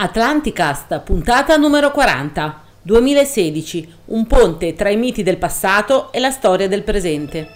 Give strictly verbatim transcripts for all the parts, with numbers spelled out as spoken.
Atlanticast, puntata numero quaranta, duemilasedici, un ponte tra i miti del passato e la storia del presente.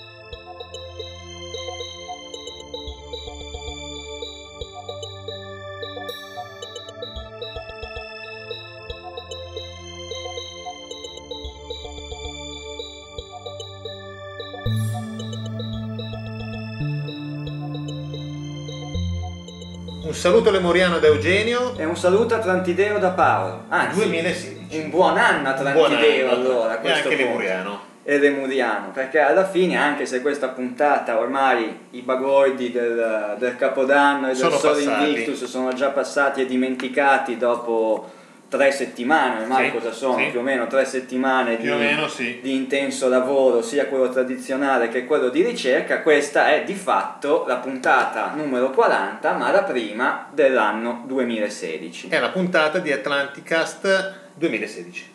Un saluto lemuriano da Eugenio e un saluto atlantideo da Paolo. Anzi, duemilasedici. Un buon anno atlantideo allora, e anche lemuriano. E lemuriano, perché alla fine, anche se questa puntata ormai i bagordi del, del Capodanno e del Sole Invictus sono già passati e dimenticati dopo tre settimane, ormai sì, cosa sono? Sì. Più o meno tre settimane di, meno, sì. di intenso lavoro, sia quello tradizionale che quello di ricerca. Questa è di fatto la puntata numero quaranta, ma la prima dell'anno duemilasedici. È la puntata di Atlanticast duemilasedici.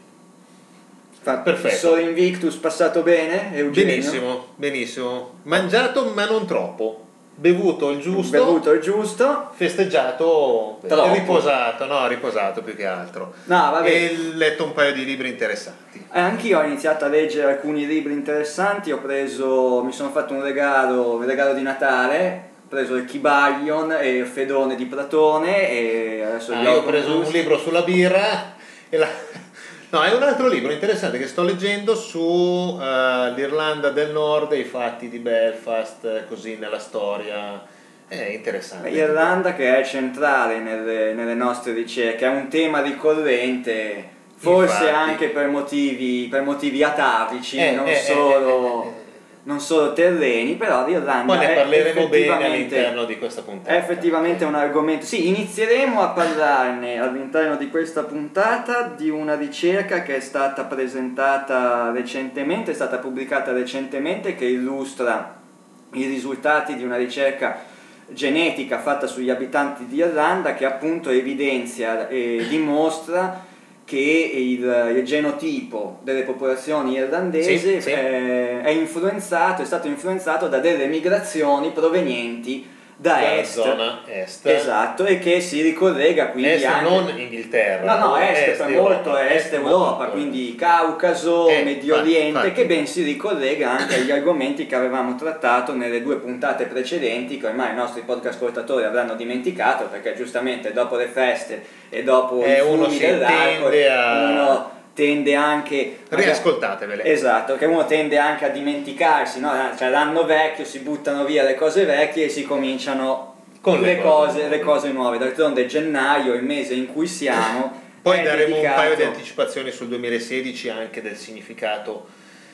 Perfetto. Il Sole Invictus passato bene, Eugenio? Benissimo, benissimo. Mangiato ma non troppo. Bevuto il giusto, bevuto il giusto, festeggiato, troppo. riposato, no, riposato più che altro. No, vabbè. E letto un paio di libri interessanti. Eh, anch'io ho iniziato a leggere alcuni libri interessanti, ho preso, mi sono fatto un regalo, un regalo di Natale, ho preso il Kybalion e il Fedone di Platone e adesso ah, io ho preso un libro sulla birra e la... No, è un altro libro interessante che sto leggendo su uh, l'Irlanda del Nord e i fatti di Belfast, così nella storia. È interessante. L'Irlanda che è centrale nelle, nelle nostre ricerche, è un tema ricorrente, forse Infatti. anche per motivi, per motivi atavici, eh, non, eh, solo, eh, eh, eh. non solo terreni, però l'Irlanda Poi ne è parleremo bene effettivamente, all'interno di questa puntata. è effettivamente un argomento. Sì, inizieremo a parlarne all'interno di questa puntata di una ricerca che è stata presentata recentemente, è stata pubblicata recentemente, che illustra i risultati di una ricerca genetica fatta sugli abitanti di Irlanda, che appunto evidenzia e dimostra che il, il genotipo delle popolazioni irlandesi sì, sì. È, è influenzato, è stato influenzato da delle migrazioni provenienti da Dalla est, zona est, esatto, e che si ricollega quindi est anche, non Inghilterra, no no est, est per Europa, molto est, est Europa, molto. quindi Caucaso, eh, Medio infatti, Oriente, infatti. che ben si ricollega anche agli argomenti che avevamo trattato nelle due puntate precedenti, che ormai i nostri podcast ascoltatori avranno dimenticato, perché giustamente dopo le feste e dopo eh, i uno fumi si dell'alcol tende a... uno tende anche riascoltatevele. Esatto, che uno tende anche a dimenticarsi, no? Cioè l'anno vecchio si buttano via le cose vecchie e si cominciano con le, le, cose, cose, le cose nuove. D'altronde gennaio, il mese in cui siamo, poi daremo dedicato... un paio di anticipazioni sul duemilasedici anche del significato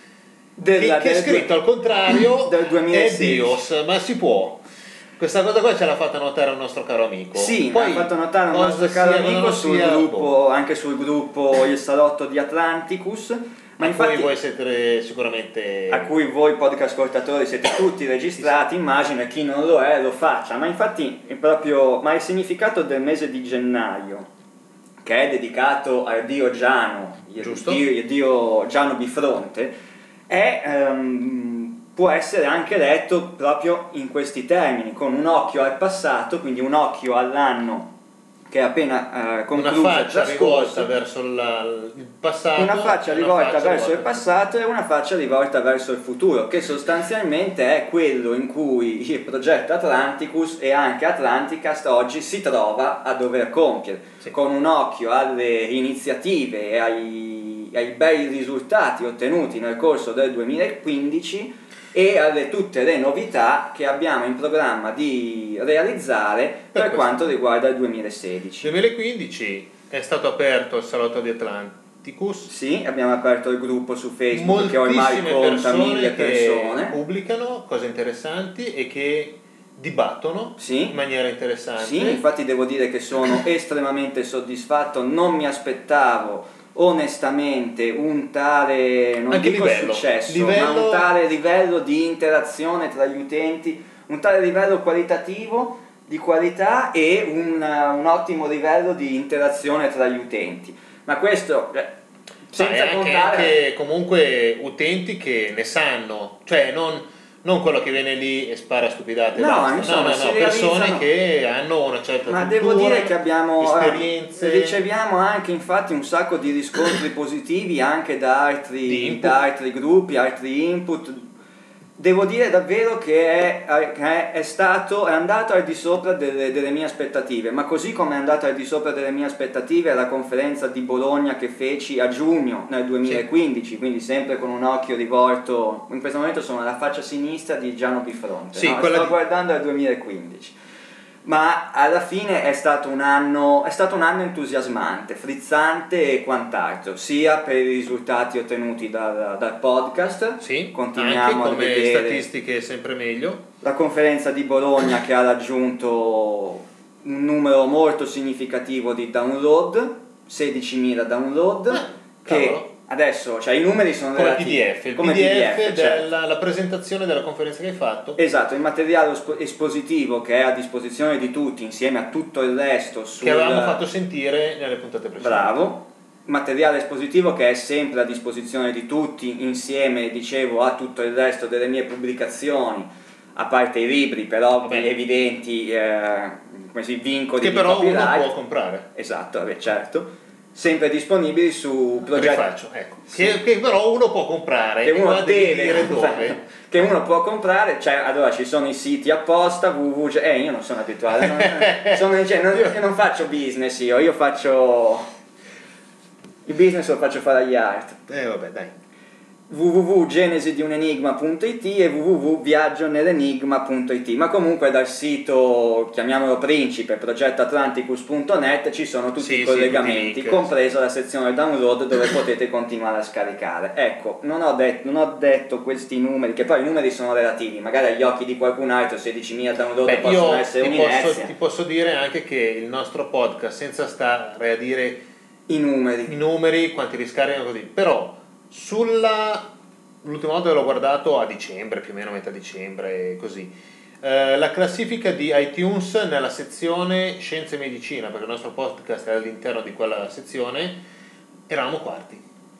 della, che, che del, è scritto al contrario del duemilasedici. È Dios, ma si può. Questa cosa qua ce l'ha fatta notare un nostro caro amico. Sì, poi l'ha fatto notare un nostro caro sia, amico sul sia, gruppo, boh. anche sul gruppo Il Salotto di Atlanticus. Ma a infatti, cui voi siete sicuramente a cui voi podcast ascoltatori siete tutti registrati, immagino, e chi non lo è lo faccia. Ma infatti è proprio ma il significato del mese di gennaio, che è dedicato al dio Giano, il dio, il dio Giano Bifronte, è um, può essere anche letto proprio in questi termini, con un occhio al passato, quindi un occhio all'anno che è appena eh, concluso, una faccia rivolta trascorso, verso la, il passato, una faccia una rivolta faccia verso rivolta. il passato e una faccia rivolta verso il futuro, che sostanzialmente è quello in cui il progetto Atlanticus e anche Atlanticast oggi si trova a dover compiere, sì. Con un occhio alle iniziative e ai, ai bei risultati ottenuti nel corso del duemilaquindici e alle tutte le novità che abbiamo in programma di realizzare per, per quanto riguarda il duemilasedici. duemilaquindici è stato aperto il salotto di Atlanticus. Sì, abbiamo aperto il gruppo su Facebook che ormai conta mille persone. Che pubblicano cose interessanti e che dibattono sì. in maniera interessante. Sì, infatti devo dire che sono estremamente soddisfatto, non mi aspettavo onestamente un tale, non anche dico livello, successo, livello... ma un tale livello di interazione tra gli utenti, un tale livello qualitativo, di qualità e un, un ottimo livello di interazione tra gli utenti. Ma questo senza anche, contare anche comunque utenti che ne sanno, cioè non non quello che viene lì e spara stupidate. No, basta. insomma, no, no, si no, persone realizzano- che hanno una certa Ma cultura, devo dire che abbiamo esperienze. eh, riceviamo anche infatti un sacco di riscontri positivi anche da Di altri, input. da altri gruppi, altri input. Devo dire davvero che è, che è stato, è andato al di sopra delle, delle mie aspettative, ma così come è andato al di sopra delle mie aspettative la conferenza di Bologna che feci a giugno nel duemilaquindici, quindi sempre con un occhio rivolto, in questo momento sono alla faccia sinistra di Giano Bifronte, Sì, no? quella Sto di- guardando al duemilaquindici. Ma alla fine è stato un anno, è stato un anno entusiasmante, frizzante e quant'altro, sia per i risultati ottenuti dal, dal podcast, Sì, continuiamo anche a come vedere statistiche sempre meglio. la conferenza di Bologna che ha raggiunto un numero molto significativo di download, sedicimila download, Ah, che cavolo. adesso, cioè i numeri sono Come relativi, P D F, il come P D F, P D F, certo. della la presentazione della conferenza che hai fatto. Esatto, il materiale espo- espositivo che è a disposizione di tutti insieme a tutto il resto sul... Che avevamo fatto sentire nelle puntate precedenti. Bravo, materiale espositivo che è sempre a disposizione di tutti insieme, dicevo, a tutto il resto delle mie pubblicazioni, a parte i libri per ovvi Vabbè. evidenti eh, come si, vincoli Che di però uno copyright. può comprare. Esatto, vabbè, certo, sempre disponibili su progetti... Rifaccio, ecco. Che, che però uno può comprare. che e uno qua devi deve dire comprare, dove. che uno può comprare, cioè allora ci sono i siti apposta, www, eh io non sono abituato, non, sono, cioè, non, io non faccio business io, io faccio il business lo faccio fare agli art. Eh vabbè, dai. w w w punto genesi di un enigma punto i t e w w w punto viaggio nell'enigma punto i t, ma comunque dal sito, chiamiamolo principe, progetto atlanticus punto net, ci sono tutti Sì, i sì, collegamenti, tutti i link, compresa la sezione download dove potete continuare a scaricare. Ecco, non ho, det- non ho detto questi numeri, che poi i numeri sono relativi, magari agli occhi di qualcun altro sedicimila download Beh, possono io essere ti posso, un'inezia. ti posso dire anche che il nostro podcast, senza stare a dire I numeri. i numeri, quanti riscaricano così, però sulla l'ultima volta che l'ho guardato a dicembre, più o meno metà dicembre, così, eh, la classifica di iTunes nella sezione Scienze e Medicina, perché il nostro podcast è all'interno di quella sezione, eravamo quarti,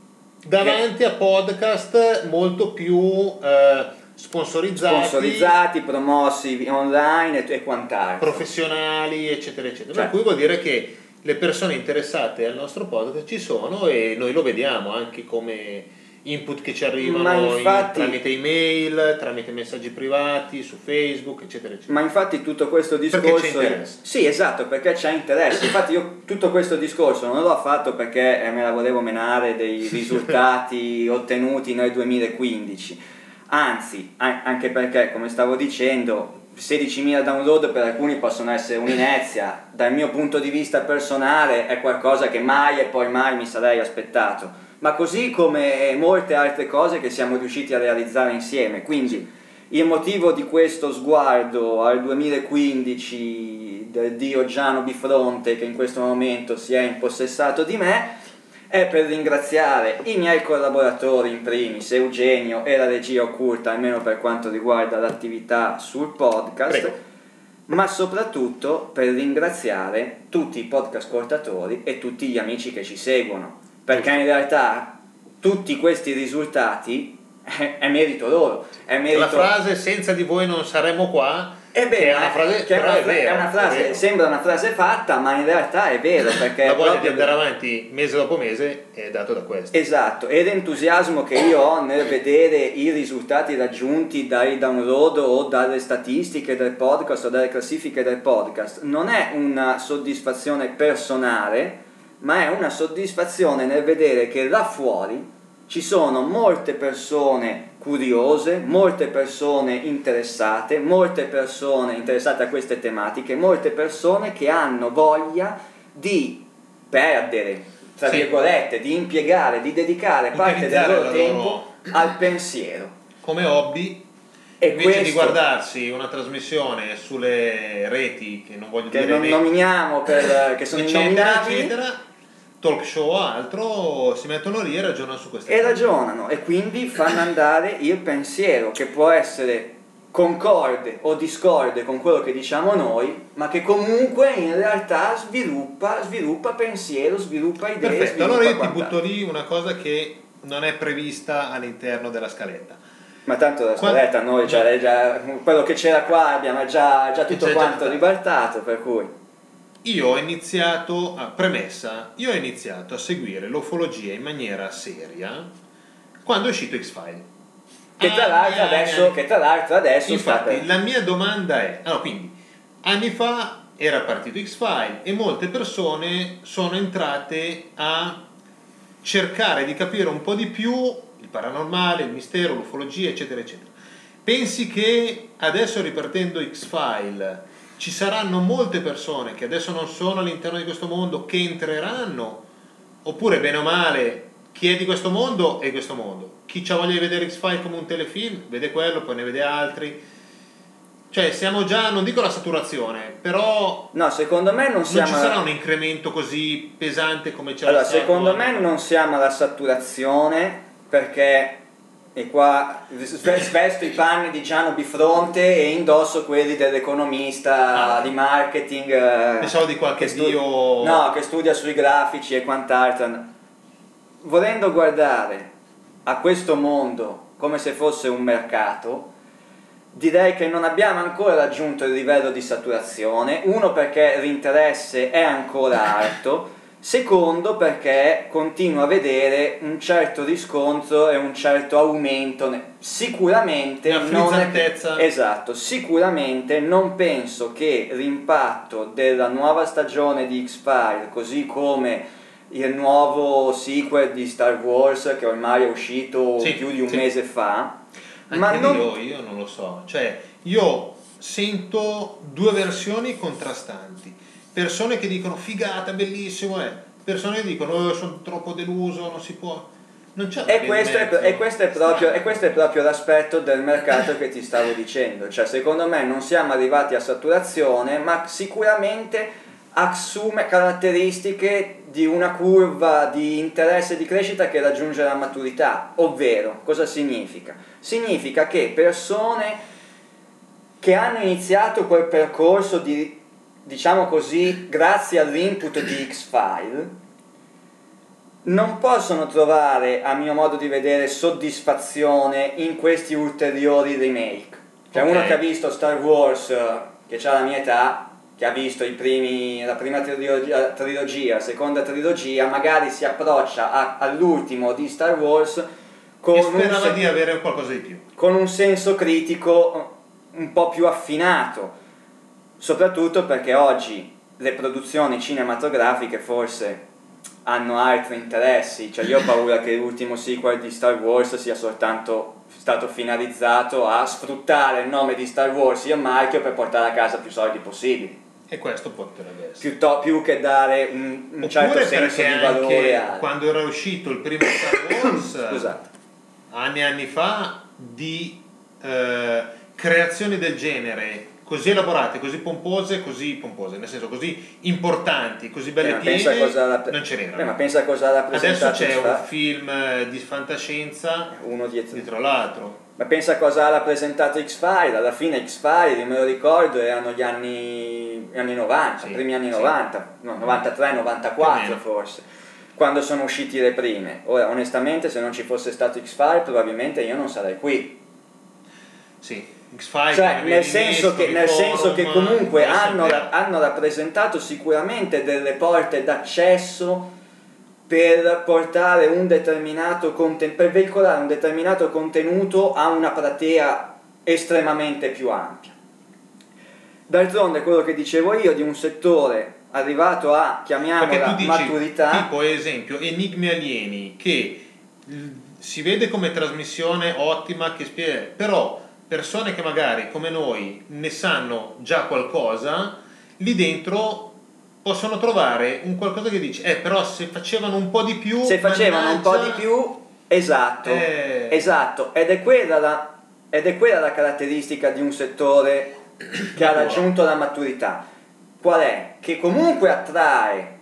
davanti a podcast molto più eh, sponsorizzati, Sponsorizzati, promossi online e, e quant'altro. professionali, eccetera, eccetera. Cioè. Per cui vuol dire che le persone interessate al nostro podcast ci sono e noi lo vediamo anche come input che ci Ma arrivano infatti- in- tramite email, tramite messaggi privati, su Facebook, eccetera, eccetera. Ma infatti tutto questo Perché discorso... c'è interesse. Sì, esatto, perché c'è interesse. Infatti io tutto questo discorso non l'ho fatto perché eh, me la volevo menare dei risultati ottenuti nel duemilaquindici. Anzi, a- anche perché, come stavo dicendo, sedicimila download per alcuni possono essere un'inezia. Dal mio punto di vista personale è qualcosa che mai e poi mai mi sarei aspettato. Ma così come molte altre cose che siamo riusciti a realizzare insieme. Quindi il motivo di questo sguardo al duemilaquindici del dio Giano Bifronte che in questo momento si è impossessato di me è per ringraziare i miei collaboratori in primis, Eugenio e la regia occulta, almeno per quanto riguarda l'attività sul podcast. Prego. Ma soprattutto per ringraziare tutti i podcast ascoltatori e tutti gli amici che ci seguono, perché in realtà tutti questi risultati è, è merito loro, è merito... La frase senza di voi non saremmo qua è che è vero, una frase, che è però una, è vera, è una frase, è vero. sembra una frase fatta, ma in realtà è vero, perché La è voglia di proprio- andare avanti mese dopo mese è dato da questo. Esatto, e l'entusiasmo che io ho nel vedere i risultati raggiunti dai download o dalle statistiche del podcast o dalle classifiche del podcast non è una soddisfazione personale, ma è una soddisfazione nel vedere che là fuori ci sono molte persone curiose, molte persone interessate, molte persone interessate a queste tematiche, molte persone che hanno voglia di perdere, tra Sì. virgolette, di impiegare, di dedicare parte del Utilizzare loro la tempo loro- al pensiero. Come hobby, E invece questo, di guardarsi una trasmissione sulle reti, che non voglio che dire non ne- nominiamo per, che sono eccetera, innominabili, eccetera, talk show o altro, si mettono lì e ragionano su queste e cose. ragionano e quindi fanno andare il pensiero, che può essere concorde o discorde con quello che diciamo noi, ma che comunque in realtà sviluppa, sviluppa pensiero, sviluppa idee, Perfetto, sviluppa allora io ti quant'altro. butto lì una cosa che non è prevista all'interno della scaletta. Ma tanto la Quando- scaletta noi, cioè, è già, quello che c'era qua abbiamo già, già tutto C'è già quanto tutto. ribaltato, per cui... Io ho iniziato, ah, premessa, io ho iniziato a seguire l'ufologia in maniera seria quando è uscito X-File. Che tra Anni, l'altro anni, adesso, anni. che tra l'altro adesso sta Infatti, per... la mia domanda è, allora, quindi, anni fa era partito X-File e molte persone sono entrate a cercare di capire un po' di più il paranormale, il mistero, l'ufologia, eccetera, eccetera. Pensi che adesso, ripartendo X-File, ci saranno molte persone che adesso non sono all'interno di questo mondo che entreranno? Oppure, bene o male, chi è di questo mondo è di questo mondo. Chi ha voglia di vedere X-File come un telefilm, vede quello, poi ne vede altri. Cioè, siamo già, non dico la saturazione, però No, secondo me non non siamo... ci sarà un incremento così pesante come c'era Allora, stato. secondo anni me fa. non siamo alla saturazione, perché... E qua svesto i panni di Giano Bifronte e indosso quelli dell'economista Ah. di marketing eh, Pensavo di qualche che stu- dio- no, che studia sui grafici e quant'altro. Volendo guardare a questo mondo come se fosse un mercato, direi che non abbiamo ancora raggiunto il livello di saturazione. Uno, perché l'interesse è ancora alto. Secondo, perché continuo a vedere un certo riscontro e un certo aumento. ne- Sicuramente Una non è- frizzantezza. esatto, sicuramente non penso che l'impatto della nuova stagione di X-Files, così come il nuovo sequel di Star Wars che ormai è uscito Sì, più di un sì. mese fa, Anche ma non... io, io non lo so, cioè io sento due versioni contrastanti, persone che dicono figata, bellissimo, eh. Persone che dicono oh, sono troppo deluso, non si può, non c'è una E via di questo, è, mezzo. e, questo è proprio, Strano. e questo è proprio l'aspetto del mercato che ti stavo dicendo, cioè secondo me non siamo arrivati a saturazione, ma sicuramente assume caratteristiche di una curva di interesse e di crescita che raggiunge la maturità. Ovvero, cosa significa? Significa che persone che hanno iniziato quel percorso di, diciamo così, grazie all'input di X-File, non possono trovare, a mio modo di vedere, soddisfazione in questi ulteriori remake. Cioè Ok. uno che ha visto Star Wars, eh, che ha la mia età, che ha visto i primi, la prima trilogia, trilogia, la seconda trilogia, magari si approccia a- all'ultimo di Star Wars con E un, sperava sen- di avere qualcosa di più. con un senso critico un po' più affinato, soprattutto perché oggi le produzioni cinematografiche forse hanno altri interessi, cioè io ho paura che l'ultimo sequel di Star Wars sia soltanto stato finalizzato a sfruttare il nome di Star Wars e il marchio per portare a casa più soldi possibili, E questo potrebbe essere. piuttosto, più che dare un, un Oppure certo senso perché di valore anche al- quando era uscito il primo Star Wars, Scusate. anni e anni fa, di eh, creazioni del genere così elaborate, così pompose, così pompose, nel senso così importanti, così belle Eh, ma pensa piene, cosa rapp- non ce n'erano. eh, ma pensa cosa ha rappresentato Adesso c'è un X-Files. film eh, di fantascienza Uno dietro. dietro l'altro. Ma pensa cosa ha rappresentato X-Files, alla fine X-Files, io me lo ricordo, erano gli anni, gli anni novanta, Sì, primi anni sì. novanta, no, novantatré Più o novantaquattro meno. forse, quando sono usciti le prime. Ora, onestamente, se non ci fosse stato X-Files, probabilmente io non sarei qui. Sì, X-Files Cioè, come nel vedi senso, che, sui nel forum, senso che comunque adesso è hanno, vero. hanno rappresentato sicuramente delle porte d'accesso per portare un determinato conten- per veicolare un determinato contenuto a una platea estremamente più ampia. D'altronde quello che dicevo io di un settore arrivato a, Perché chiamiamola, tu dici, maturità, tipo esempio, Enigmi alieni, che mh, si vede come trasmissione ottima, che spiega, però persone che magari come noi ne sanno già qualcosa, lì dentro possono trovare un qualcosa che dice, eh però se facevano un po' di più, se facevano un po' di mannaggia, più, esatto, Eh. esatto, ed è quella la, ed è quella la caratteristica di un settore che ha raggiunto la maturità. Qual è? Che comunque attrae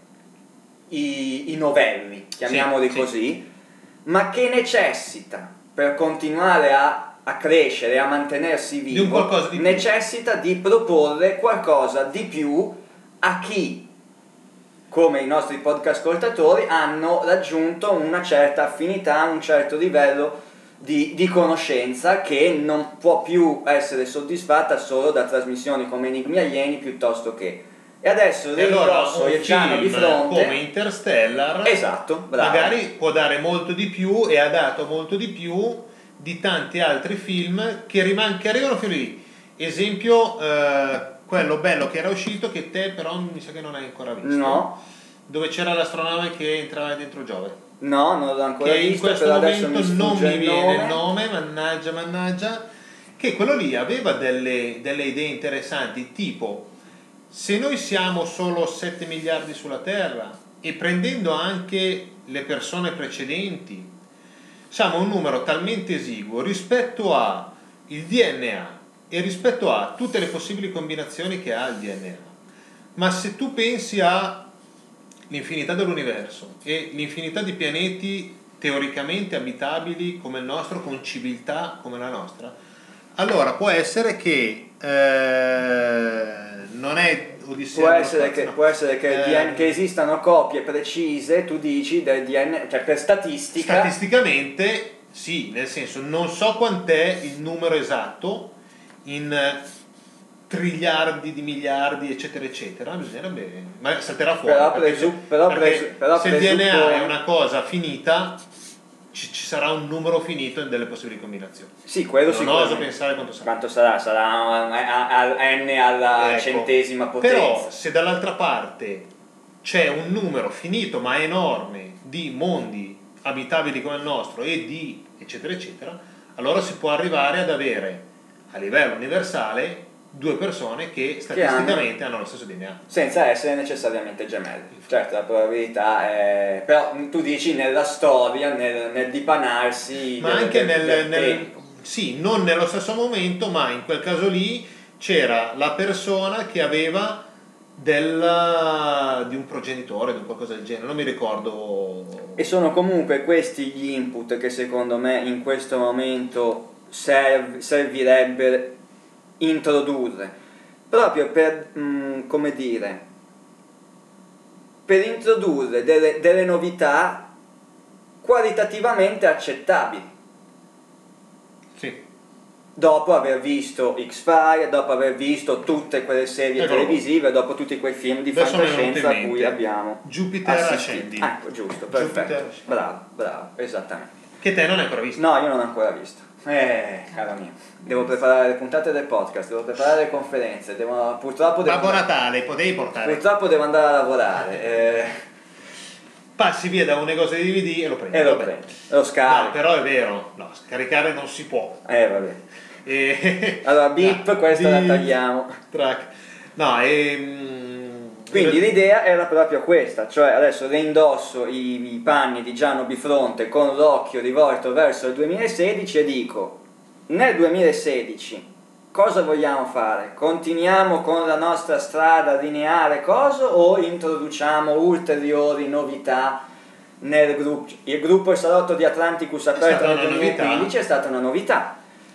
i, i novelli, chiamiamoli Sì, sì. così, ma che necessita, per continuare a, a crescere, a mantenersi Di un vivo, qualcosa di più. necessita di proporre qualcosa di più a chi, come i nostri podcast ascoltatori, hanno raggiunto una certa affinità, un certo livello di, di conoscenza che non può più essere soddisfatta solo da trasmissioni come Enigmi Alieni piuttosto che. E adesso E allora l'indosso un e Giano di film fronte. come Interstellar, Esatto, bravo. magari può dare molto di più e ha dato molto di più di tanti altri film che, riman- che arrivano fino lì. Esempio, eh, quello bello che era uscito, che te però mi sa che non hai ancora visto. No. Dove c'era l'astronave che entrava dentro Giove. No, non l'ho ancora Che in visto, questo però adesso momento mi non sfugge mi il viene nome. il nome, mannaggia, mannaggia, che quello lì aveva delle, delle idee interessanti, tipo, se noi siamo solo sette miliardi sulla Terra e prendendo anche le persone precedenti, siamo un numero talmente esiguo rispetto a il D N A e rispetto a tutte le possibili combinazioni che ha il D N A. Ma se tu pensi a l'infinità dell'universo e l'infinità di pianeti teoricamente abitabili come il nostro, con civiltà come la nostra, allora può essere che eh, non è Odissea Può dello essere, spazio, che, no. può essere che, il Eh, D N che esistano copie precise, tu dici, del D N A, cioè per statistica. Statisticamente sì, nel senso non so quant'è il numero esatto in triliardi di miliardi eccetera eccetera, bisognerebbe, ma salterà fuori, Però perché, presu- però perché presu- però se il D N A presuppone- è una cosa finita ci, ci sarà un numero finito in delle possibili combinazioni. Sì, quello Non sicuramente. oso pensare quanto sarà. Quanto sarà? Sarà a- a- a- n alla Ecco. centesima potenza. Però se dall'altra parte c'è un numero finito ma enorme di mondi abitabili come il nostro e di eccetera eccetera, allora si può arrivare ad avere a livello universale due persone che statisticamente hanno, hanno lo stesso D N A. Senza essere necessariamente gemelli. Certo, la probabilità è. Però tu dici nella storia, nel, nel dipanarsi. Ma del- anche del- nel, del nel tempo. sì, non nello stesso momento, ma in quel caso lì c'era la persona che aveva del, di un progenitore, di un qualcosa del genere, non mi ricordo. E sono comunque questi gli input che secondo me in questo momento serv- servirebbe introdurre, proprio per, mh, come dire, per introdurre delle, delle novità qualitativamente accettabili. Sì. Dopo aver visto X-Files, dopo aver visto tutte quelle serie Eccolo. televisive, dopo tutti quei film di Adesso mi è venuto in fantascienza a cui mente. abbiamo Jupiter assistito. Ascending. Ecco, giusto, perfetto. Jupiter. Bravo, bravo, esattamente. Che te non hai ancora visto. No, io non ho ancora visto. Eh, caro mio, devo preparare le puntate del podcast, devo preparare le conferenze, devo, purtroppo devo, Babbo Natale, potevi portare. purtroppo devo andare a lavorare eh, Passi via da un negozio di D V D e lo prendi. e lo Vabbè. prendo, lo No, scarico. però è vero, no, scaricare non si può. Eh, vabbè. E... Allora, beep, No, questa la beep, tagliamo. Track. No, ehm, Quindi l'idea era proprio questa, cioè adesso reindosso i, i panni di Giano Bifronte con l'occhio rivolto verso il duemilasedici e dico, nel duemilasedici cosa vogliamo fare? Continuiamo con la nostra strada lineare cosa o introduciamo ulteriori novità nel gruppo? Il gruppo Il Salotto di Atlanticus aperto stata nel una duemilaquindici novità. è stata una novità.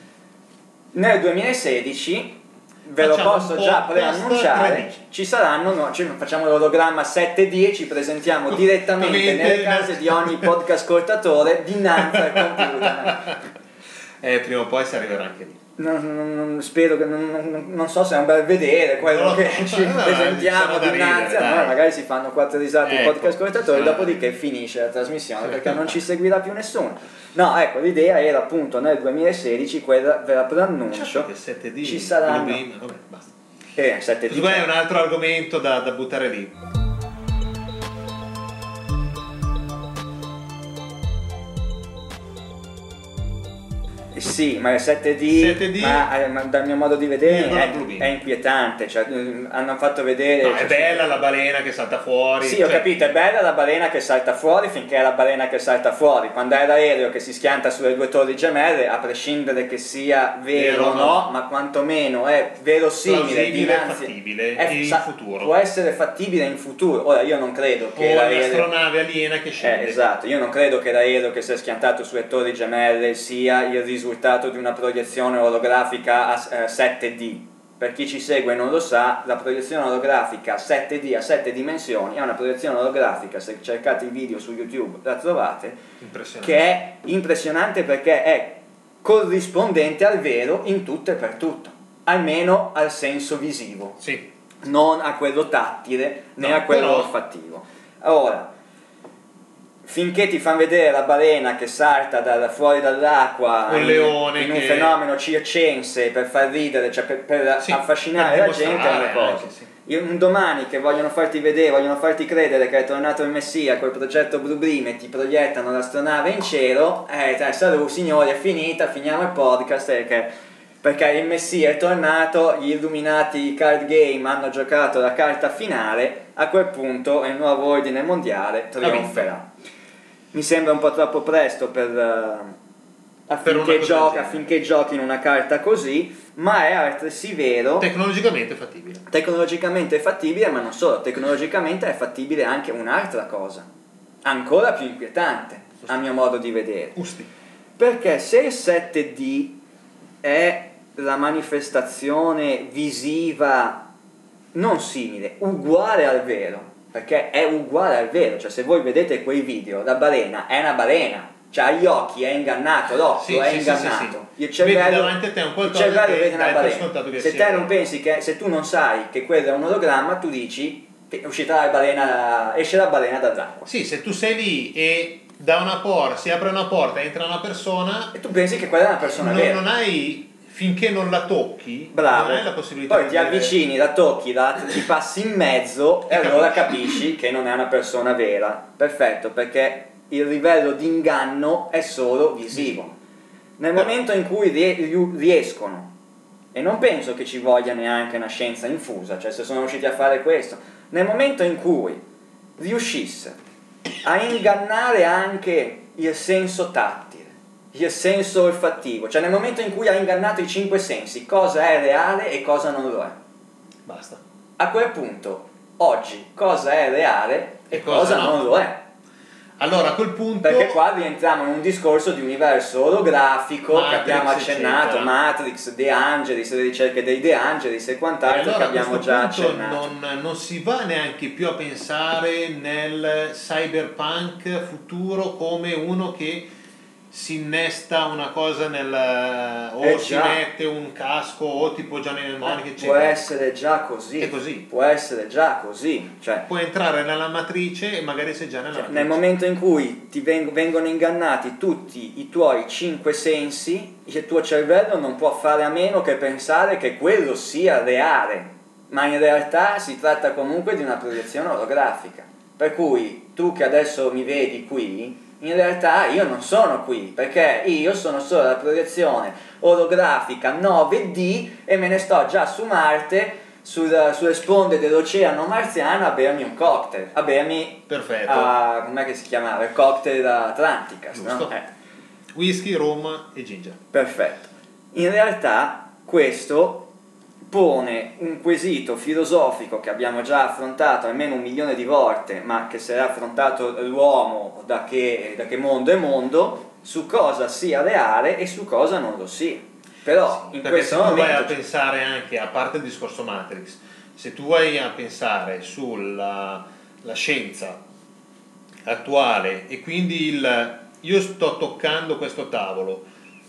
Nel duemilasedici ve lo Facciamo un posso già podcast preannunciare, tre D. ci saranno, no, cioè facciamo l'ologramma sette D e ci presentiamo direttamente Ovviamente, nelle case di ogni podcast ascoltatore dinanzi al computer. Eh, prima o poi si arriverà anche lì. Non, non- non- spero che non, non- non so se è un bel vedere quello No, che no, ci no, presentiamo sarà da dinanzi ridere, a noi, dai. magari si fanno quattro risate i Ecco, podcast ascoltatori, sarà da dopodiché ridere. finisce la trasmissione Sì. perché non ci seguirà più nessuno. No, ecco, l'idea era appunto nel duemilasedici, quella ve la preannuncio, Certo che sette D, ci saranno Blue Beam, vabbè, basta. eh, sette D. Questo qua è un altro argomento da, da buttare lì. Sì, ma il sette D, sette D ma, eh, ma dal mio modo di vedere Io non è, Blue Beam. è inquietante, cioè, eh, hanno fatto vedere... No, è bella la balena che salta fuori. Sì, ho cioè, capito, è bella la balena che salta fuori finché è la balena che salta fuori, quando è l'aereo che si schianta sulle due torri gemelle, a prescindere che sia vero o Vero, no, no. ma quantomeno è verosimile Plausibile e dinanzi... fattibile è in sa- futuro. Può essere fattibile in futuro, ora io non credo che O l'aereo... l'astronave aliena che scende. Eh, esatto, io non credo che l'aereo che si è schiantato sulle torri gemelle sia il risultato di una proiezione olografica a eh, sette D. Per chi ci segue e non lo sa, la proiezione olografica sette D a sette dimensioni è una proiezione olografica, se cercate i video su YouTube la trovate, Impressionante. che è impressionante perché è corrispondente al vero in tutto e per tutto, almeno al senso visivo, Sì. non a quello tattile né No, a quello però- olfattivo. Ora, finché ti fanno vedere la balena che salta dal- fuori dall'acqua Un in, leone in un che- fenomeno circense per far ridere, cioè per, per Sì, affascinare per la gente, è una dimostrare cosa. anche, sì. Io- un domani che vogliono farti vedere, vogliono farti credere che è tornato il Messia col progetto Blue Beam e ti proiettano l'astronave in cielo, eh, dai, saluto signori, è finita, finiamo il podcast, perché, perché il Messia è tornato, gli illuminati card game hanno giocato la carta finale, a quel punto il nuovo ordine mondiale trionferà. Mi sembra un po' troppo presto per, eh, Per una affinché, cosa gioca, del genere. affinché giochino una carta così, ma è altresì vero, Tecnologicamente fattibile. tecnologicamente è fattibile, ma non solo, tecnologicamente è fattibile anche un'altra cosa, ancora più inquietante, a mio modo di vedere. Usti. Perché se il sette D è la manifestazione visiva non simile, uguale al vero, perché è uguale al vero, cioè se voi vedete quei video, la balena è una balena, cioè gli occhi è ingannato, l'occhio Sì, è sì, sì, ingannato, sì, sì. il Vedi cervello, davanti a te un il qualcosa cervello che vede una dai per balena. scontato che Se sia te non vero. pensi che, se tu non sai che quello è un ologramma, tu dici che uscirà la balena, esce la balena dall'acqua. Sì, se tu sei lì e da una porta si apre una porta e entra una persona, E tu pensi che quella è una persona non, vera. non hai, finché non la tocchi, Bravo, non hai la possibilità poi di ti vedere- avvicini, la tocchi, la, ti passi in mezzo e E allora capisci. capisci che non è una persona vera. Perfetto, perché il livello di inganno è solo visivo. Nel Però- momento in cui rie- riu- riescono, e non penso che ci voglia neanche una scienza infusa, cioè se sono riusciti a fare questo, nel momento in cui riuscissero a ingannare anche il senso tattile, il senso olfattivo, cioè nel momento in cui ha ingannato i cinque sensi, cosa è reale e cosa non lo è. Basta. A quel punto, oggi, cosa è reale e, E cosa, cosa no. non lo è. Allora a quel punto Perché qua rientriamo in un discorso di universo olografico che Matrix, abbiamo accennato, eccetera. Matrix, De Angelis, le ricerche dei De Angelis e E quant'altro allora che a abbiamo questo già punto accennato. non, non si va neanche più a pensare nel cyberpunk futuro come uno che si innesta una cosa nel o Eh si già. mette un casco o tipo Gianni Mnemonic Eh, eccetera. può essere già così. È così. Può essere già così. Cioè, Puoi entrare nella matrice e magari sei già nella Cioè, matrice. nel momento in cui ti veng- vengono ingannati tutti i tuoi cinque sensi, il tuo cervello non può fare a meno che pensare che quello sia reale, ma in realtà si tratta comunque di una proiezione olografica. Per cui tu che adesso mi vedi qui, in realtà io non sono qui, perché io sono solo la proiezione olografica nove D e me ne sto già su Marte, sul- sulle sponde dell'oceano marziano a bermi un cocktail, a bermi Perfetto. a, com'è che si chiamava? Il cocktail Atlanticas, no? Giusto. Eh, Whisky, rum e ginger. perfetto. In realtà questo pone un quesito filosofico che abbiamo già affrontato almeno un milione di volte, ma che sarà affrontato l'uomo da che, da che mondo è mondo, su cosa sia reale e su cosa non lo sia. Però in Perché questo se tu vai momento a pensare anche, a parte il discorso Matrix, se tu vai a pensare sulla la scienza attuale e quindi il io sto toccando questo tavolo,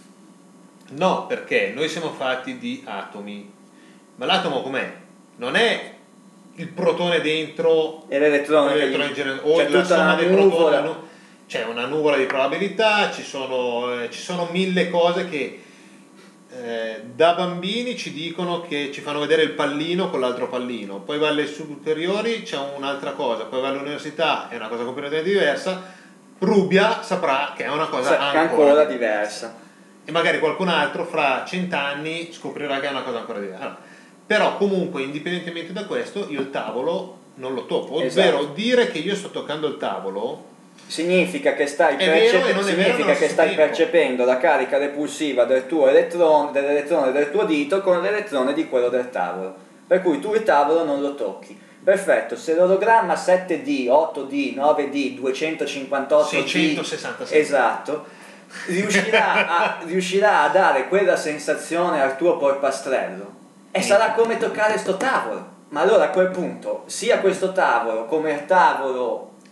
no, perché noi siamo fatti di atomi, ma l'atomo com'è? Non è il protone dentro e l'elettrone, che l'elettrone gli- in genere- o c'è la tutta somma una dei protoni, nuvola. no? C'è una nuvola di probabilità, ci sono, eh, ci sono mille cose che eh, da bambini ci dicono che ci fanno vedere il pallino con l'altro pallino, poi va alle superiori c'è un'altra cosa, poi va all'università è una cosa completamente diversa, Rubbia saprà che è una cosa Sa- che è ancora, ancora diversa. e magari qualcun altro fra cent'anni scoprirà che è una cosa ancora diversa. Allora, però comunque indipendentemente da questo io il tavolo non lo tocco, ovvero Esatto. dire che io sto toccando il tavolo Significa che stai, È vero percep- e non è vero significa nello che stesso stai tempo. percependo la carica repulsiva del tuo elettrone, dell'elettrone del tuo dito con l'elettrone di quello del tavolo. Per cui tu il tavolo non lo tocchi. Perfetto, se l'ologramma sette D, otto D, nove D, duecentocinquantotto D, seicentosessantasei. esatto, riuscirà a, riuscirà a dare quella sensazione al tuo polpastrello e sarà come toccare sto tavolo. Ma allora a quel punto, sia questo tavolo come il tavolo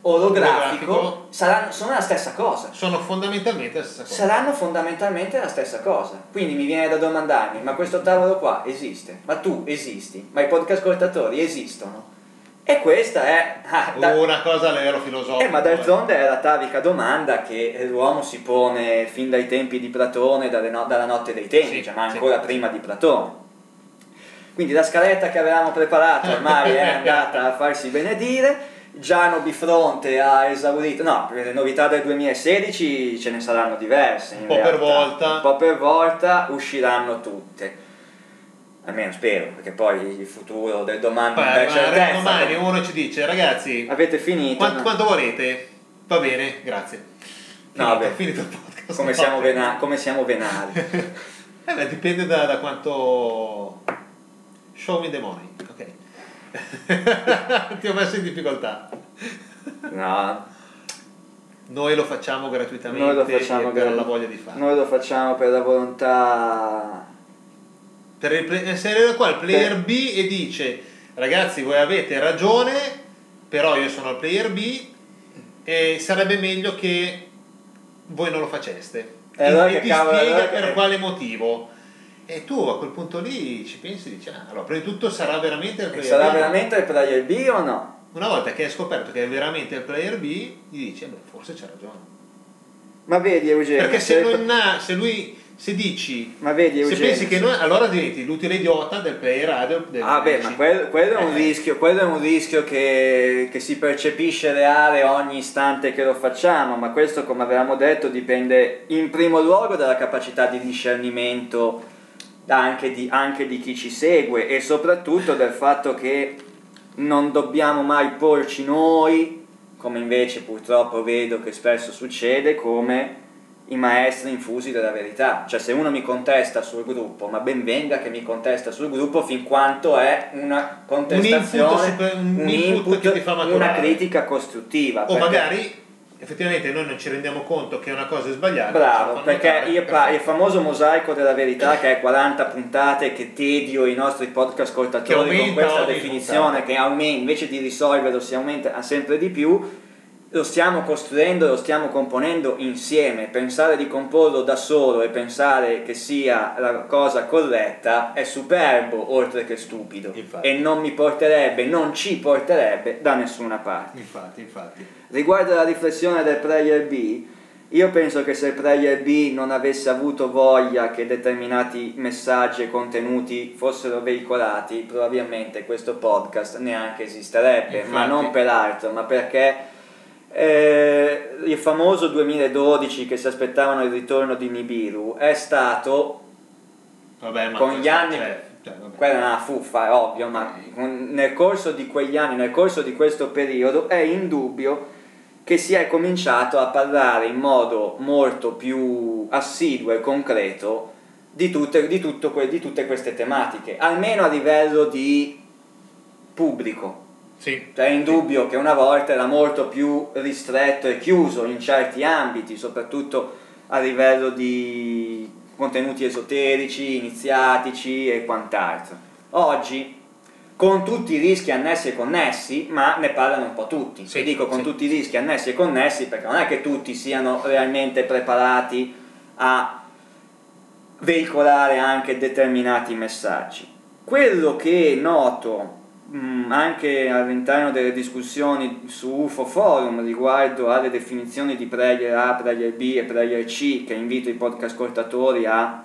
olografico, olografico saranno, sono la stessa cosa. Sono fondamentalmente la stessa cosa. Saranno fondamentalmente la stessa cosa. Quindi mi viene da domandarmi, ma questo tavolo qua esiste? Ma tu esisti? Ma i podcast ascoltatori esistono? E questa è ah, da, una cosa a livello filosofico. Eh, ma d'altronde è la atavica domanda che l'uomo si pone fin dai tempi di Platone, dalle no, dalla notte dei tempi, sì, cioè, ma sì. ancora prima di Platone. Quindi la scaletta che avevamo preparato ormai è andata a farsi benedire. Giano Bifronte ha esaurito, no, per le novità del duemilasedici ce ne saranno diverse. Un po' per volta. Un po' per volta usciranno tutte. Almeno spero, perché poi il futuro del domani non è certezza. Domani uno ci dice, ragazzi, avete finito? Quanto, no? quanto volete? Va bene, grazie. Finito, no, beh, finito il podcast. Come siamo, vena- come siamo venali. eh beh, dipende da, da quanto... Show me the money, ok. Ti ho messo in difficoltà. No. Noi lo facciamo gratuitamente. Noi lo facciamo per gra- la voglia di fare. Noi lo facciamo per la volontà. Per il play- se arriva qua il player B e dice, ragazzi, voi avete ragione, però io sono il player B e sarebbe meglio che voi non lo faceste. E allora e che ti cavolo, spiega allora per che- quale motivo. E tu a quel punto lì ci pensi e dici, ah, allora prima di tutto sarà veramente il player Sarà B. veramente il player B o no? Una volta che hai scoperto che è veramente il player B, gli dici, eh beh, forse c'ha ragione. Ma vedi Eugenio, Perché se, se- non ha, se lui, se dici, ma vedi se Eugenio, pensi che se- noi, allora diventi l'utile idiota del player A del, del Ah beh, del ma C. quello, quello è un Eh. rischio, quello è un rischio che, che si percepisce reale ogni istante che lo facciamo, ma questo, come avevamo detto, dipende in primo luogo dalla capacità di discernimento anche di, anche di chi ci segue e soprattutto del fatto che non dobbiamo mai porci noi, come invece purtroppo vedo che spesso succede, come i maestri infusi della verità. Cioè, se uno mi contesta sul gruppo, ma ben venga che mi contesta sul gruppo fin quanto è una contestazione, Un input super- un un input input, che ti fa maturare. una critica costruttiva. O perché- magari effettivamente noi non ci rendiamo conto che una cosa è sbagliata. Bravo, ci fanno perché notare, il, perfetto. il famoso mosaico della verità, che è quaranta puntate, che tedio i nostri podcast Che ascoltatori aumenta con questa ogni definizione, puntata. che aumenta, invece di risolverlo si aumenta sempre di più, lo stiamo costruendo, lo stiamo componendo insieme. Pensare di comporlo da solo e pensare che sia la cosa corretta è superbo oltre che stupido. Infatti. E non mi porterebbe, non ci porterebbe da nessuna parte. Infatti, infatti. Riguardo alla riflessione del player B, io penso che se il player B non avesse avuto voglia che determinati messaggi e contenuti fossero veicolati, probabilmente questo podcast neanche esisterebbe. Infatti. Ma non per altro, ma perché eh, il famoso duemiladodici, che si aspettavano il ritorno di Nibiru, è stato Vabbè, ma con gli questo- anni, cioè, cioè, vabbè. quella è una fuffa, è ovvio, ma con- nel corso di quegli anni, nel corso di questo periodo, è indubbio che si è cominciato a parlare in modo molto più assiduo e concreto di tutte, di tutto que- di tutte queste tematiche, almeno a livello di pubblico. Sì. Cioè è indubbio che una volta era molto più ristretto e chiuso in certi ambiti, soprattutto a livello di contenuti esoterici, iniziatici e quant'altro. Oggi, con tutti i rischi annessi e connessi, ma ne parlano un po' tutti. Sì, e dico con sì. tutti i rischi annessi e connessi perché non è che tutti siano realmente preparati a veicolare anche determinati messaggi. Quello che noto mh, anche all'interno delle discussioni su U F O Forum riguardo alle definizioni di player A, player B e player C, che invito i podcast ascoltatori a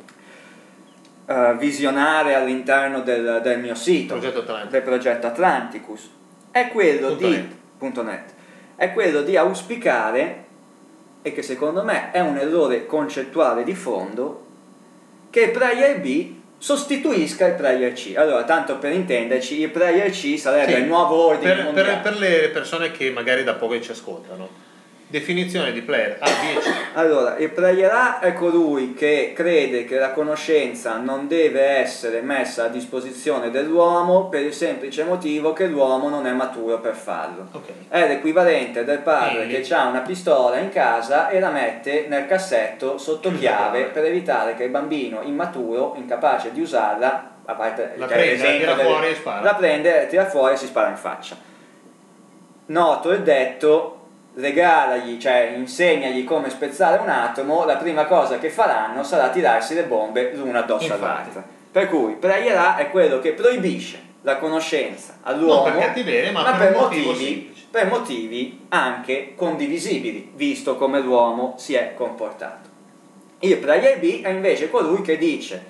uh, visionare all'interno del, del mio sito, Progetto Atlanticus. del progetto Atlanticus, è quello Punto di net. punto net, è quello di auspicare, e che secondo me è un errore concettuale di fondo, che il player B sostituisca il player C. Allora, tanto per intenderci, il player C sarebbe Sì. il nuovo ordine Per, mondiale. per, per le persone che magari da poco ci ascoltano, definizione di player A, B e C. Allora, il player A è colui che crede che la conoscenza non deve essere messa a disposizione dell'uomo per il semplice motivo che l'uomo non è maturo per farlo. Ok. È l'equivalente del padre Quindi- che ha una pistola in casa e la mette nel cassetto sotto Chiusa chiave chiave. per evitare che il bambino immaturo, incapace di usarla, a parte La cioè, prende, la l'esempio tira delle- fuori e spara. la prende, tira fuori e si spara in faccia. noto il detto, regalagli, cioè insegnagli come spezzare un atomo, la prima cosa che faranno sarà tirarsi le bombe l'una addosso Infatti. all'altra. Per cui Preira è quello che proibisce la conoscenza all'uomo, Non per cattiveria, ma, ma per, per un motivo motivi, semplice. per motivi anche condivisibili, visto come l'uomo si è comportato. Il Preira B è invece colui che dice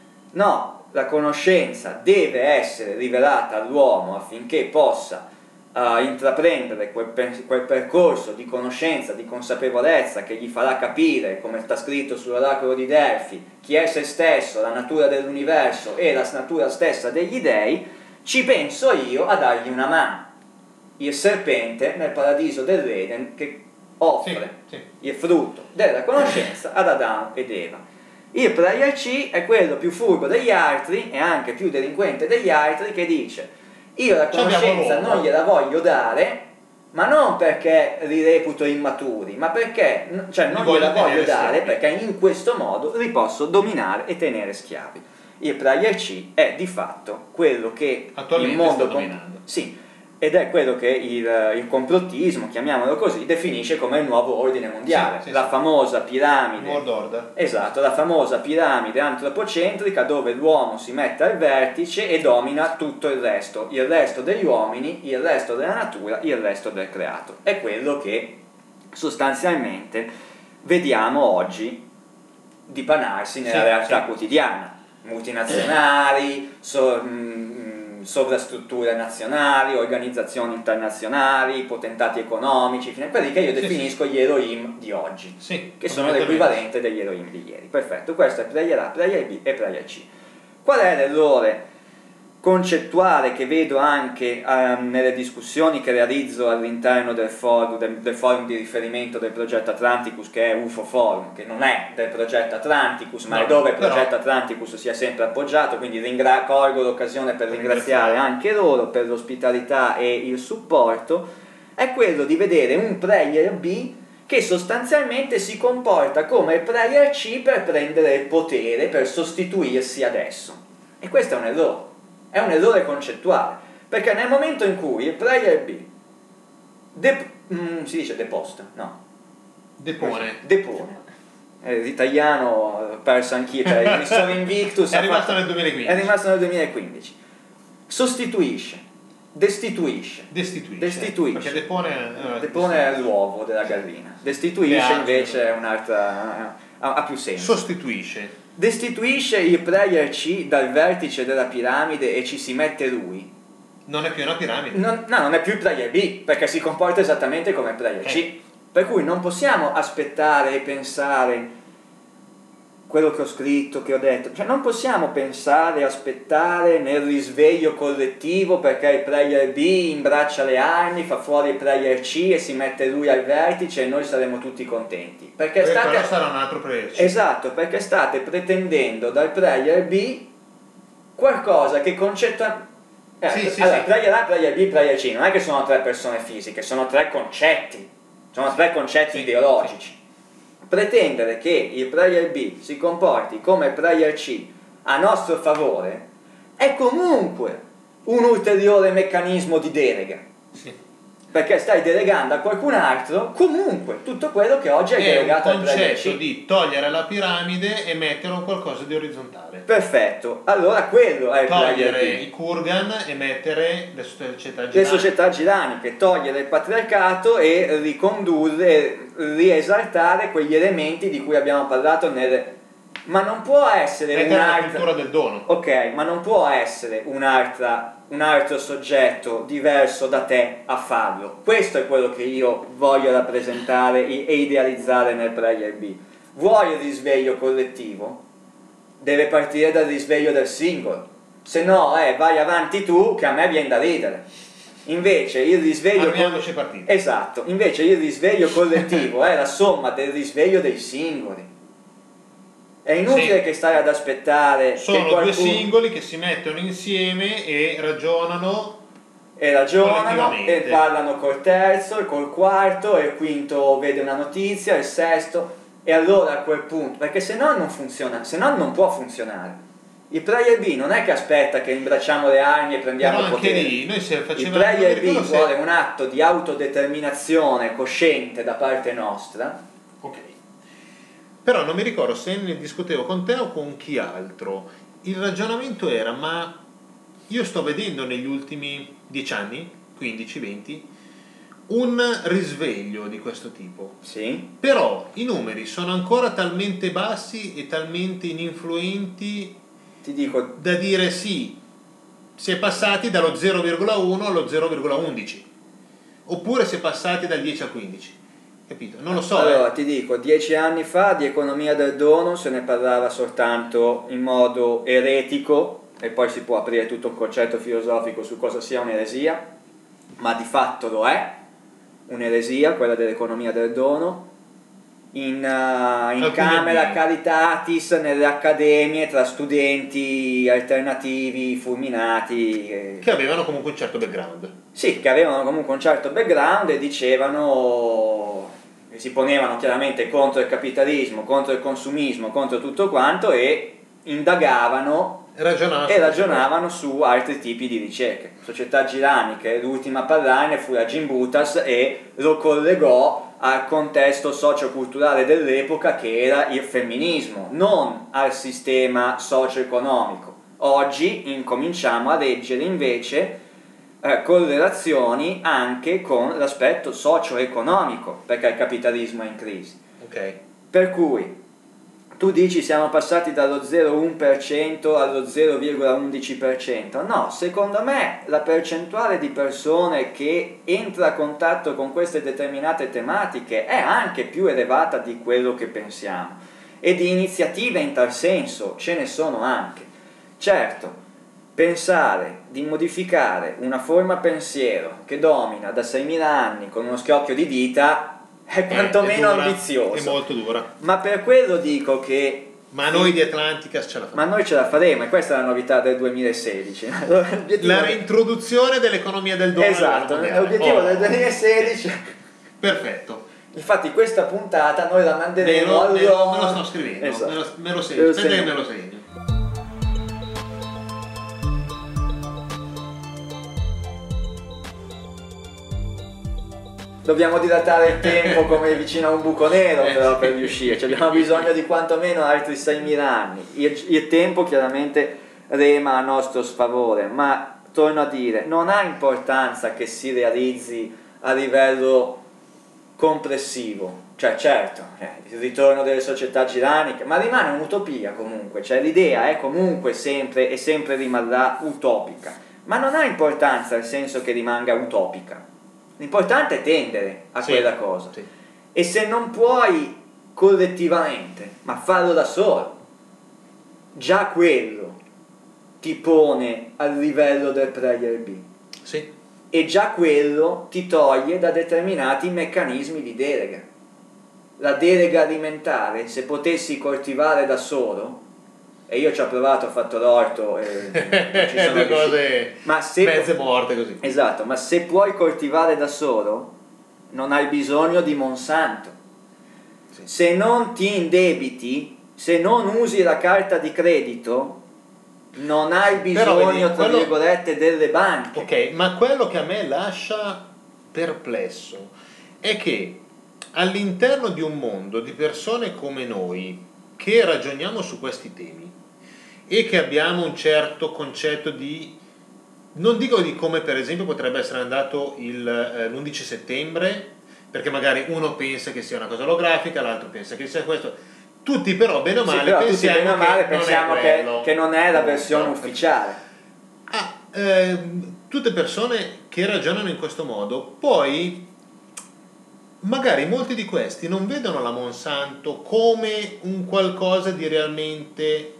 no, la conoscenza deve essere rivelata all'uomo affinché possa uh, intraprendere quel, per, quel percorso di conoscenza, di consapevolezza che gli farà capire, come sta scritto sull'oracolo di Delfi, chi è se stesso, la natura dell'universo e la natura stessa degli dei. Ci penso io a dargli una mano. Il serpente nel paradiso dell'Eden che offre Sì, sì. il frutto della conoscenza ad Adamo ed Eva. Il Preira C è quello più furbo degli altri e anche più delinquente degli altri, che dice io la conoscenza non gliela voglio dare, ma non perché li reputo immaturi, ma perché, cioè non gliela voglio dare perché in questo modo li posso dominare e tenere schiavi. Il Preira C è di fatto quello che attualmente il mondo sta dominando. Sì, ed è quello che il, il complottismo, chiamiamolo così, definisce come il nuovo ordine mondiale, Sì, sì, la sì. famosa piramide. World Order. Esatto, la famosa piramide antropocentrica dove l'uomo si mette al vertice e domina tutto il resto, il resto degli uomini, il resto della natura, il resto del creato. È quello che sostanzialmente vediamo oggi dipanarsi nella Sì, realtà sì. quotidiana, multinazionali, so, mh, sovrastrutture nazionali, organizzazioni internazionali, potentati economici, quelli che io Sì, definisco gli Elohim di oggi, Sì, che sono completamente. l'equivalente degli Elohim di ieri. Perfetto, questo è Preira A, Preira B e Preira C. Qual è l'errore concettuale che vedo anche um, nelle discussioni che realizzo all'interno del forum, del, del forum di riferimento del progetto Atlanticus, che è U F O Forum, che non è del progetto Atlanticus, ma No, è dove il però... progetto Atlanticus si è sempre appoggiato, quindi ringra- colgo l'occasione per ringraziare Ringraziare. anche loro per l'ospitalità e il supporto, è quello di vedere un Preira B che sostanzialmente si comporta come il Preira C per prendere il potere, per sostituirsi adesso. E questo è un errore. È un errore concettuale, perché nel momento in cui il Preira B de- mm, si dice deposta, no, Depone. depone, eh, l'italiano ho perso anch'io, cioè il Sol Invictus È ha rimasto fatto- nel duemilaquindici. è rimasto nel duemilaquindici, sostituisce, destituisce, Destituisce. destituisce. Perché depone... eh, depone è l'uovo della gallina, destituisce invece è un'altra, ha, ha più senso. Sostituisce. Destituisce il Preira C dal vertice della piramide e ci si mette lui. Non è più una piramide. Non, no, non è più il Preira B, perché si comporta esattamente come il Preira C. Eh. Per cui non possiamo aspettare e pensare quello che ho scritto, che ho detto, cioè non possiamo pensare e aspettare nel risveglio collettivo perché il Preira B imbraccia le armi, fa fuori il Preira C e si mette lui al vertice e noi saremo tutti contenti. Perché Perché state... però sarà un altro Preira C. Esatto, perché state pretendendo dal Preira B qualcosa che concetta... Eh, Sì, sì, allora, sì. Preira A, Preira B, Preira C non è che sono tre persone fisiche, sono tre concetti, sono tre concetti Sì, ideologici. Pretendere che il Preira B si comporti come il Preira C a nostro favore è comunque un ulteriore meccanismo di delega. Sì. Perché stai delegando a qualcun altro comunque tutto quello che oggi hai È un delegato al Preira concetto C. di togliere la piramide e mettere un qualcosa di orizzontale. Perfetto, allora quello è il Preira Togliere B. i Kurgan e mettere le società Le girate. società giraniche, togliere il patriarcato e ricondurre, riesaltare quegli elementi di cui abbiamo parlato nel... Ma non può essere Mettere la un'altra... cultura del dono. Ok, ma non può essere un'altra, un altro soggetto diverso da te a farlo. Questo è quello che io voglio rappresentare e idealizzare nel Preira B. Vuoi il risveglio collettivo? Deve partire dal risveglio del singolo. Se no, eh, vai avanti tu che a me viene da ridere. Invece il risveglio Armiamoci partito. Esatto, invece il risveglio collettivo è la somma del risveglio dei singoli. È inutile Sì. che stai ad aspettare Sono che qualcuno... due singoli che si mettono insieme e ragionano e ragionano collettivamente. e parlano col terzo, col quarto, e il quinto vede una notizia, il sesto, e allora a quel punto, perché se no non funziona, se no non può funzionare. Il player B non è che aspetta che imbracciamo le armi e prendiamo Però il anche potere. lì noi se facevamo, Il player B se... vuole un atto di autodeterminazione cosciente da parte nostra. Ok. Però non mi ricordo se ne discutevo con te o con chi altro. Il ragionamento era, ma io sto vedendo negli ultimi dieci anni, quindici venti, un risveglio di questo tipo. Sì. Però i numeri sono ancora talmente bassi e talmente ininfluenti, Ti dico, da dire sì, si è passati dallo zero virgola uno allo zero virgola undici, oppure si è passati dal dieci al quindici, capito? Non lo so. allora eh. ti dico, dieci anni fa di economia del dono se ne parlava soltanto in modo eretico, e poi si può aprire tutto un concetto filosofico su cosa sia un'eresia, ma di fatto lo è un'eresia, quella dell'economia del dono, in, uh, in camera di... caritatis, nelle accademie, tra studenti alternativi, fulminati. eh, che avevano comunque un certo background. Sì, che avevano comunque un certo background e dicevano, e si ponevano chiaramente contro il capitalismo, contro il consumismo, contro tutto quanto, e indagavano Ragionavano e su ragionavano su altri tipi di ricerche. Società Giraniche, l'ultima a parlarne fu la Gimbutas e lo collegò al contesto socioculturale dell'epoca, che era il femminismo, non al sistema socio-economico. Oggi incominciamo a leggere invece eh, correlazioni anche con l'aspetto socio-economico, perché il capitalismo è in crisi. Ok. Per cui tu dici siamo passati dallo zero virgola uno per cento allo zero virgola undici per cento. No, secondo me la percentuale di persone che entra a contatto con queste determinate tematiche è anche più elevata di quello che pensiamo, e di iniziative in tal senso ce ne sono anche. Certo, pensare di modificare una forma pensiero che domina da seimila anni con uno schiocchio di dita è quantomeno è dura, ambizioso. è molto dura. Ma per quello dico che Ma noi di Atlanticas ce la ma faremo. noi ce la faremo, e questa è la novità del duemilasedici. La reintroduzione dell'economia del dono. Esatto, l'obiettivo oh. del duemilasedici. Perfetto. Infatti questa puntata noi la Me manderemo lo, al me lo, me lo sto scrivendo, Esatto. me lo, me lo Me segno, lo aspetta che segno. me lo segno. Dobbiamo dilatare il tempo come vicino a un buco nero però per riuscirci, abbiamo bisogno di quantomeno altri seimila anni. Il, il tempo chiaramente rema a nostro sfavore, ma torno a dire, non ha importanza che si realizzi a livello complessivo. Cioè certo, eh, il ritorno delle società giraniche, ma rimane un'utopia comunque, cioè l'idea è comunque sempre e sempre rimarrà utopica, ma non ha importanza nel senso che rimanga utopica. L'importante è tendere a Sì, quella cosa. sì. E se non puoi collettivamente, ma farlo da solo, già quello ti pone al livello del player B. Sì. E già quello ti toglie da determinati meccanismi di delega. La delega alimentare, se potessi coltivare da solo, e io ci ho provato, ho fatto l'orto e non ci sono Due riuscito. cose Ma se mezze morte così. Esatto, ma se puoi coltivare da solo, non hai bisogno di Monsanto. Sì. Se non ti indebiti, se non usi la carta di credito, non hai Però bisogno, vedi, tra quello- virgolette, delle banche. Ok, ma quello che a me lascia perplesso è che all'interno di un mondo di persone come noi che ragioniamo su questi temi e che abbiamo un certo concetto di, non dico di come per esempio potrebbe essere andato il, eh, l'undici settembre, perché magari uno pensa che sia una cosa olografica, l'altro pensa che sia questo, tutti però bene o Sì, male però tutti pensiamo, bene o male che, pensiamo non è che, quello. che non è la versione No. ufficiale. Ah, ehm, tutte persone che ragionano in questo modo, poi magari molti di questi non vedono la Monsanto come un qualcosa di realmente...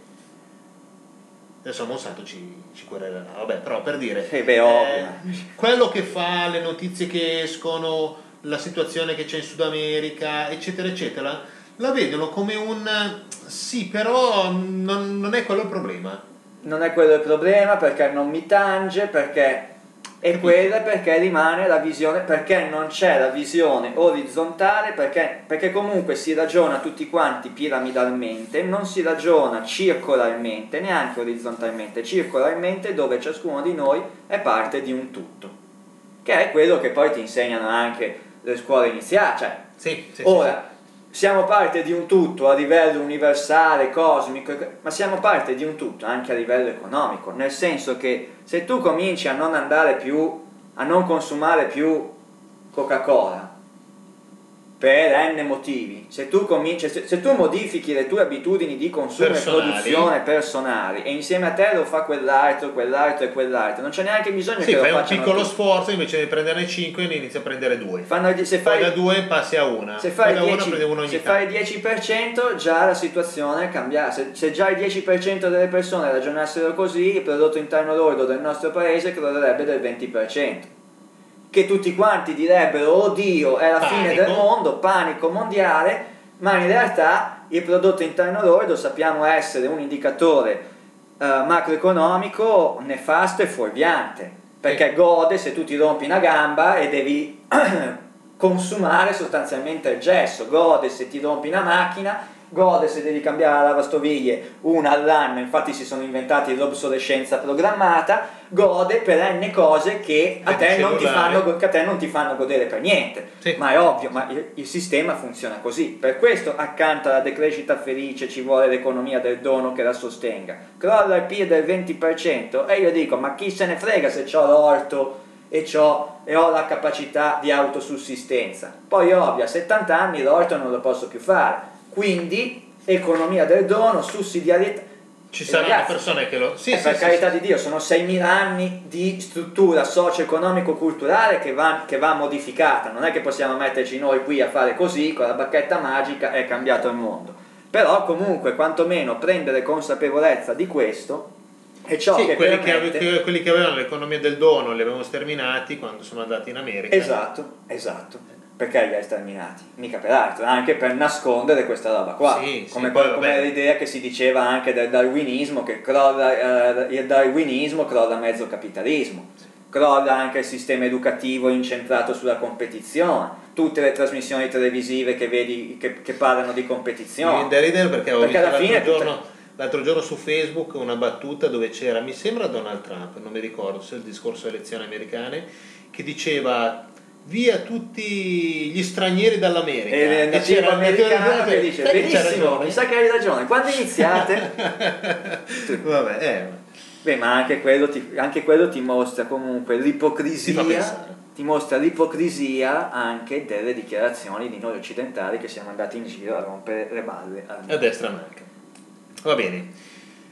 Adesso Monsanto ci, ci querelerà, vabbè, però per dire... Eh beh, ovvio. quello che fa, le notizie che escono, la situazione che c'è in Sud America, eccetera, eccetera, la vedono come un... sì, però non, non è quello il problema. Non è quello il problema, perché non mi tange, perché E quella perché rimane la visione, perché non c'è la visione orizzontale, perché, perché comunque si ragiona tutti quanti piramidalmente, non si ragiona circolarmente, neanche orizzontalmente, circolarmente, dove ciascuno di noi è parte di un tutto, che è quello che poi ti insegnano anche le scuole iniziali. Cioè, Sì, sì, ora, siamo parte di un tutto a livello universale, cosmico, ma siamo parte di un tutto anche a livello economico, nel senso che se tu cominci a non andare più, a non consumare più Coca-Cola per n motivi, se tu cominci, se, se tu modifichi le tue abitudini di consumo Personali. e produzione personali e insieme a te lo fa quell'altro, quell'altro e quell'altro, non c'è neanche bisogno sì, che lo fai un facciano piccolo tutti. sforzo, invece di prenderne cinque ne inizi a prendere due. Fanno, se Poi fai, da due passi a una. se fai, Poi da una dieci, prendi uno ogni se tanto. fai il dieci per cento già la situazione cambia. Se, se già il dieci per cento delle persone ragionassero così, il prodotto interno lordo del nostro paese crollerebbe del venti per cento, che tutti quanti direbbero oddio è la Panico. fine del mondo, panico mondiale, ma in realtà il prodotto interno lordo sappiamo essere un indicatore eh, macroeconomico nefasto e fuorviante, perché Sì. gode se tu ti rompi una gamba e devi consumare sostanzialmente il gesso, gode se ti rompi una macchina, gode se devi cambiare la lavastoviglie una all'anno, infatti si sono inventati l'obsolescenza programmata, gode per n cose che a, te non, ti fanno, che a te non ti fanno godere per niente. Sì. Ma è ovvio, ma il, il sistema funziona così. Per questo accanto alla decrescita felice ci vuole l'economia del dono che la sostenga. Crolla il P I L del venti per cento e io dico ma chi se ne frega se c'ho l'orto e, c'ho, e ho la capacità di autosussistenza. Poi ovvio, a settanta anni l'orto non lo posso più fare, quindi economia del dono, sussidiarietà. Ci E saranno ragazzi, persone che lo... Sì, eh, sì, per sì, carità sì. di Dio, sono seimila anni di struttura socio-economico-culturale che va, che va modificata, non è che possiamo metterci noi qui a fare così, con la bacchetta magica è cambiato il mondo. Però comunque, quantomeno, prendere consapevolezza di questo è ciò Sì, che quelli, permette... che, quelli che avevano l'economia del dono li avevamo sterminati quando sono andati in America. Esatto, esatto. Perché li hai sterminati? Mica per altro, anche per nascondere questa roba qua. Sì, come sì, poi, come vabbè. l'idea che si diceva anche del darwinismo, che crolla, eh, il darwinismo crolla mezzo capitalismo, crolla anche il sistema educativo incentrato sulla competizione, tutte le trasmissioni televisive che vedi che, che parlano di Mi competizione. viene da ridere perché ho Perché visto alla l'altro fine giorno, tutte- l'altro giorno su Facebook una battuta dove c'era, mi sembra Donald Trump, non mi ricordo se è il discorso delle elezioni americane, che diceva via tutti gli stranieri dall'America. E il nativo americano che dice sai che c'ha benissimo, ragione? mi sa che hai ragione, quando iniziate? Vabbè, eh, Beh, ma anche quello ti, anche quello ti mostra comunque Ti fa l'ipocrisia, pensare. ti mostra l'ipocrisia anche delle dichiarazioni di noi occidentali che siamo andati in giro a rompere le balle al a destra manca. Va bene.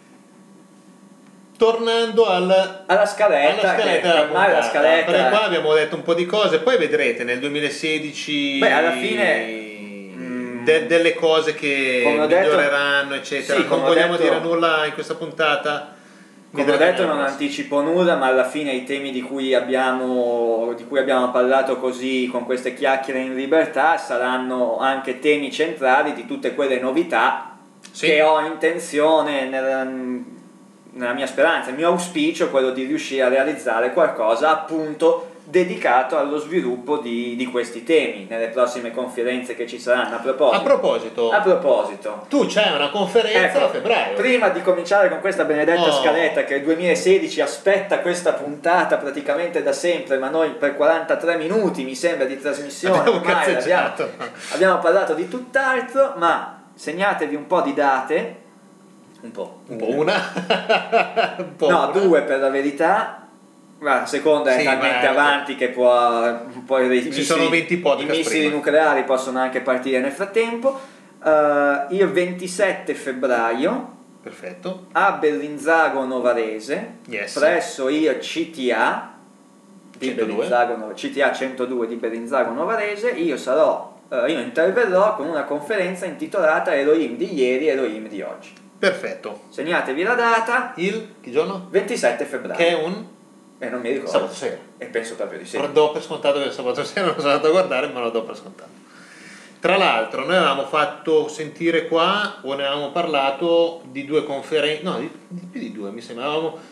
Tornando al, alla scaletta, alla scaletta che della ormai la puntata, scaletta perché qua abbiamo detto un po' di cose, poi vedrete nel duemilasedici Beh, alla fine, mm, de- delle cose che come ho detto- miglioreranno, eccetera. sì, come non ho vogliamo detto- dire nulla in questa puntata. come ho Vedrete detto nella non prossima. anticipo nulla, ma alla fine i temi di cui abbiamo, di cui abbiamo parlato così con queste chiacchiere in libertà saranno anche temi centrali di tutte quelle novità Sì. che ho intenzione nel, nella mia speranza, il mio auspicio è quello di riuscire a realizzare qualcosa appunto dedicato allo sviluppo di, di questi temi nelle prossime conferenze che ci saranno. A proposito, A proposito, a proposito tu c'hai una conferenza ecco, a febbraio. prima di cominciare con questa benedetta Oh. scaletta che il duemilasedici aspetta questa puntata praticamente da sempre, ma noi per quarantatré minuti mi sembra di trasmissione Abbiamo ormai abbiamo, cazzeggiato. abbiamo parlato di tutt'altro, ma segnatevi un po' di date, un po', Un po' una. Un po' no, una. due per la verità. La seconda è Sì, talmente ma- avanti che può, poi i Ci missili, sono venti podcast i missili prima. nucleari possono anche partire nel frattempo. Uh, il ventisette febbraio Perfetto. a Bellinzago Novarese, Yes. presso il C T A di centodue. Bellinzago, No- C T A centodue di Bellinzago Novarese, io sarò, eh, io interverrò con una conferenza intitolata Elohim di ieri, Elohim di oggi. Perfetto. Segnatevi la data, Il che giorno? ventisette febbraio. Che è un Eh, non mi ricordo. sabato sera. E penso proprio di sì. Però do per scontato che il sabato sera non sono andato a guardare, ma lo do per scontato. Tra l'altro, noi avevamo fatto sentire qua, o ne avevamo parlato di due conferenze, no, di, di più di due, mi sembra. Avevamo-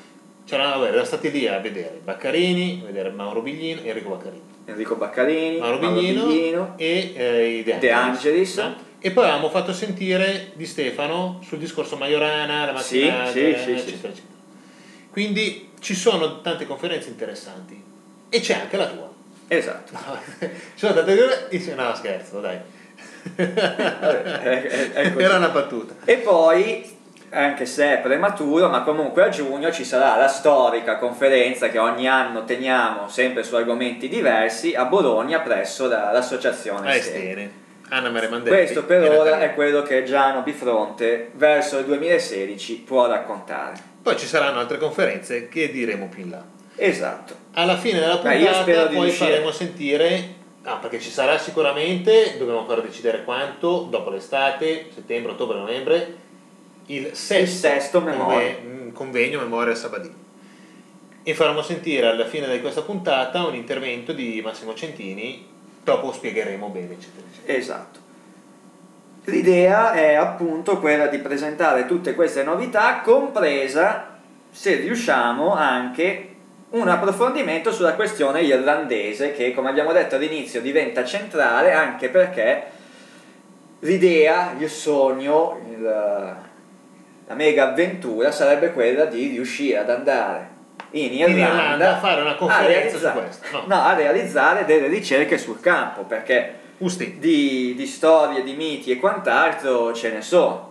c'erano, erano stati lì a vedere Baccarini, a vedere Mauro Biglino, Enrico Baccarini. Enrico Baccarini, Mauro Biglino, Mauro Biglino e eh, i De Angelis. De Angelis. No? E poi avevamo fatto sentire Di Stefano sul discorso Majorana, la macchina, sì, sì, eccetera, sì, eccetera, eccetera. Quindi ci sono tante conferenze interessanti e c'è anche la tua. Esatto. No, ci sono tante dice no scherzo, dai. Vabbè, è, è, è Era una battuta. E poi, anche se è prematuro, ma comunque a giugno ci sarà la storica conferenza che ogni anno teniamo sempre su argomenti diversi a Bologna presso la, l'associazione Ah, Esteri. Esteri. Anna Maria Mandelli. Questo per e ora Natalia. è quello che Giano Bifronte verso il duemilasedici può raccontare. Poi ci saranno altre conferenze che diremo più in là. Esatto. Alla fine della Beh, io spero puntata di poi riuscire. faremo sentire, ah, perché ci sarà sicuramente, dobbiamo ancora decidere quanto, dopo l'estate, settembre, ottobre, novembre, il sesto, Il sesto memoria. conve- convegno Memoria Sabadini. E faremo sentire alla fine di questa puntata un intervento di Massimo Centini, dopo spiegheremo bene, eccetera, eccetera. Esatto. L'idea è appunto quella di presentare tutte queste novità, compresa, se riusciamo, anche un approfondimento sulla questione irlandese, che come abbiamo detto all'inizio diventa centrale, anche perché l'idea, il sogno, il, la mega avventura sarebbe quella di riuscire ad andare in Irlanda, In Irlanda a fare una conferenza su a realizza- questo. No. no, a realizzare delle ricerche sul campo, perché Usti, di, di storie, di miti e quant'altro ce ne sono.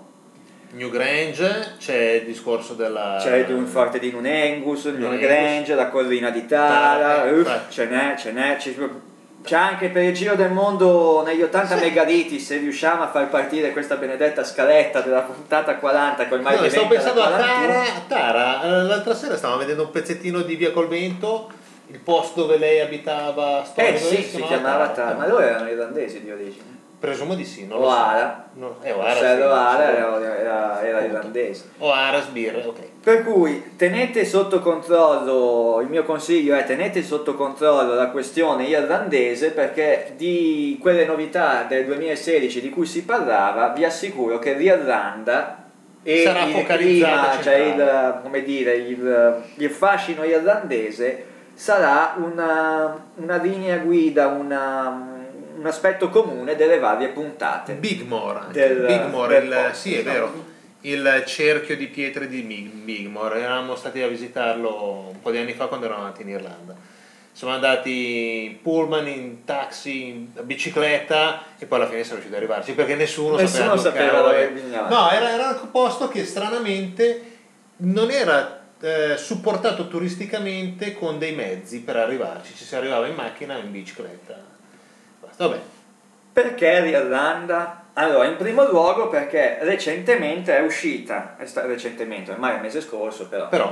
Newgrange, c'è il discorso della... C'è di un forte di Nunengus, di Nunengus. Nunegrange, la collina di Tara, Tara, eh, uff, infatti. ce n'è, ce n'è, c'è, c'è anche per il giro del mondo negli ottanta Sì. megaliti, se riusciamo a far partire questa benedetta scaletta della puntata quaranta, che ormai No, stavo diventa pensando la a quarantuno. Tara, a Tara, eh, l'altra sera stavamo vedendo un pezzettino di Via col Vento, il posto dove lei abitava Eh storico, sì, si chiamava Tara, ma loro erano irlandesi di origine. Presumo di sì, non lo O'Hara, so. No, è O'Hara, Marcello sì, O'Hara sì. era, era, era Appunto. irlandese. O'Hara, Sbirre, ok. Per cui tenete sotto controllo, il mio consiglio è tenete sotto controllo la questione irlandese, perché di quelle novità del duemilasedici di cui si parlava vi assicuro che l'Irlanda e Sarà il focalizzata clima, cioè il, centrale. come dire, il, il fascino irlandese sarà una, una linea guida, una, un aspetto comune delle varie puntate. Bigmore, anche. Del- Bigmore, del il, posto, sì è insomma. vero, il cerchio di pietre di Big- Bigmore, eravamo stati a visitarlo un po' di anni fa quando eravamo andati in Irlanda. Siamo andati in pullman, in taxi, in bicicletta e poi alla fine siamo riusciti ad arrivarci perché nessuno, Nessuno sapeva, sapeva cavolo dove è. bisognava. No, era, era un posto che stranamente non era eh, supportato turisticamente con dei mezzi per arrivarci, ci si arrivava in macchina o in bicicletta. Basta, vabbè. Perché l'Irlanda? Allora, in primo luogo perché recentemente è uscita, è sta- recentemente, ormai il mese scorso però, Però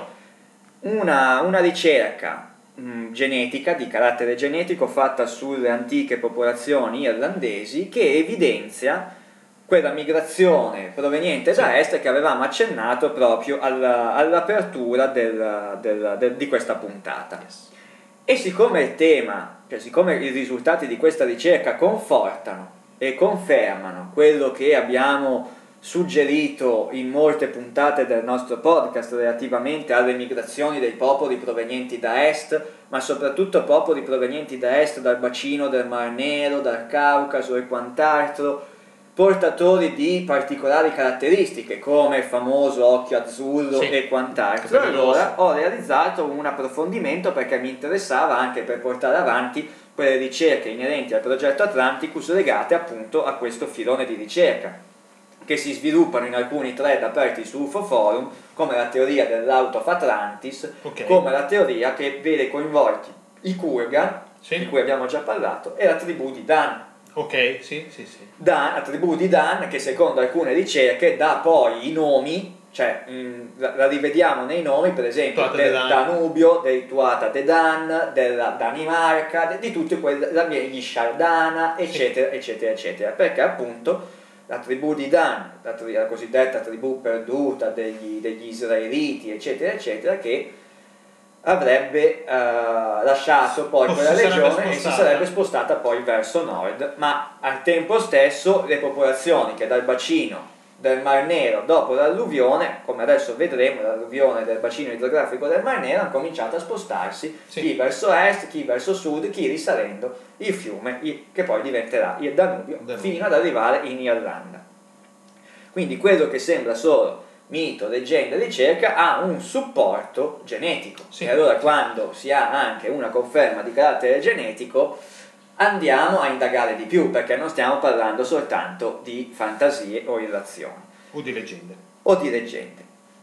una, una ricerca mh, genetica, di carattere genetico, fatta sulle antiche popolazioni irlandesi, che evidenzia quella migrazione proveniente Sì. da est che avevamo accennato proprio alla- all'apertura del- del- del- di questa puntata. E siccome il tema, cioè siccome i risultati di questa ricerca confortano e confermano quello che abbiamo suggerito in molte puntate del nostro podcast relativamente alle migrazioni dei popoli provenienti da est, ma soprattutto popoli provenienti da est dal bacino del Mar Nero, dal Caucaso e quant'altro, portatori di particolari caratteristiche come il famoso occhio azzurro Sì, e quant'altro, capelli allora rossi. ho realizzato un approfondimento perché mi interessava anche per portare avanti quelle ricerche inerenti al progetto Atlanticus legate appunto a questo filone di ricerca, che si sviluppano in alcuni thread aperti su U F O Forum, come la teoria dell'Out of Atlantis, Ok. come la teoria che vede coinvolti i Kurgan, Sì. di cui abbiamo già parlato, e la tribù di Dan. ok, sì, sì, sì. Dan, la tribù di Dan, che secondo alcune ricerche dà poi i nomi, cioè mh, la, la rivediamo nei nomi, per esempio Tuatha del De Dan. Danubio, dei Tuatha De Dan, della Danimarca, de- di tutti quelli, la- gli Shardana, eccetera, eccetera, eccetera, perché appunto la tribù di Dan, la, tri- la cosiddetta tribù perduta degli, degli Israeliti, eccetera, eccetera, che avrebbe eh, lasciato poi O quella si sarebbe regione e si spostata. sarebbe spostata poi verso nord, ma al tempo stesso le popolazioni che dal bacino del Mar Nero dopo l'alluvione, come adesso vedremo, l'alluvione del bacino idrografico del Mar Nero, hanno cominciato a spostarsi, sì. chi verso est, chi verso sud, chi risalendo il fiume che poi diventerà il Danubio, Danubio. fino ad arrivare in Irlanda. Quindi quello che sembra solo mito, leggenda e ricerca ha un supporto genetico, sì. e allora quando si ha anche una conferma di carattere genetico andiamo a indagare di più, perché non stiamo parlando soltanto di fantasie o irrazioni o di leggende o di leggende.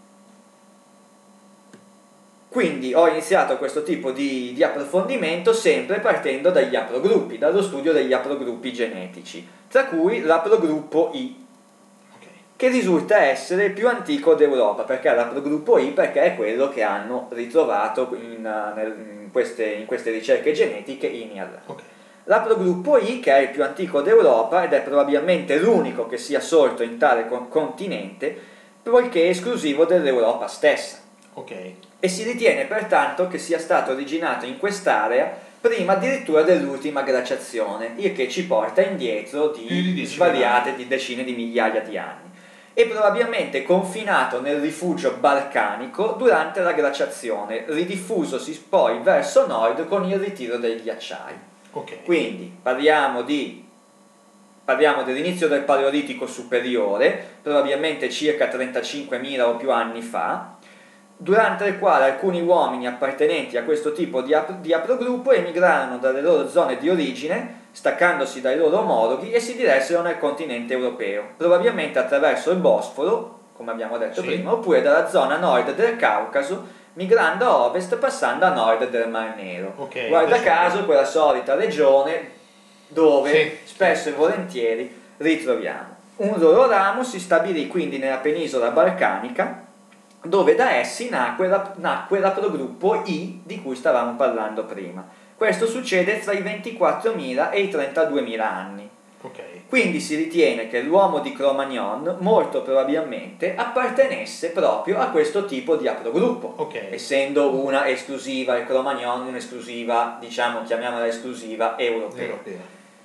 Quindi ho iniziato questo tipo di, di approfondimento sempre partendo dagli aprogruppi, dallo studio degli aprogruppi genetici, tra cui l'aprogruppo I, che risulta essere il più antico d'Europa. Perché l'aprogruppo I? Perché è quello che hanno ritrovato in, in, queste, in queste ricerche genetiche in Irlanda. Okay. L'aprogruppo I, che è il più antico d'Europa ed è probabilmente l'unico che sia sorto in tale con- continente, poiché è esclusivo dell'Europa stessa. Okay. E si ritiene pertanto che sia stato originato in quest'area prima addirittura dell'ultima glaciazione, il che ci porta indietro di, di svariate di decine di migliaia di anni. E probabilmente confinato nel rifugio balcanico durante la glaciazione, ridiffusosi poi verso nord con il ritiro dei ghiacciai. Okay. Quindi parliamo, di, parliamo dell'inizio del Paleolitico superiore, probabilmente circa trentacinquemila o più anni fa, durante il quale alcuni uomini appartenenti a questo tipo di, ap- di aprogruppo emigrarono dalle loro zone di origine, staccandosi dai loro omologhi, e si diressero nel continente europeo, probabilmente attraverso il Bosforo, come abbiamo detto sì. prima, oppure dalla zona nord del Caucaso, migrando a ovest passando a nord del Mar Nero. Okay, Guarda caso che... quella solita regione dove sì. spesso e volentieri ritroviamo. Un loro ramo si stabilì quindi nella penisola balcanica, dove da essi nacque, la, nacque l'aprogruppo I di cui stavamo parlando prima. Questo succede tra i ventiquattromila e i trentaduemila anni. Okay. Quindi si ritiene che l'uomo di Cro-Magnon molto probabilmente appartenesse proprio a questo tipo di aprogruppo, okay. essendo una esclusiva, il Cro-Magnon un'esclusiva, diciamo, chiamiamola esclusiva europea. europea.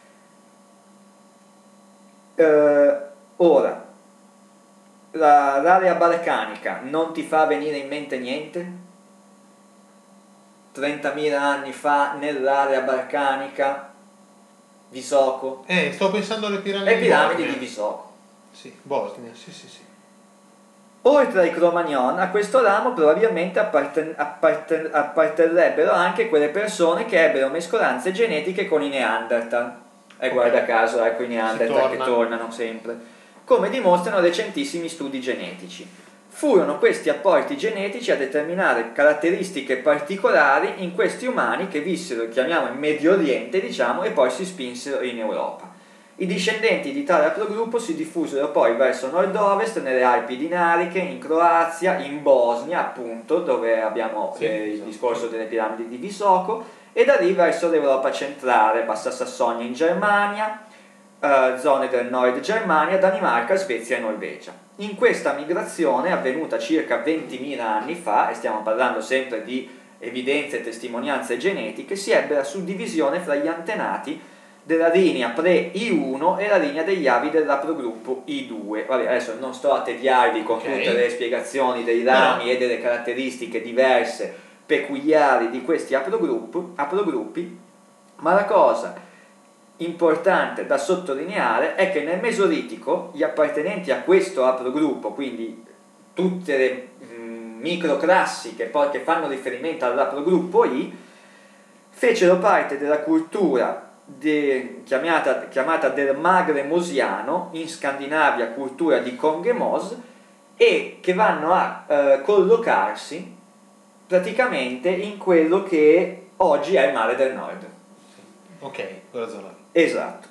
Eh, ora, la, l'area balcanica non ti fa venire in mente niente? trentamila anni fa nell'area balcanica, Visoko. Eh, sto pensando alle piramidi. Le piramidi di Visoko. Sì, Bosnia, sì, sì, sì. Oltre ai Cro-Magnon, a questo ramo probabilmente apparten- apparten- apparterrebbero anche quelle persone che ebbero mescolanze genetiche con i Neanderthal. E okay. guarda caso, ecco i Neanderthal che tornano sempre. Come dimostrano recentissimi studi genetici. Furono questi apporti genetici a determinare caratteristiche particolari in questi umani che vissero, chiamiamo, in Medio Oriente, diciamo, e poi si spinsero in Europa. I discendenti di tale aprogruppo si diffusero poi verso nord-ovest, nelle Alpi Dinariche, in Croazia, in Bosnia, appunto, dove abbiamo sì, eh, il discorso delle piramidi di Visoko, e da lì verso l'Europa centrale, Bassa Sassonia in Germania, eh, zone del nord Germania, Danimarca, Svezia e Norvegia. In questa migrazione, avvenuta circa ventimila anni fa, e stiamo parlando sempre di evidenze e testimonianze genetiche, si ebbe la suddivisione fra gli antenati della linea pre-I uno e la linea degli avi dell'aprogruppo I due. Vabbè, adesso non sto a tediarvi con okay. tutte le spiegazioni dei rami no. e delle caratteristiche diverse, peculiari di questi aprogruppi, aprogruppi, ma la cosa importante da sottolineare è che nel Mesolitico gli appartenenti a questo aprogruppo, quindi tutte le mh, microclassi che poi che fanno riferimento all'aprogruppo I, fecero parte della cultura de, chiamata, chiamata del Magre Mosiano, in Scandinavia cultura di Konge-Mos, e che vanno a eh, collocarsi praticamente in quello che oggi è il Mare del Nord. Ok, quella zona. Esatto.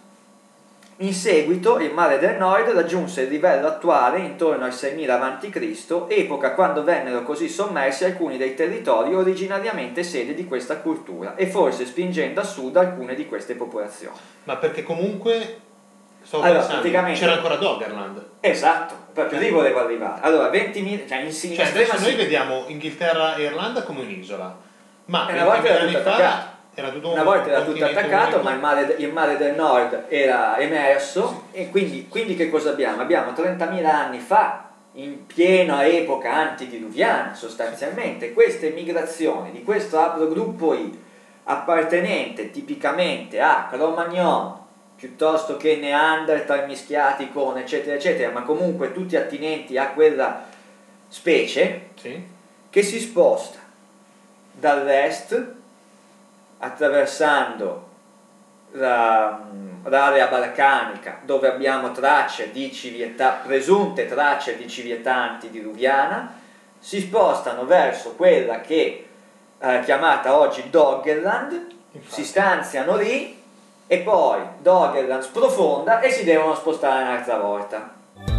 In seguito il Mare del Nord raggiunse il livello attuale intorno al seimila avanti Cristo, epoca quando vennero così sommersi alcuni dei territori originariamente sede di questa cultura, e forse spingendo a sud alcune di queste popolazioni. Ma perché comunque stavo allora, pensando, praticamente, c'era ancora Doggerland. Esatto, proprio lì volevo arrivare. Allora, ventimila, cioè, in, cioè adesso noi vediamo Inghilterra e Irlanda come un'isola, ma ventimila anni fa Era tutto una volta era tutto continente attaccato, unico. ma il mare, il mare del nord era emerso, sì. E quindi, quindi che cosa abbiamo? Abbiamo trentamila anni fa, in piena epoca antidiluviana sostanzialmente, queste migrazioni di questo haplogruppo I appartenente tipicamente a Cro-Magnon piuttosto che Neanderthal mischiati con eccetera eccetera, ma comunque tutti attinenti a quella specie, sì. Che si sposta dall'est attraversando la, l'area balcanica, dove abbiamo tracce di civiltà, presunte tracce di civiltà antidiluviana, si spostano verso quella che è chiamata oggi Doggerland, infatti. Si stanziano lì e poi Doggerland sprofonda e si devono spostare un'altra volta.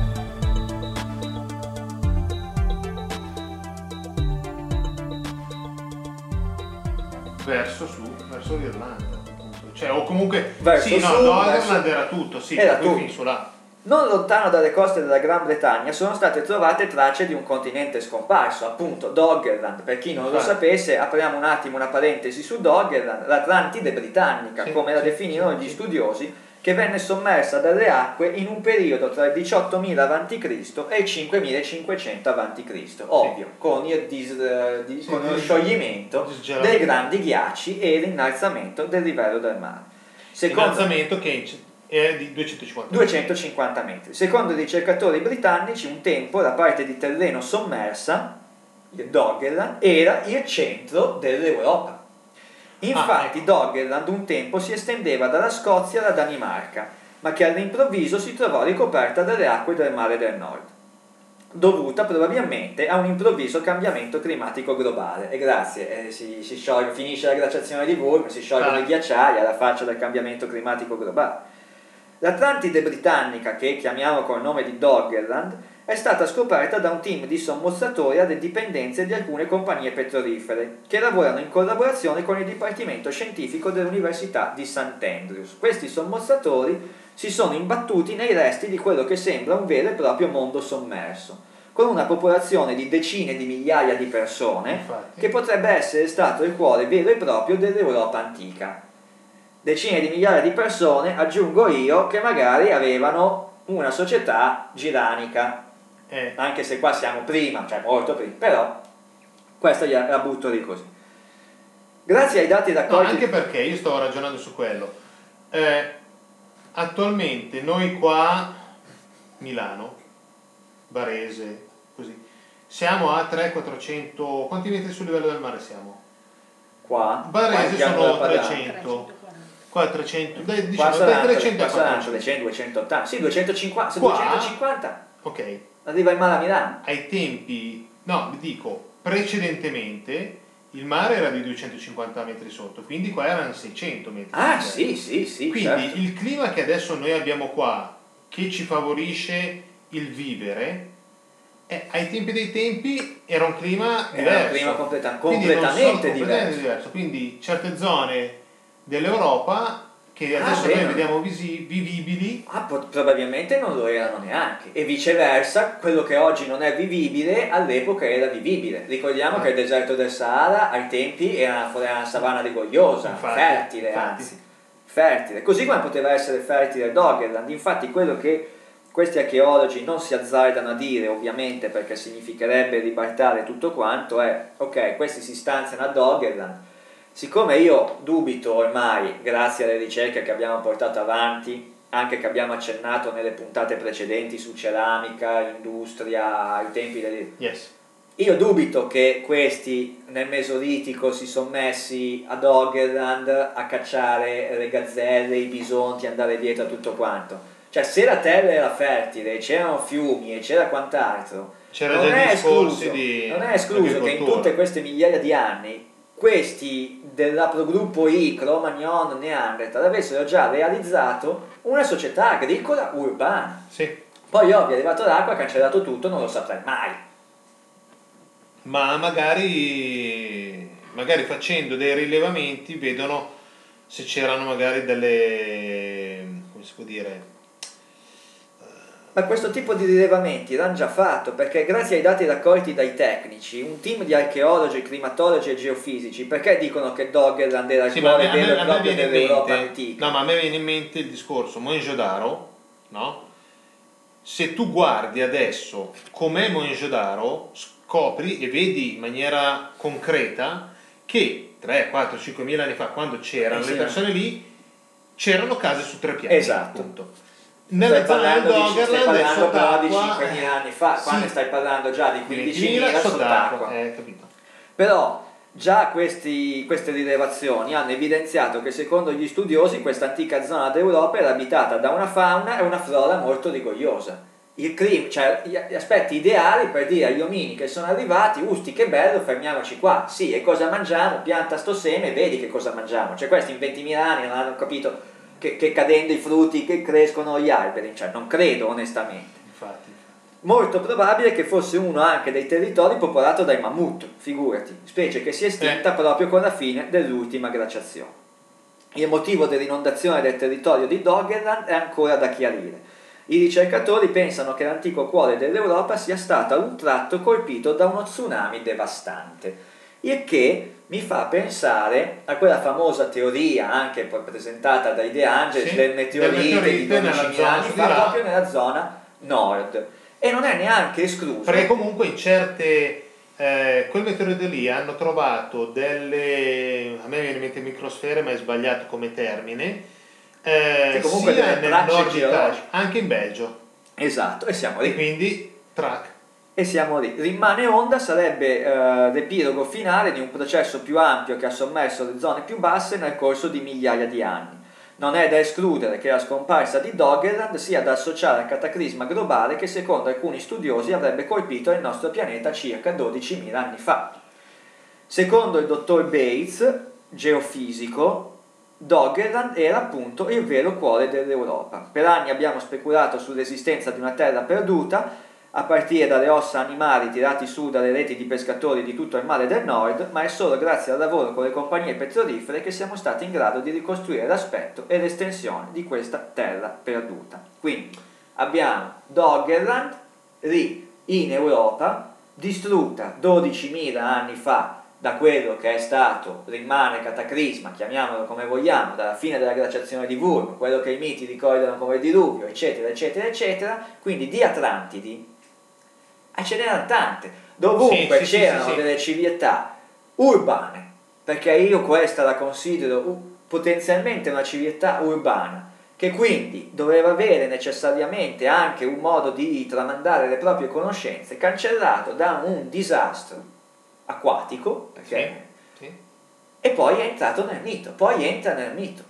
Verso su, verso l'Irlanda, cioè o comunque verso sì, no, su, Doggerland verso... era tutto, sì, era poi tutto. fin su là. Non lontano dalle coste della Gran Bretagna sono state trovate tracce di un continente scomparso, appunto Doggerland. Per chi non Infatti. lo sapesse, apriamo un attimo una parentesi su Doggerland, l'Atlantide britannica, sì, come la sì, definivano sì, gli studiosi, che venne sommersa dalle acque in un periodo tra il diciottomila avanti Cristo e il cinquemilacinquecento avanti Cristo, ovvio, sì. con, il dis, di, sì, con lo scioglimento disgelato. dei grandi ghiacci e l'innalzamento del livello del mare. Secondo Innalzamento che è di duecentocinquanta metri. duecentocinquanta metri. Secondo i ricercatori britannici, un tempo la parte di terreno sommersa, il Doggerland, era il centro dell'Europa. Infatti ah, ecco. Doggerland un tempo si estendeva dalla Scozia alla Danimarca, ma che all'improvviso si trovò ricoperta dalle acque del mare del nord, dovuta probabilmente a un improvviso cambiamento climatico globale. E grazie, eh, si, si scioglie, finisce la glaciazione di Würm, si sciolgono ah. i ghiacciai alla faccia del cambiamento climatico globale. L'Atlantide britannica, che chiamiamo col nome di Doggerland, è stata scoperta da un team di sommozzatori alle dipendenze di alcune compagnie petrolifere, che lavorano in collaborazione con il Dipartimento Scientifico dell'Università di Sant'Andrews. Questi sommozzatori si sono imbattuti nei resti di quello che sembra un vero e proprio mondo sommerso, con una popolazione di decine di migliaia di persone, Infatti. che potrebbe essere stato il cuore vero e proprio dell'Europa antica. Decine di migliaia di persone, aggiungo io, che magari avevano una società giranica, eh. anche se qua siamo prima, cioè molto prima, però questa la butto lì così. Grazie ai dati raccolti... No, anche perché io stavo ragionando su quello. Eh, attualmente noi qua, Milano, Varese, così, siamo a trecento quattrocento, quanti metri sul livello del mare siamo? Qua? Varese sono trecento. Qua trecento, dai, diciamo qua dai trecento a quattrocento, duecentocinquanta, sì, duecentocinquanta, qua, duecentocinquanta. Ok. Arriva il mare a Milano. Ai tempi, no, vi dico, precedentemente il mare era di duecentocinquanta metri sotto, quindi qua erano seicento metri. Ah, sì, sì, sì. Quindi certo. il clima che adesso noi abbiamo qua, che ci favorisce il vivere, eh, ai tempi dei tempi era un clima diverso. Era un clima completa, completamente, completamente diverso. diverso. Quindi certe zone dell'Europa che adesso ah, noi vediamo visi- vivibili ah, probabilmente non lo erano neanche, e viceversa quello che oggi non è vivibile all'epoca era vivibile. Ricordiamo ah. che il deserto del Sahara ai tempi era una, una savana rigogliosa, infatti, fertile infatti. anzi fertile, così come poteva essere fertile Doggerland. Infatti quello che questi archeologi non si azzardano a dire, ovviamente perché significherebbe ribaltare tutto quanto, è ok, questi si stanziano a Doggerland. Siccome io dubito ormai, grazie alle ricerche che abbiamo portato avanti, anche che abbiamo accennato nelle puntate precedenti su ceramica, industria, ai tempi delle... Yes. Io dubito che questi nel Mesolitico si sono messi a Doggerland a cacciare le gazzelle, i bisonti, andare dietro a tutto quanto. Cioè, se la terra era fertile, c'erano fiumi e c'era quant'altro, c'era non, già è escluso, di non è escluso che in tutte queste migliaia di anni questi dell'aprogruppo I, Cro-Magnon, Neanderthal, avessero già realizzato una società agricola urbana. Sì. Poi ovvio, è arrivato l'acqua, ha cancellato tutto, non lo saprai mai. Ma magari, magari facendo dei rilevamenti vedono se c'erano magari delle, come si può dire, Ma questo tipo di rilevamenti l'hanno già fatto, perché grazie ai dati raccolti dai tecnici, un team di archeologi, climatologi e geofisici, perché dicono che Doggerland era il Sì, ma a me, cuore a me- vero e a me proprio viene in dell'Europa mente, antica? no, ma a me viene in mente il discorso Mohenjo-Daro, no? Se tu guardi adesso com'è Mohenjo-Daro, scopri e vedi in maniera concreta che tre, quattro, cinque mila anni fa, quando c'erano Eh sì, le persone lì, c'erano case su tre piani. esatto. Appunto. Stai Nella zona del parlando, di, stai Doggerland è parlando però di sott'acqua. cinquemila anni fa, Sì, quando stai parlando già di di quindicimila ventimila sott'acqua, sott'acqua. eh, capito. Però già questi, queste rilevazioni hanno evidenziato che secondo gli studiosi questa antica zona d'Europa era abitata da una fauna e una flora molto rigogliosa. Il clima, cioè gli aspetti ideali per dire agli omini che sono arrivati, usti che bello, fermiamoci qua. Sì, e cosa mangiamo? Pianta sto seme, vedi che cosa mangiamo. Cioè questi in ventimila anni non hanno capito che, che cadendo i frutti che crescono gli alberi, cioè non credo onestamente. Infatti. Molto probabile che fosse uno anche dei territori popolato dai mammut, figurati, specie che si è estinta Eh. proprio con la fine dell'ultima glaciazione. Il motivo dell'inondazione del territorio di Doggerland è ancora da chiarire. I ricercatori pensano che l'antico cuore dell'Europa sia stato a un tratto colpito da uno tsunami devastante, il che mi fa pensare a quella famosa teoria, anche poi presentata dai De Angelis, Sì, del meteorite, del meteorite di nella dodicimila zona anni su fa, di là. proprio nella zona nord. E non è neanche escluso. Perché comunque in certe, eh, quel meteorite lì hanno trovato delle, a me viene in mente microsfere, ma è sbagliato come termine, eh, Che comunque sia delle nel tracce nord Italia, geologiche. anche in Belgio, Esatto, e siamo e lì. quindi track. E siamo lì. Rimane Onda sarebbe eh, l'epilogo finale di un processo più ampio che ha sommerso le zone più basse nel corso di migliaia di anni. Non è da escludere che la scomparsa di Doggerland sia da associare al cataclisma globale che secondo alcuni studiosi avrebbe colpito il nostro pianeta circa dodicimila anni fa. Secondo il dottor Bates, geofisico, Doggerland era appunto il vero cuore dell'Europa. Per anni abbiamo speculato sull'esistenza di una terra perduta, a partire dalle ossa animali tirati su dalle reti di pescatori di tutto il mare del nord, ma è solo grazie al lavoro con le compagnie petrolifere che siamo stati in grado di ricostruire l'aspetto e l'estensione di questa terra perduta. Quindi abbiamo Doggerland lì in Europa, distrutta dodicimila anni fa da quello che è stato, rimane cataclisma, chiamiamolo come vogliamo, dalla fine della glaciazione di Wurm, quello che i miti ricordano come il diluvio, eccetera, eccetera, eccetera, quindi di Atlantidi, e ce n'erano tante, dovunque Sì, sì, c'erano sì, sì, sì. delle civiltà urbane, perché io questa la considero uh, potenzialmente una civiltà urbana, che quindi doveva avere necessariamente anche un modo di tramandare le proprie conoscenze, cancellato da un disastro acquatico, perché... Sì, sì. e poi è entrato nel mito, poi entra nel mito.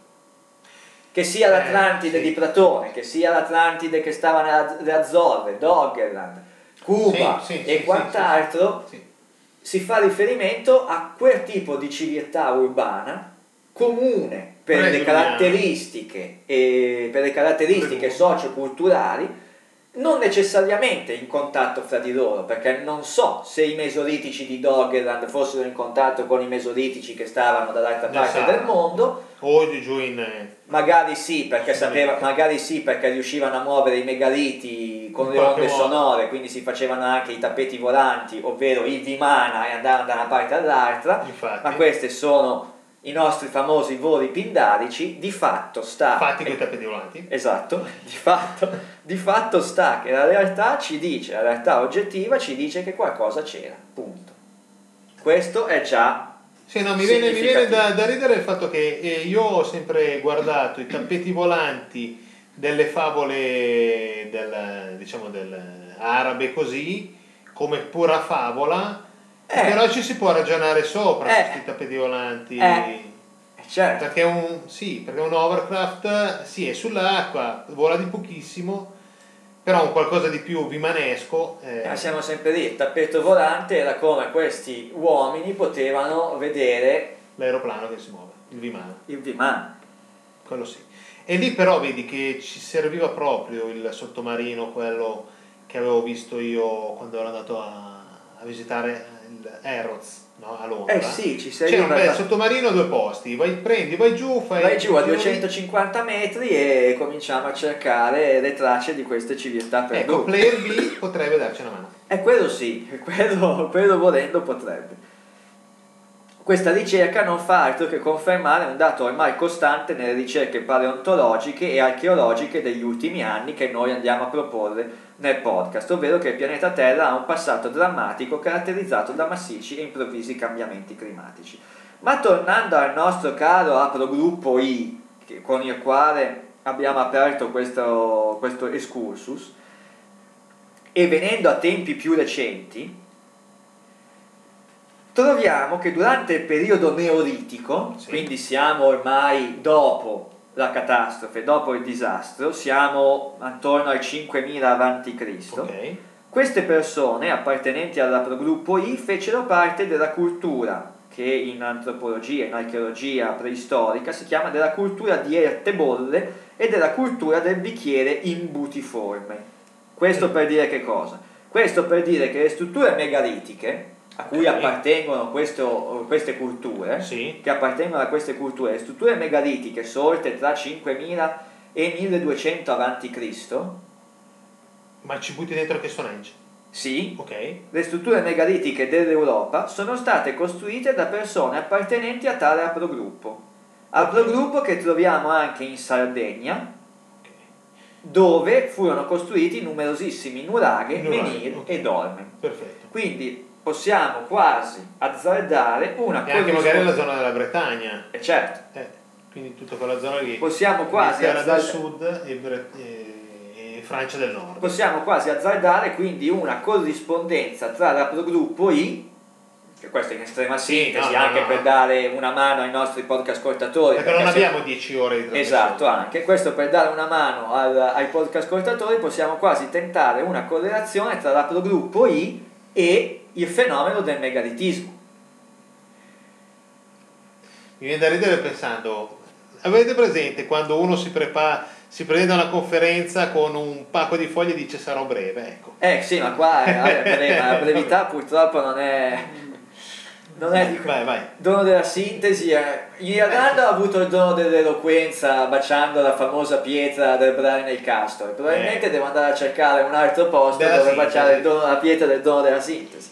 Che sia l'Atlantide Eh, sì. di Platone, che sia l'Atlantide che stava nelle Azzorre, Doggerland, Cuba Sì, sì, e sì, quant'altro, sì, sì. si fa riferimento a quel tipo di civiltà urbana comune per le Presumiamo. caratteristiche, e per le caratteristiche Presumo. socioculturali, non necessariamente in contatto fra di loro, perché non so se i mesolitici di Doggerland fossero in contatto con i mesolitici che stavano dall'altra Nel parte Sahara. del mondo. O giù in... eh, Magari sì, perché Sì, sapeva, sì. magari sì, perché riuscivano a muovere i megaliti con In le qualche onde modo. sonore, quindi si facevano anche i tappeti volanti, ovvero i vimana, e andavano da una parte all'altra. Infatti. Ma questi sono i nostri famosi voli pindarici. Di fatto sta... Fatti con i tappeti volanti. Esatto, di fatto, di fatto sta che la realtà ci dice, la realtà oggettiva ci dice che qualcosa c'era, punto. Questo è già... Sì, no, mi viene, mi viene significativo. da, da ridere il fatto che eh, io ho sempre guardato i tappeti volanti delle favole del, diciamo, del arabe così, come pura favola, Eh. però ci si può ragionare sopra Eh. questi tappeti volanti. Eh. Certo. Perché un, sì, perché un hovercraft sì, è sull'acqua, vola di pochissimo, però un qualcosa di più vimanesco. eh, Eh, siamo sempre lì, il tappeto volante era come questi uomini potevano vedere L'aeroplano che si muove, il Vimana. il Vimana. Quello sì. E lì però vedi che ci serviva proprio il sottomarino, quello che avevo visto io quando ero andato a, a visitare il Harrods, no? A Londra. Eh sì, ci sei. C'era un bel sottomarino a due posti, vai, prendi, vai giù, fai... Vai giù a duecentocinquanta metri e cominciamo a cercare le tracce di queste civiltà perdute. Ecco, Player B potrebbe darci una mano. E quello sì, quello, quello volendo potrebbe. Questa ricerca non fa altro che confermare un dato ormai costante nelle ricerche paleontologiche e archeologiche degli ultimi anni che noi andiamo a proporre nel podcast, ovvero che il pianeta Terra ha un passato drammatico caratterizzato da massicci e improvvisi cambiamenti climatici. Ma tornando al nostro caro Aprogruppo I, che, con il quale abbiamo aperto questo, questo excursus, e venendo a tempi più recenti, troviamo che durante il periodo neolitico, sì. Quindi siamo ormai dopo la catastrofe, dopo il disastro, siamo attorno al cinquemila avanti Cristo, okay. Queste persone appartenenti all'Aprogruppo I fecero parte della cultura che in antropologia, in archeologia preistorica si chiama della cultura di erte bolle e della cultura del bicchiere imbutiforme. Questo per dire che cosa? Questo per dire che le strutture megalitiche a cui okay. appartengono questo, queste culture, sì. che appartengono a queste culture, le strutture megalitiche sorte tra cinquemila e milleduecento avanti Cristo. Ma ci butti dentro che Stonehenge? Sì, okay. Le strutture megalitiche dell'Europa sono state costruite da persone appartenenti a tale Aprogruppo. Aprogruppo okay. che troviamo anche in Sardegna, okay. dove furono costruiti numerosissimi nuraghe, menhir okay. e dolmen. Perfetto. Quindi possiamo quasi azzardare una e anche magari la zona della Bretagna, eh certo eh, quindi tutta quella zona lì possiamo quasi azzardare del sud e, Bre- e Francia del nord possiamo quasi azzardare quindi una corrispondenza tra l'Aprogruppo I, che questo in estrema sintesi sì, no, anche no, no. per dare una mano ai nostri podcast ascoltatori, perché, perché non se... abbiamo dieci ore di trasmissione. Esatto, anche questo per dare una mano al, ai podcast ascoltatori possiamo quasi tentare una correlazione tra l'Aprogruppo I e il fenomeno del megalitismo. Mi viene da ridere pensando, avete presente quando uno si prepara, si prende una conferenza con un pacco di foglie e dice sarò breve, ecco. Eh sì, ma qua eh, la brevità purtroppo non è non è di vai, vai. dono della sintesi. In Irlanda ha avuto il dono dell'eloquenza baciando la famosa pietra del Bray nel Castor, probabilmente eh. devo andare a cercare un altro posto della dove sintesi. Baciare il dono, la pietra del dono della sintesi.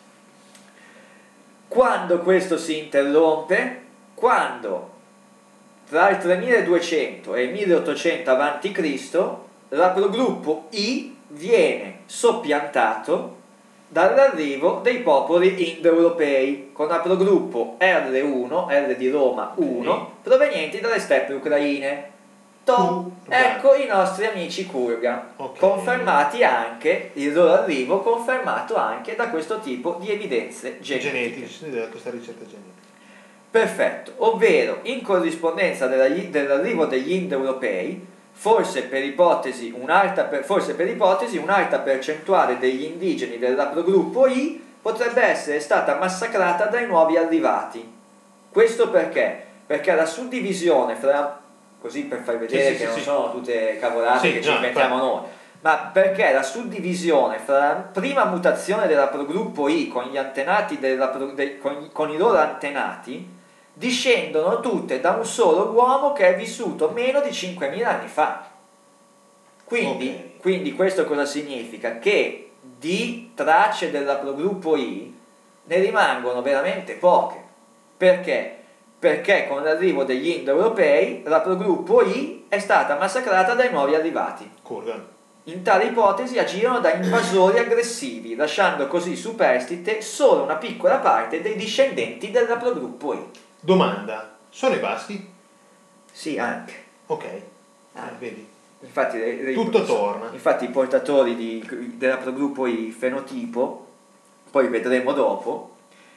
Quando questo si interrompe? Quando tra il tremiladuecento e il milleottocento avanti Cristo l'Aprogruppo I viene soppiantato dall'arrivo dei popoli indoeuropei con Aprogruppo R uno, R di Roma uno, provenienti dalle steppe ucraine. To, ecco i nostri amici Kurgan, okay. confermati anche, il loro arrivo confermato anche da questo tipo di evidenze genetiche. Genetici, da questa ricerca genetica. Perfetto, ovvero in corrispondenza della, dell'arrivo degli indoeuropei, forse per ipotesi un'alta per, forse per ipotesi un'alta percentuale degli indigeni dell'Aprogruppo I potrebbe essere stata massacrata dai nuovi arrivati. Questo perché? Perché la suddivisione fra, così per far vedere sì, sì, che sì, non sì. sono tutte cavolate sì, che ci no, inventiamo noi, ma perché la suddivisione fra la prima mutazione dell'Aprogruppo I con gli antenati dell'Apro, de, con, con i loro antenati discendono tutte da un solo uomo che è vissuto meno di cinquemila anni fa. Quindi, okay. quindi questo cosa significa? Che di tracce dell'Aprogruppo I ne rimangono veramente poche. Perché? Perché con l'arrivo degli indoeuropei l'Aprogruppo I è stata massacrata dai nuovi arrivati. Kurgan. In tale ipotesi agirono da invasori aggressivi, lasciando così superstite solo una piccola parte dei discendenti dell'Aprogruppo I. Domanda, sono i baschi? Sì, anche. Ok, ah, vedi. Infatti, le, le, tutto torna. Infatti i portatori di, dell'Aprogruppo I fenotipo, poi vedremo dopo.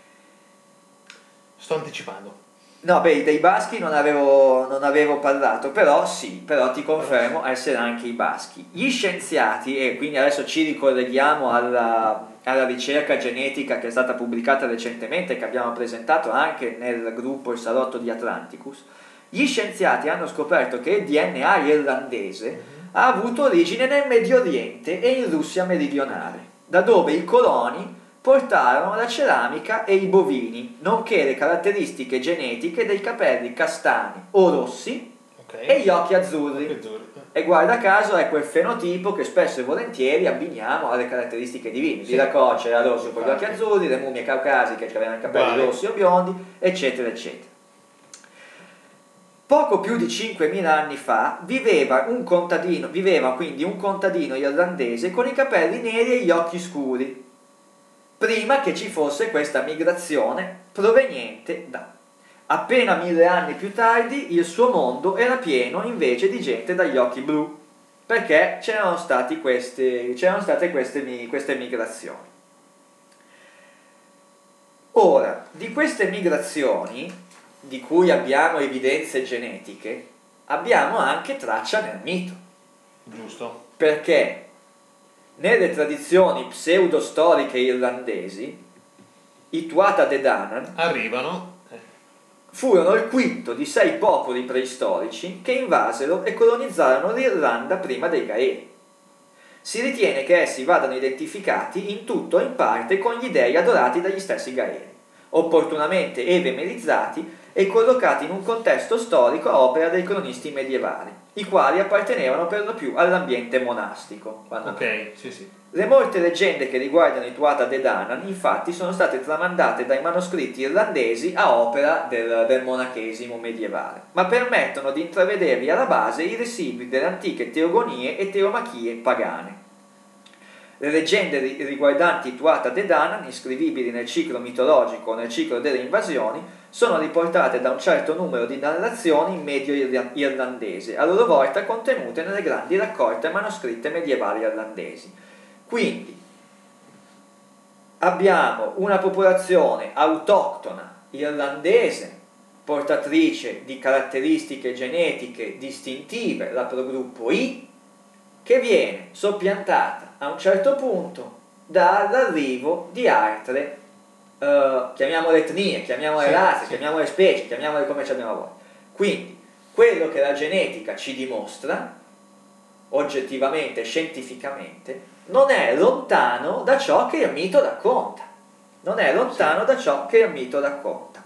Sto anticipando. No, beh, dei baschi non avevo, non avevo parlato, però sì, però ti confermo essere anche i baschi. Gli scienziati, e quindi adesso ci ricolleghiamo alla, alla ricerca genetica che è stata pubblicata recentemente, che abbiamo presentato anche nel gruppo Il Salotto di Atlanticus, gli scienziati hanno scoperto che il D N A irlandese ha avuto origine nel Medio Oriente e in Russia meridionale, da dove i coloni portarono la ceramica e i bovini, nonché le caratteristiche genetiche dei capelli castani o rossi okay. e gli occhi azzurri. Occhi azzurri. E guarda caso è quel fenotipo che spesso e volentieri abbiniamo alle caratteristiche divine. Sì. Di Racoccia era rosso con gli occhi azzurri, le mummie caucasiche che avevano i capelli Vale. rossi o biondi, eccetera, eccetera. Poco più di cinquemila anni fa viveva un contadino, viveva quindi un contadino irlandese con i capelli neri e gli occhi scuri, prima che ci fosse questa migrazione proveniente da. Appena mille anni più tardi il suo mondo era pieno invece di gente dagli occhi blu, perché c'erano, stati queste, c'erano state queste, queste migrazioni. Ora, di queste migrazioni, di cui abbiamo evidenze genetiche, abbiamo anche traccia nel mito. Giusto. Perché nelle tradizioni pseudostoriche irlandesi, i Tuatha De Danann Arrivano. furono il quinto di sei popoli preistorici che invasero e colonizzarono l'Irlanda prima dei Gaeli. Si ritiene che essi vadano identificati in tutto o in parte con gli dei adorati dagli stessi Gaeli, opportunamente evemerizzati e collocati in un contesto storico a opera dei cronisti medievali, i quali appartenevano per lo più all'ambiente monastico. Quando Ok, sì, sì. Le molte leggende che riguardano i Tuatha De Danann infatti sono state tramandate dai manoscritti irlandesi a opera del, del monachesimo medievale, ma permettono di intravedervi alla base i residui delle antiche teogonie e teomachie pagane. Le leggende riguardanti i Tuatha De Danann, iscrivibili nel ciclo mitologico o nel ciclo delle invasioni, sono riportate da un certo numero di narrazioni in medio irlandese, a loro volta contenute nelle grandi raccolte manoscritte medievali irlandesi. Quindi abbiamo una popolazione autoctona irlandese, portatrice di caratteristiche genetiche distintive, la progruppo I, che viene soppiantata a un certo punto dall'arrivo di altre, uh, chiamiamole etnie, chiamiamole sì, razze, sì. chiamiamole specie, chiamiamole come ci abbiamo voglia. Quindi quello che la genetica ci dimostra, oggettivamente, scientificamente, non è lontano da ciò che il mito racconta. Non è lontano da ciò che il mito racconta.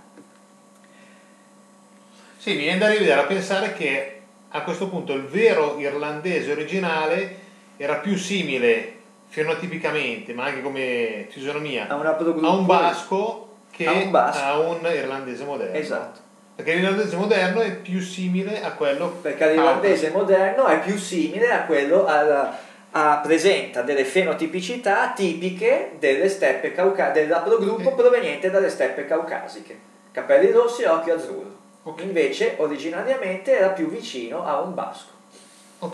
Sì, mi viene da ridere a pensare che a questo punto il vero irlandese originale era più simile fenotipicamente, ma anche come fisionomia, A, una a un basco che a un, basco. a un irlandese moderno. Esatto. Perché l'irlandese moderno è più simile a quello... Perché l'irlandese moderno è più simile a quello alla, a, presenta delle fenotipicità tipiche delle steppe cauca, del haplogruppo proveniente dalle steppe caucasiche, capelli rossi e occhio azzurro. Okay. Invece originariamente era più vicino a un basco. Ok.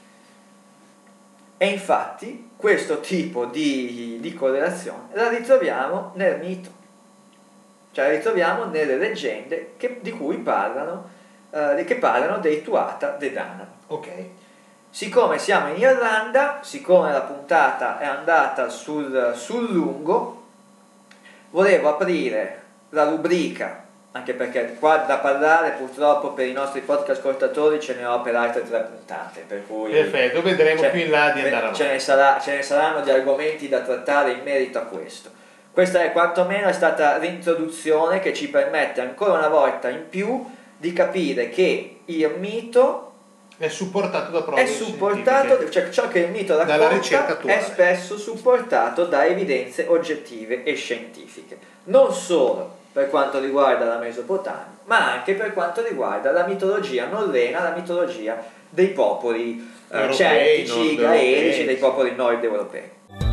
E infatti questo tipo di, di correlazione la ritroviamo nel mito, cioè la ritroviamo nelle leggende che, di cui parlano, eh, che parlano dei Tuatha De Danann. Ok. Siccome siamo in Irlanda, siccome la puntata è andata sul, sul lungo, volevo aprire la rubrica, anche perché qua da parlare purtroppo per i nostri podcast ascoltatori ce ne ho per altre tre puntate, per cui perfetto, vedremo più in là di andare avanti. Ce ne, sarà, ce ne saranno di argomenti da trattare in merito a questo. Questa è quantomeno è stata l'introduzione che ci permette ancora una volta in più di capire che il mito è supportato da prove è supportato, cioè ciò che il mito racconta è spesso supportato da evidenze oggettive e scientifiche, non solo per quanto riguarda la Mesopotamia, ma anche per quanto riguarda la mitologia norrena, la mitologia dei popoli eh, celtici, gaelici, dei popoli nord europei.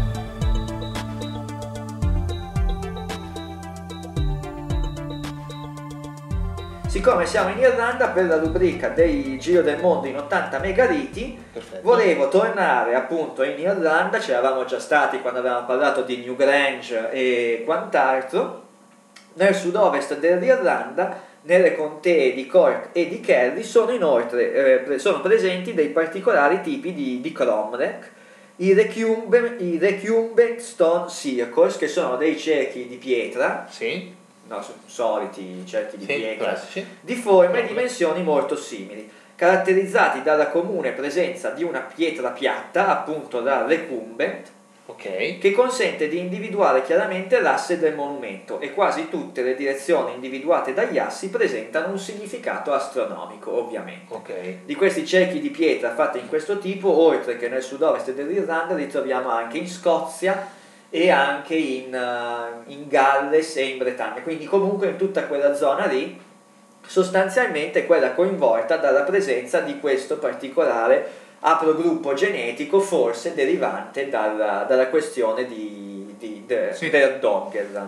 Siccome siamo in Irlanda, per la rubrica dei Giro del Mondo in ottanta megaliti, perfetto, volevo tornare appunto in Irlanda. Ci eravamo già stati quando avevamo parlato di Newgrange e quant'altro. Nel sud-ovest dell'Irlanda, nelle contee di Cork e di Kerry, sono inoltre eh, sono presenti dei particolari tipi di, di cromlech, i recumbent, i recumbent stone circles, che sono dei cerchi di pietra, sì, no, sono soliti cerchi di sì, pietra, classici, di forme e dimensioni molto simili, caratterizzati dalla comune presenza di una pietra piatta, appunto da recumbent, Ok. che consente di individuare chiaramente l'asse del monumento, e quasi tutte le direzioni individuate dagli assi presentano un significato astronomico, ovviamente. Ok. Di questi cerchi di pietra fatti in questo tipo, oltre che nel sud-ovest dell'Irlanda, li troviamo anche in Scozia e anche in, uh, in Galles e in Bretagna, quindi comunque in tutta quella zona lì, sostanzialmente quella coinvolta dalla presenza di questo particolare haplogruppo genetico, forse derivante dalla, dalla questione di, di, de, sì. del Doggerland.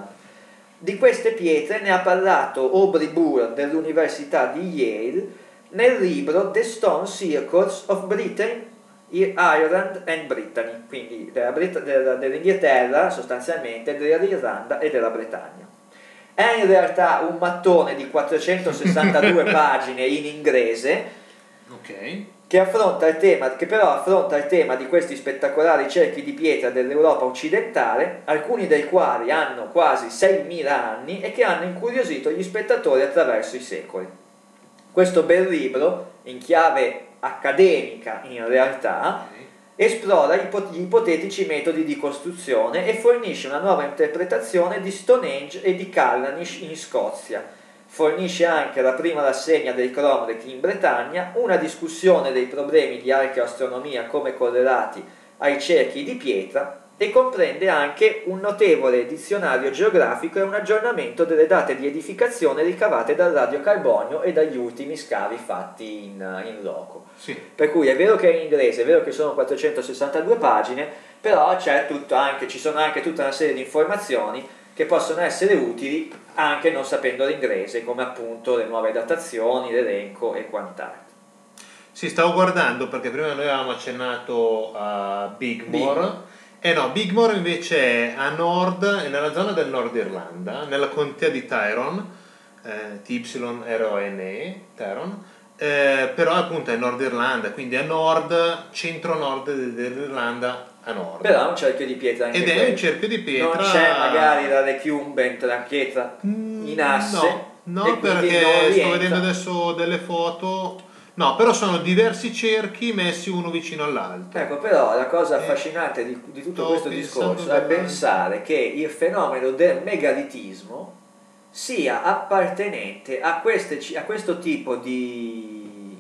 Di queste pietre ne ha parlato Aubrey Burr dell'Università di Yale nel libro The Stone Circles of Britain, Ireland and Brittany, quindi della Brit- della, dell'Inghilterra sostanzialmente, dell'Irlanda e della Bretagna. È in realtà un mattone di quattrocentosessantadue pagine in inglese, ok, che affronta il tema, che però affronta il tema di questi spettacolari cerchi di pietra dell'Europa occidentale, alcuni dei quali hanno quasi seimila anni e che hanno incuriosito gli spettatori attraverso i secoli. Questo bel libro, in chiave accademica in realtà, esplora gli ipotetici metodi di costruzione e fornisce una nuova interpretazione di Stonehenge e di Callanish in Scozia. Fornisce anche la prima rassegna del Cromlech in Bretagna, una discussione dei problemi di archeoastronomia come correlati ai cerchi di pietra, e comprende anche un notevole dizionario geografico e un aggiornamento delle date di edificazione ricavate dal radiocarbonio e dagli ultimi scavi fatti in, in loco. sì. Per cui è vero che è in inglese, è vero che sono quattrocentosessantadue pagine, però c'è tutto anche, ci sono anche tutta una serie di informazioni che possono essere utili anche non sapendo l'inglese, come appunto le nuove datazioni, l'elenco e quant'altro. Sì, stavo guardando perché prima noi avevamo accennato a Bigmore. Big. Eh no, Bigmore invece è a nord, è nella zona del Nord Irlanda, nella contea di Tyrone, eh, T Y R O N E, Tyrone, eh, però appunto è Nord Irlanda, quindi a nord, centro-nord dell'Irlanda a nord. Però è un cerchio di pietra anche Ed quello. è un cerchio di pietra. Non c'è magari la recumbent, la pietra in asse. No, no, perché sto vedendo adesso delle foto. No, però sono diversi cerchi messi uno vicino all'altro. Ecco, però la cosa affascinante di, di tutto questo discorso è pensare che il fenomeno del megalitismo sia appartenente a, queste, a questo tipo di,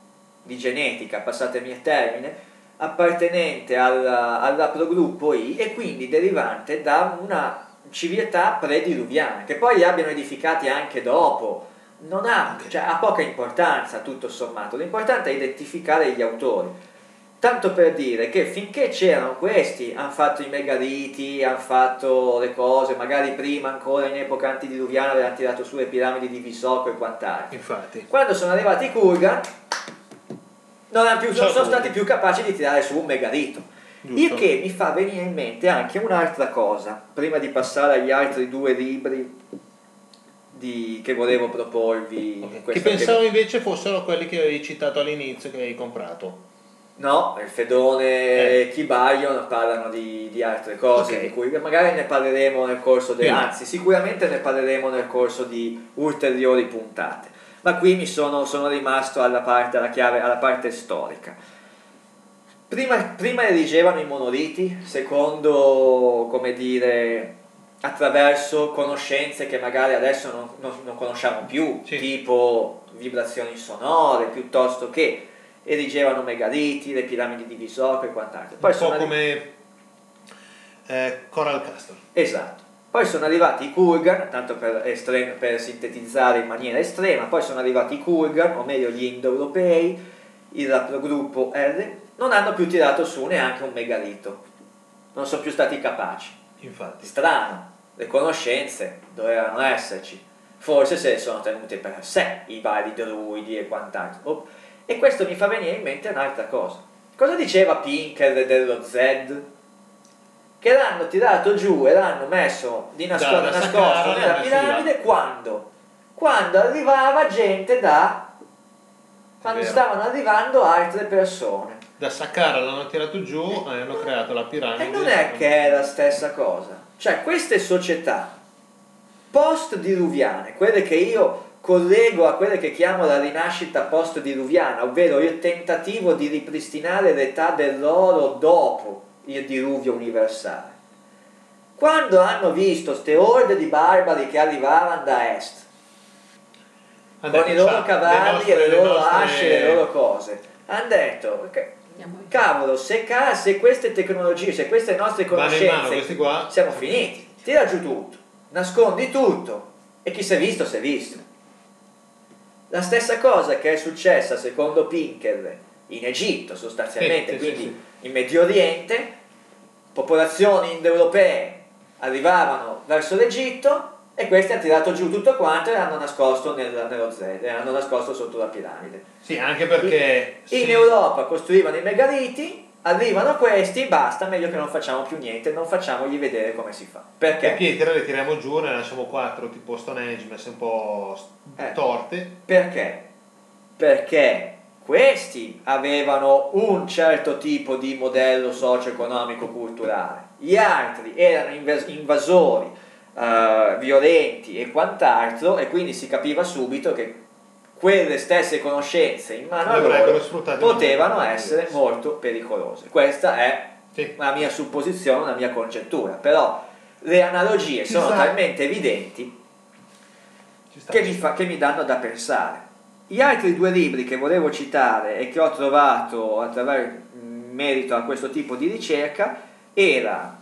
di genetica, passatemi il termine, appartenente alla, all'haplogruppo I e quindi derivante da una civiltà prediluviana, che poi li abbiano edificati anche dopo. Non ha, cioè, ha poca importanza tutto sommato, l'importante è identificare gli autori, tanto per dire che finché c'erano questi hanno fatto i megaliti, hanno fatto le cose, magari prima ancora in epoca antidiluviana avevano tirato su le piramidi di Visoko e quant'altro. Infatti, quando sono arrivati i Kurgan non, hanno più, non sono stati più capaci di tirare su un megalito. Giusto. Il che mi fa venire in mente anche un'altra cosa, prima di passare agli altri due libri Di, che volevo proporvi. Okay. Che pensavo che... invece fossero quelli che avevi citato all'inizio, che avevi comprato. No, il Fedone e eh. Kibayon parlano di, di altre cose, okay. Di cui magari ne parleremo nel corso del, anzi sicuramente ne parleremo nel corso di ulteriori puntate, ma qui mi sono, sono rimasto alla parte, alla chiave, alla parte storica. Prima, prima erigevano i monoliti secondo, come dire, attraverso conoscenze che magari adesso non, non, non conosciamo più, sì. Tipo vibrazioni sonore, piuttosto che erigevano megaliti, le piramidi di Visoko e quant'altro. Poi un sono po' arri- come eh, Coral Castle. Esatto. Poi sono arrivati i Kurgan, tanto per, estrem- per sintetizzare in maniera estrema, poi sono arrivati i Kurgan, o meglio gli indoeuropei, il haplogruppo R, non hanno più tirato su neanche un megalito, non sono più stati capaci. Infatti. Strano, le conoscenze dovevano esserci, forse se le sono tenute per sé i vari druidi e quant'altro. E questo mi fa venire in mente un'altra cosa. Cosa diceva Pinker dello Z? Che l'hanno tirato giù e l'hanno messo di nascosto, da, da nascosto nella piramide quando? Quando arrivava gente da... quando stavano arrivando altre persone. Da Saqqara l'hanno tirato giù e hanno creato la piramide. E non è che è la stessa cosa. Cioè, queste società post-diluviane, quelle che io collego a quelle che chiamo la rinascita post-diluviana, ovvero il tentativo di ripristinare l'età dell'oro dopo il diluvio universale. Quando hanno visto ste orde di barbari che arrivavano da est, Hanno con i detto, loro "Ciao, cavalli, nostre- le loro nostre- asce, le loro cose", hanno detto, cavolo, se, ca- se queste tecnologie, se queste nostre Vanno in mano conoscenze, questi qua. siamo finiti, tira giù tutto, nascondi tutto, e chi si è visto si è visto. La stessa cosa che è successa secondo Pinker in Egitto sostanzialmente, Sì, sì, quindi sì, sì. in Medio Oriente, popolazioni indoeuropee arrivavano verso l'Egitto e questi hanno tirato giù tutto quanto e l'hanno nascosto nel, nello Z, l'hanno nascosto sotto la piramide. Sì, anche perché... In, in sì. Europa costruivano i megaliti, arrivano questi, basta, meglio che non facciamo più niente, non facciamogli vedere come si fa. Perché? Le pietre le tiriamo giù, ne lasciamo quattro, tipo Stonehenge, messe un po' Eh. torte. Perché? Perché questi avevano un certo tipo di modello socio-economico culturale, gli altri erano invas- invasori, eh, violenti e quant'altro, e quindi si capiva subito che quelle stesse conoscenze in mano a Avrebbero loro sfruttato potevano molto essere diverso. molto pericolose. Questa è Sì. una mia supposizione, una mia congettura, però le analogie Ci sono sta. talmente evidenti Ci sta, che ci mi, sta. fa, che mi danno da pensare. Gli altri due libri che volevo citare e che ho trovato attraverso in merito a questo tipo di ricerca era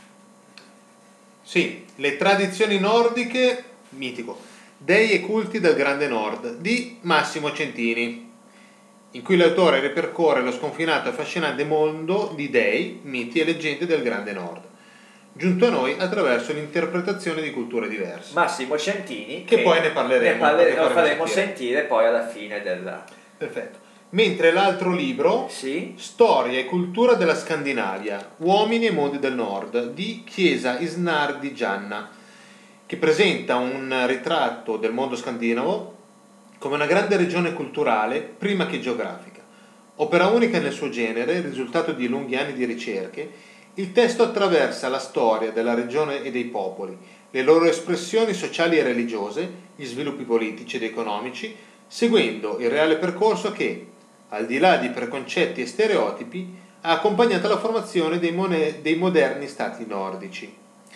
Sì, le tradizioni nordiche, mitico, dei e culti del Grande Nord, di Massimo Centini, in cui l'autore ripercorre lo sconfinato e affascinante mondo di dei, miti e leggende del Grande Nord, giunto a noi attraverso l'interpretazione di culture diverse. Massimo Centini, Che poi ne parleremo, ne parle- ne lo faremo faremo sentire. sentire poi alla fine della... Perfetto. Mentre l'altro libro, Sì? Storia e cultura della Scandinavia, uomini e mondi del nord, di Chiesa Isnar di Gianna, che presenta un ritratto del mondo scandinavo come una grande regione culturale prima che geografica. Opera unica nel suo genere, risultato di lunghi anni di ricerche, il testo attraversa la storia della regione e dei popoli, le loro espressioni sociali e religiose, gli sviluppi politici ed economici, seguendo il reale percorso che, al di là di preconcetti e stereotipi, ha accompagnato la formazione dei, mone- dei moderni stati nordici,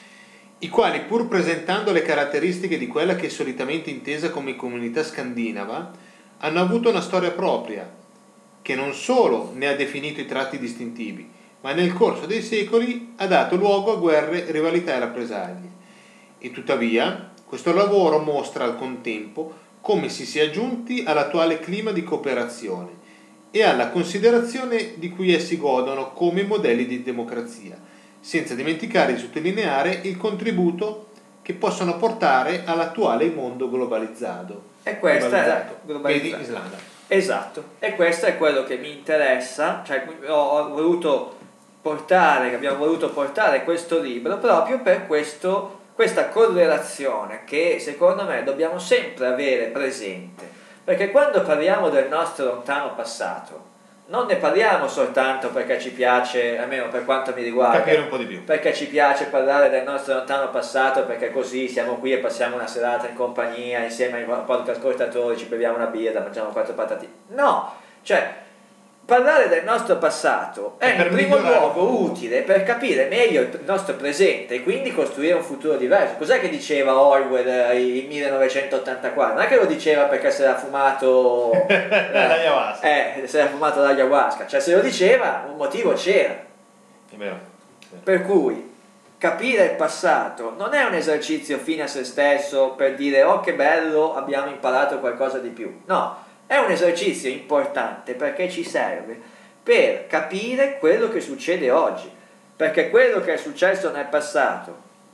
i quali, pur presentando le caratteristiche di quella che è solitamente intesa come comunità scandinava, hanno avuto una storia propria, che non solo ne ha definito i tratti distintivi, ma nel corso dei secoli ha dato luogo a guerre, rivalità e rappresaglie. E tuttavia, questo lavoro mostra al contempo come si sia giunti all'attuale clima di cooperazione e alla considerazione di cui essi godono come modelli di democrazia, senza dimenticare di sottolineare il contributo che possono portare all'attuale mondo globalizzato. E questa è globalizzato. globalizzato. Vedi Islanda. Esatto, e questo è quello che mi interessa, cioè ho, ho voluto portare, abbiamo voluto portare questo libro proprio per questo, questa correlazione che secondo me dobbiamo sempre avere presente, perché quando parliamo del nostro lontano passato non ne parliamo soltanto perché ci piace, almeno per quanto mi riguarda, Capire un po' di più. perché ci piace parlare del nostro lontano passato, perché così siamo qui e passiamo una serata in compagnia insieme ai podcast ascoltatori, ci beviamo una birra, mangiamo quattro patatine. No, cioè parlare del nostro passato è per in primo migliorare il luogo futuro. utile per capire meglio il nostro presente e quindi costruire un futuro diverso. Cos'è che diceva Orwell eh, in millenovecentottantaquattro? Non è che lo diceva perché si era fumato L'ayahuasca. eh, si era fumato l'ayahuasca, cioè se lo diceva un motivo c'era. È vero. Per cui capire il passato non è un esercizio fine a se stesso per dire oh che bello abbiamo imparato qualcosa di più, no, è un esercizio importante perché ci serve per capire quello che succede oggi, perché quello che è successo nel passato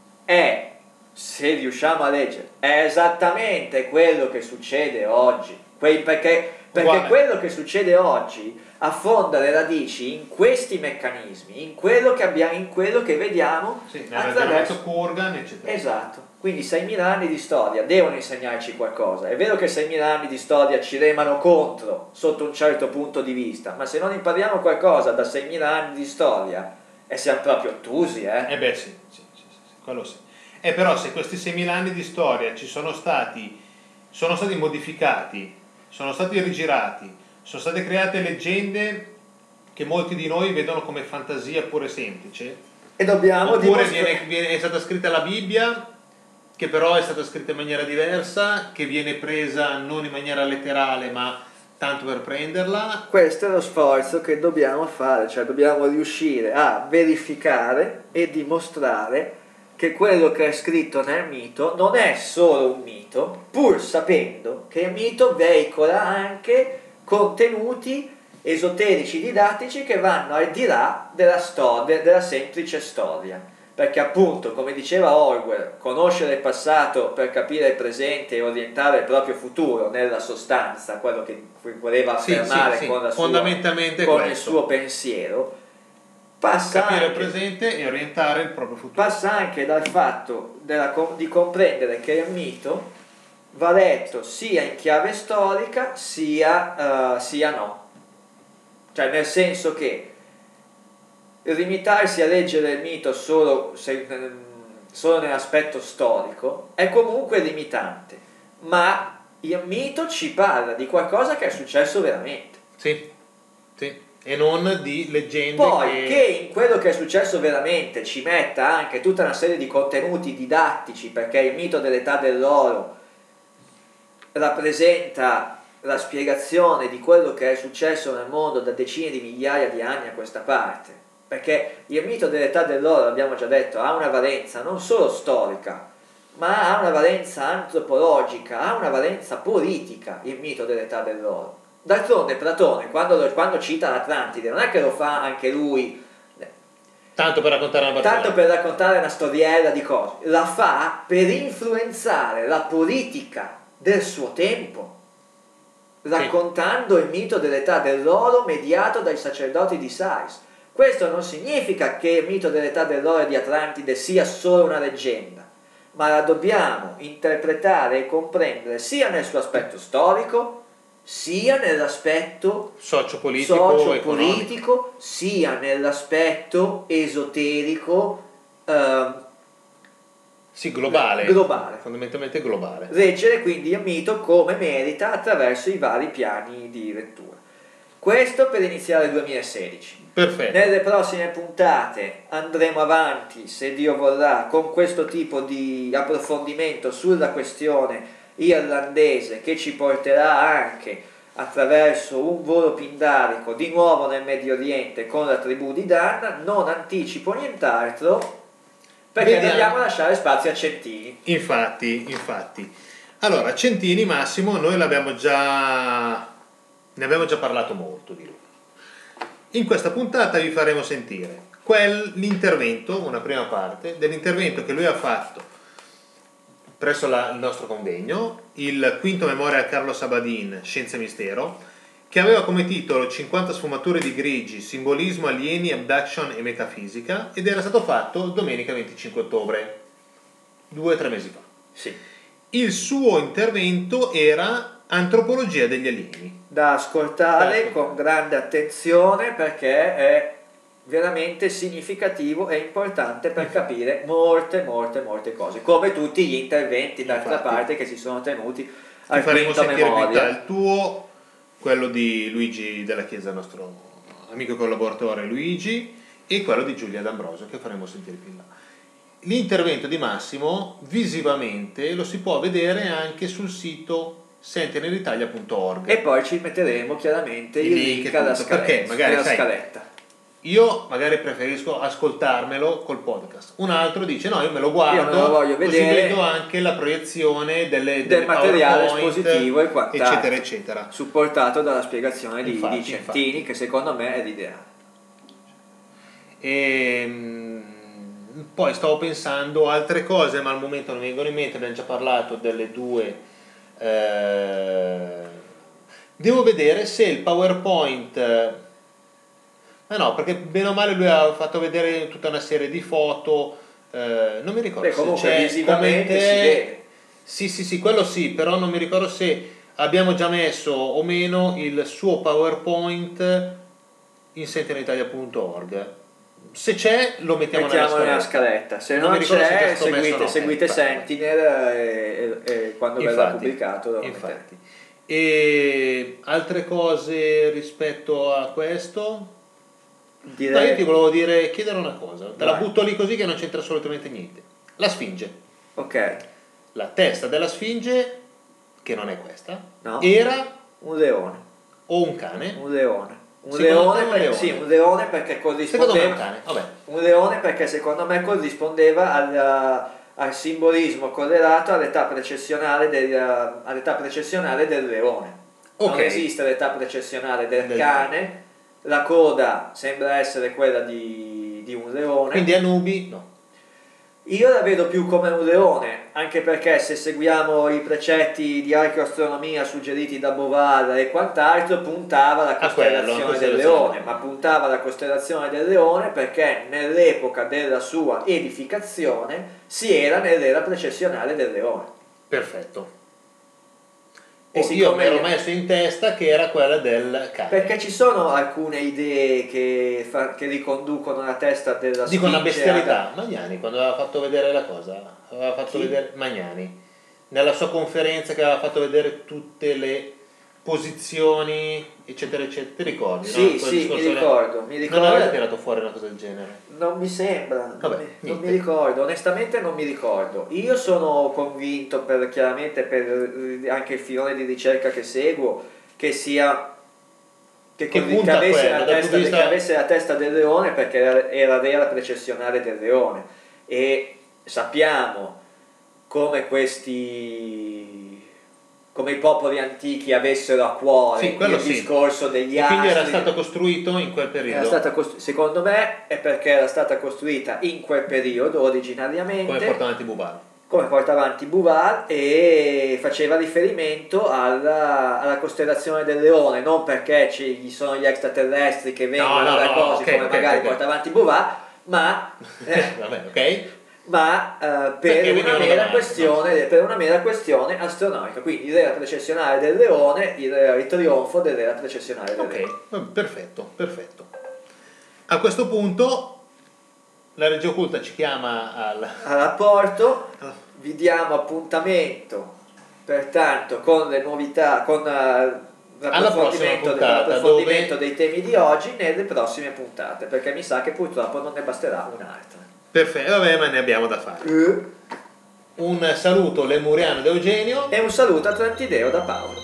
è, se riusciamo a leggere, è esattamente quello che succede oggi, Que- perché, perché Uguale. quello che succede oggi affonda le radici in questi meccanismi, in quello che abbiamo, in quello che vediamo Sì, nel ragionamento attraverso. Kurgan, eccetera. Esatto, quindi seimila anni di storia devono insegnarci qualcosa. È vero che seimila anni di storia ci remano contro sotto un certo punto di vista, ma se non impariamo qualcosa da seimila anni di storia e siamo proprio ottusi, eh? Eh beh sì, sì, sì, sì, sì, quello sì. E però se questi seimila anni di storia ci sono stati, sono stati modificati, sono stati rigirati, sono state create leggende che molti di noi vedono come fantasia pure semplice, e dobbiamo oppure dimostra- viene, viene, è stata scritta la Bibbia, che però è stata scritta in maniera diversa, che viene presa non in maniera letterale ma tanto per prenderla. Questo è lo sforzo che dobbiamo fare, cioè dobbiamo riuscire a verificare e dimostrare che quello che è scritto nel mito non è solo un mito, pur sapendo che il mito veicola anche contenuti esoterici didattici che vanno al di là della storia, della semplice storia. Perché appunto, come diceva Orwell, conoscere il passato per capire il presente e orientare il proprio futuro nella sostanza, quello che voleva Sì, affermare sì, sì, con, la sua, fondamentalmente con il questo. suo pensiero, passa Capire anche, il presente e orientare il proprio futuro. passa anche dal fatto della, di comprendere che il mito va letto sia in chiave storica sia, uh, sia no. Cioè nel senso che limitarsi a leggere il mito solo, se, solo nell'aspetto storico è comunque limitante, ma il mito ci parla di qualcosa che è successo veramente. Sì, sì. E non di leggende. Poi che... che in quello che è successo veramente ci metta anche tutta una serie di contenuti didattici, perché il mito dell'età dell'oro rappresenta la spiegazione di quello che è successo nel mondo da decine di migliaia di anni a questa parte, perché il mito dell'età dell'oro, abbiamo già detto, ha una valenza non solo storica, ma ha una valenza antropologica, ha una valenza politica, il mito dell'età dell'oro. D'altronde Platone, quando, quando cita l'Atlantide, non è che lo fa anche lui tanto per raccontare una barzelletta, tanto per raccontare una storiella di cose, la fa per influenzare la politica del suo tempo, raccontando sì. il mito dell'età dell'oro mediato dai sacerdoti di Sais. Questo non significa che il mito dell'età dell'oro e di Atlantide sia solo una leggenda, ma la dobbiamo interpretare e comprendere sia nel suo aspetto storico, sia nell'aspetto sociopolitico, sociopolitico sia nell'aspetto esoterico, eh, sì, globale, globale, fondamentalmente globale. Leggere quindi il mito come merita attraverso i vari piani di lettura. Questo per iniziare il duemilasedici. Perfetto. Nelle prossime puntate andremo avanti, se Dio vorrà, con questo tipo di approfondimento sulla questione irlandese, che ci porterà anche attraverso un volo pindarico di nuovo nel Medio Oriente con la tribù di Dan. Non anticipo nient'altro perché Vediamo. dobbiamo lasciare spazio a Centini. Infatti, infatti. Allora, Centini, Massimo, noi l'abbiamo già ne abbiamo già parlato molto di lui. In questa puntata vi faremo sentire quel, l'intervento, una prima parte dell'intervento che lui ha fatto presso la, il nostro convegno, il quinto Memorial Carlo Sabadin, Scienza e Mistero, che aveva come titolo cinquanta sfumature di grigi, simbolismo, alieni, abduction e metafisica, ed era stato fatto domenica venticinque ottobre, due o tre mesi fa. Sì. Il suo intervento era antropologia degli alieni. Da ascoltare, da ascoltare con grande attenzione, perché è veramente significativo e importante per capire molte molte molte cose, come tutti gli interventi d'altra Infatti, parte che si sono tenuti ti al faremo quinto sentire Memoria. il tuo, quello di Luigi della Chiesa, nostro amico e collaboratore Luigi, e quello di Giulia D'Ambrosio, che faremo sentire più in là. L'intervento di Massimo visivamente lo si può vedere anche sul sito sentinelitalia punto org, E poi ci metteremo chiaramente il, il link, link alla tutto, scaletta, perché magari, alla sai, scaletta. Io magari preferisco ascoltarmelo col podcast, un altro dice no, io me lo guardo, Io me lo voglio così vedere, vedo anche la proiezione delle, del delle materiale PowerPoint, espositivo e quant'altro, eccetera eccetera, supportato dalla spiegazione di, infatti, di Centini, infatti. che secondo me è l'ideale. E poi stavo pensando altre cose, ma al momento non mi vengono in mente. Abbiamo già parlato delle due. Eh, devo vedere se il PowerPoint, ma no, perché bene o male lui ha fatto vedere tutta una serie di foto. Eh, non mi ricordo. Beh, comunque se c'è visivamente come te, si vede. Sì, sì, sì, quello sì, però non mi ricordo se abbiamo già messo o meno il suo PowerPoint in sentinelitalia punto org. Se c'è, lo mettiamo, Mettiamo nella nella scaletta. scaletta, se Non non, mi ricordo se c'è, già sto messo o seguite, no. seguite Eh, Sentinel e, e, e quando verrà Infatti, pubblicato lo metteremo. infatti. E altre cose rispetto a questo? direi... No, io ti volevo dire, chiedere una cosa, te la Vai. butto lì così che non c'entra assolutamente niente. La Sfinge. Ok, La testa della Sfinge, che non è questa, No. era un leone, o un cane? un leone. Un Secondo leone, te un per- leone? sì, un leone perché Secondo me è un corrispondeva... cane, vabbè. Un leone perché secondo me corrispondeva al, al simbolismo correlato all'età precessionale del, all'età precessionale del leone. Non Ok. esiste l'età precessionale del, Del cane, la coda sembra essere quella di, di un leone. Quindi Anubi, no. Io la vedo più come un leone, anche perché se seguiamo i precetti di archeoastronomia suggeriti da Boval e quant'altro, puntava alla A quello, costellazione del costellazione. leone, ma puntava alla costellazione del leone perché nell'epoca della sua edificazione si era nell'era precessionale del leone. Perfetto. E Oh, io siccome mi ero io- messo in testa che era quella del cane. Perché ci sono alcune idee che, fa- che riconducono la testa della Dico una Sfinge bestialità. Magnani, quando aveva fatto vedere la cosa, aveva fatto Chi? vedere Magnani, nella sua conferenza che aveva fatto vedere tutte le posizioni, eccetera, eccetera. Ti ricordi? Sì, no? Quel sì, discorso mi là. ricordo, mi Non ricordo. aveva tirato fuori una cosa del genere. Non mi sembra, non, Vabbè, mi, non niente. mi ricordo, onestamente non mi ricordo. Io sono convinto, per, chiaramente per eh, anche il filone di ricerca che seguo, che sia che, Che con- punta che a avesse, quello, la dal testa, punto di vista- che avesse la testa del leone perché era, era l'era precessionale del leone. E sappiamo come questi come i popoli antichi avessero a cuore Sì, quello il sì. discorso degli E astri. quindi era stato costruito in quel Era periodo. stata costru- secondo me è perché era stata costruita in quel periodo originariamente Come porta avanti Bubal. come porta avanti Bouvard e faceva riferimento alla, alla costellazione del leone, non perché ci sono gli extraterrestri che vengono no, da no, cose ok, come ok, magari ok. porta avanti Bouvard, ma, eh, Vabbè, ok? ma eh, Perché per, una venivano mera davanti, questione, per una mera questione astronomica, quindi l'era precessionale del leone, il, il trionfo dell'era precessionale del leone. Ok, vabbè, perfetto, perfetto. A questo punto la regia occulta ci chiama al... Al rapporto vi diamo appuntamento pertanto con le novità, con eh, l'approfondimento, prossima puntata, l'approfondimento dove- dei temi di oggi nelle prossime puntate, perché mi sa che purtroppo non ne basterà un'altra. Perfetto, vabbè, ma ne abbiamo da fare. Eh, Un saluto lemuriano da Eugenio. E un saluto a Trantideo da Paolo.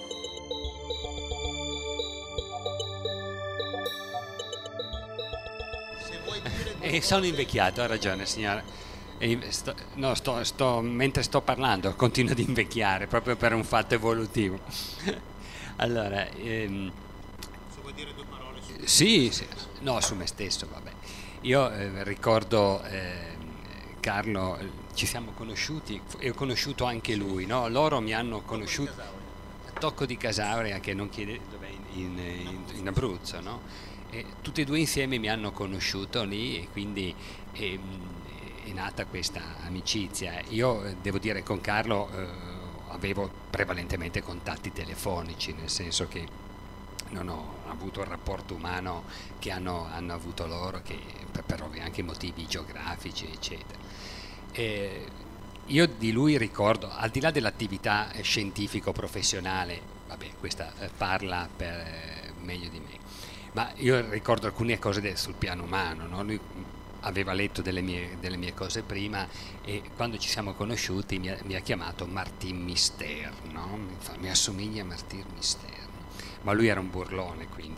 E sono invecchiato, ha ragione signora. E sto- no, sto, sto- mentre sto parlando continuo ad invecchiare proprio per un fatto evolutivo. Allora, ehm, Se vuoi dire due parole su... sì, sì, no, su me stesso, vabbè. Io eh, ricordo ehm, Carlo, eh, ci siamo conosciuti e ho conosciuto anche lui, no? Loro mi hanno conosciuto a Tocco di Casauria, che non chiede dov'è, in, in, in Abruzzo, no? E tutti e due insieme mi hanno conosciuto lì e quindi ehm, è nata questa amicizia. Io eh, devo dire con Carlo eh, avevo prevalentemente contatti telefonici, nel senso che non ho avuto il rapporto umano che hanno, hanno avuto loro, che per, per ovvi anche motivi geografici, eccetera. E io di lui ricordo, al di là dell'attività eh, scientifico-professionale, vabbè, questa eh, parla per, eh, meglio di me, ma io ricordo alcune cose de- sul piano umano, no? Lui aveva letto delle mie, delle mie cose prima e quando ci siamo conosciuti mi ha, mi ha chiamato Martin Mister, no? Mi, fa, mi assomiglia a Martin Mister, ma lui era un burlone, quindi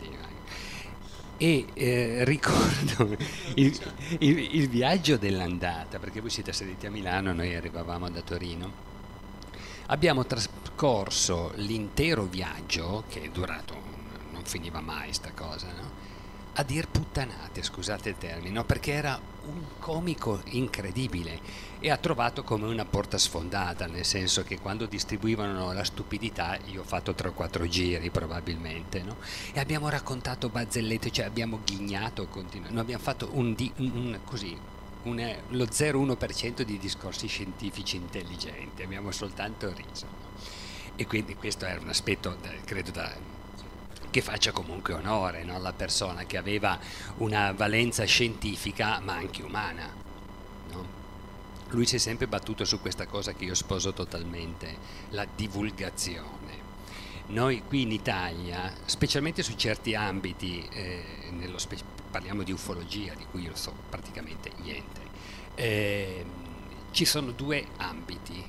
e eh, ricordo il, il, il viaggio dell'andata, perché voi siete seduti a Milano, noi arrivavamo da Torino, abbiamo trascorso l'intero viaggio, che è durato, non finiva mai sta cosa, no? A dir puttanate, scusate il termine, no? Perché era un comico incredibile e ha trovato come una porta sfondata, nel senso che quando distribuivano la stupidità io ho fatto tre o quattro giri probabilmente, no? E abbiamo raccontato barzellette, cioè abbiamo ghignato, continu- non abbiamo fatto un, di- un, un così un, eh, lo zero virgola uno per cento di discorsi scientifici intelligenti, abbiamo soltanto riso, no? E quindi questo era un aspetto, da- credo, da che faccia comunque onore, no? Alla persona che aveva una valenza scientifica ma anche umana, no? Lui si è sempre battuto su questa cosa che io sposo totalmente, la divulgazione. Noi qui in Italia, specialmente su certi ambiti, eh, nello spe- parliamo di ufologia, di cui io non so praticamente niente. Eh, ci sono due ambiti: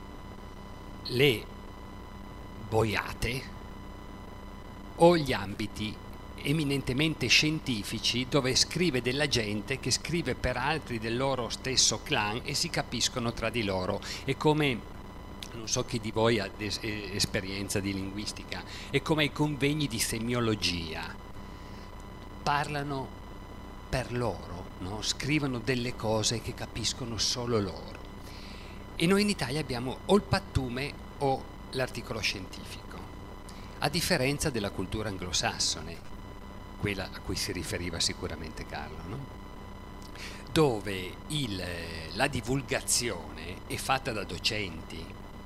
le boiate o gli ambiti eminentemente scientifici, dove scrive della gente che scrive per altri del loro stesso clan e si capiscono tra di loro. È come, non so chi di voi ha des- esperienza di linguistica, è come i convegni di semiologia, parlano per loro, no? Scrivono delle cose che capiscono solo loro. E noi in Italia abbiamo o il pattume o l'articolo scientifico, a differenza della cultura anglosassone, quella a cui si riferiva sicuramente Carlo, no? Dove il, la divulgazione è fatta da docenti,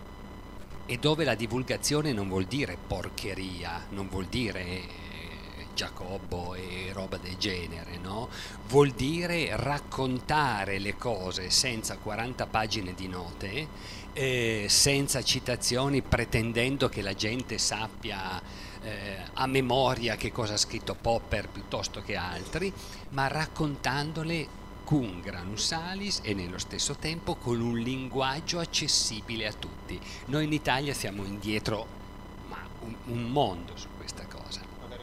e dove la divulgazione non vuol dire porcheria, non vuol dire eh, Giacobbo e roba del genere, no? Vuol dire raccontare le cose senza quaranta pagine di note, eh, senza citazioni, pretendendo che la gente sappia Eh, a memoria che cosa ha scritto Popper piuttosto che altri, ma raccontandole cum granus salis e nello stesso tempo con un linguaggio accessibile a tutti. Noi in Italia siamo indietro, ma un, un mondo su questa cosa.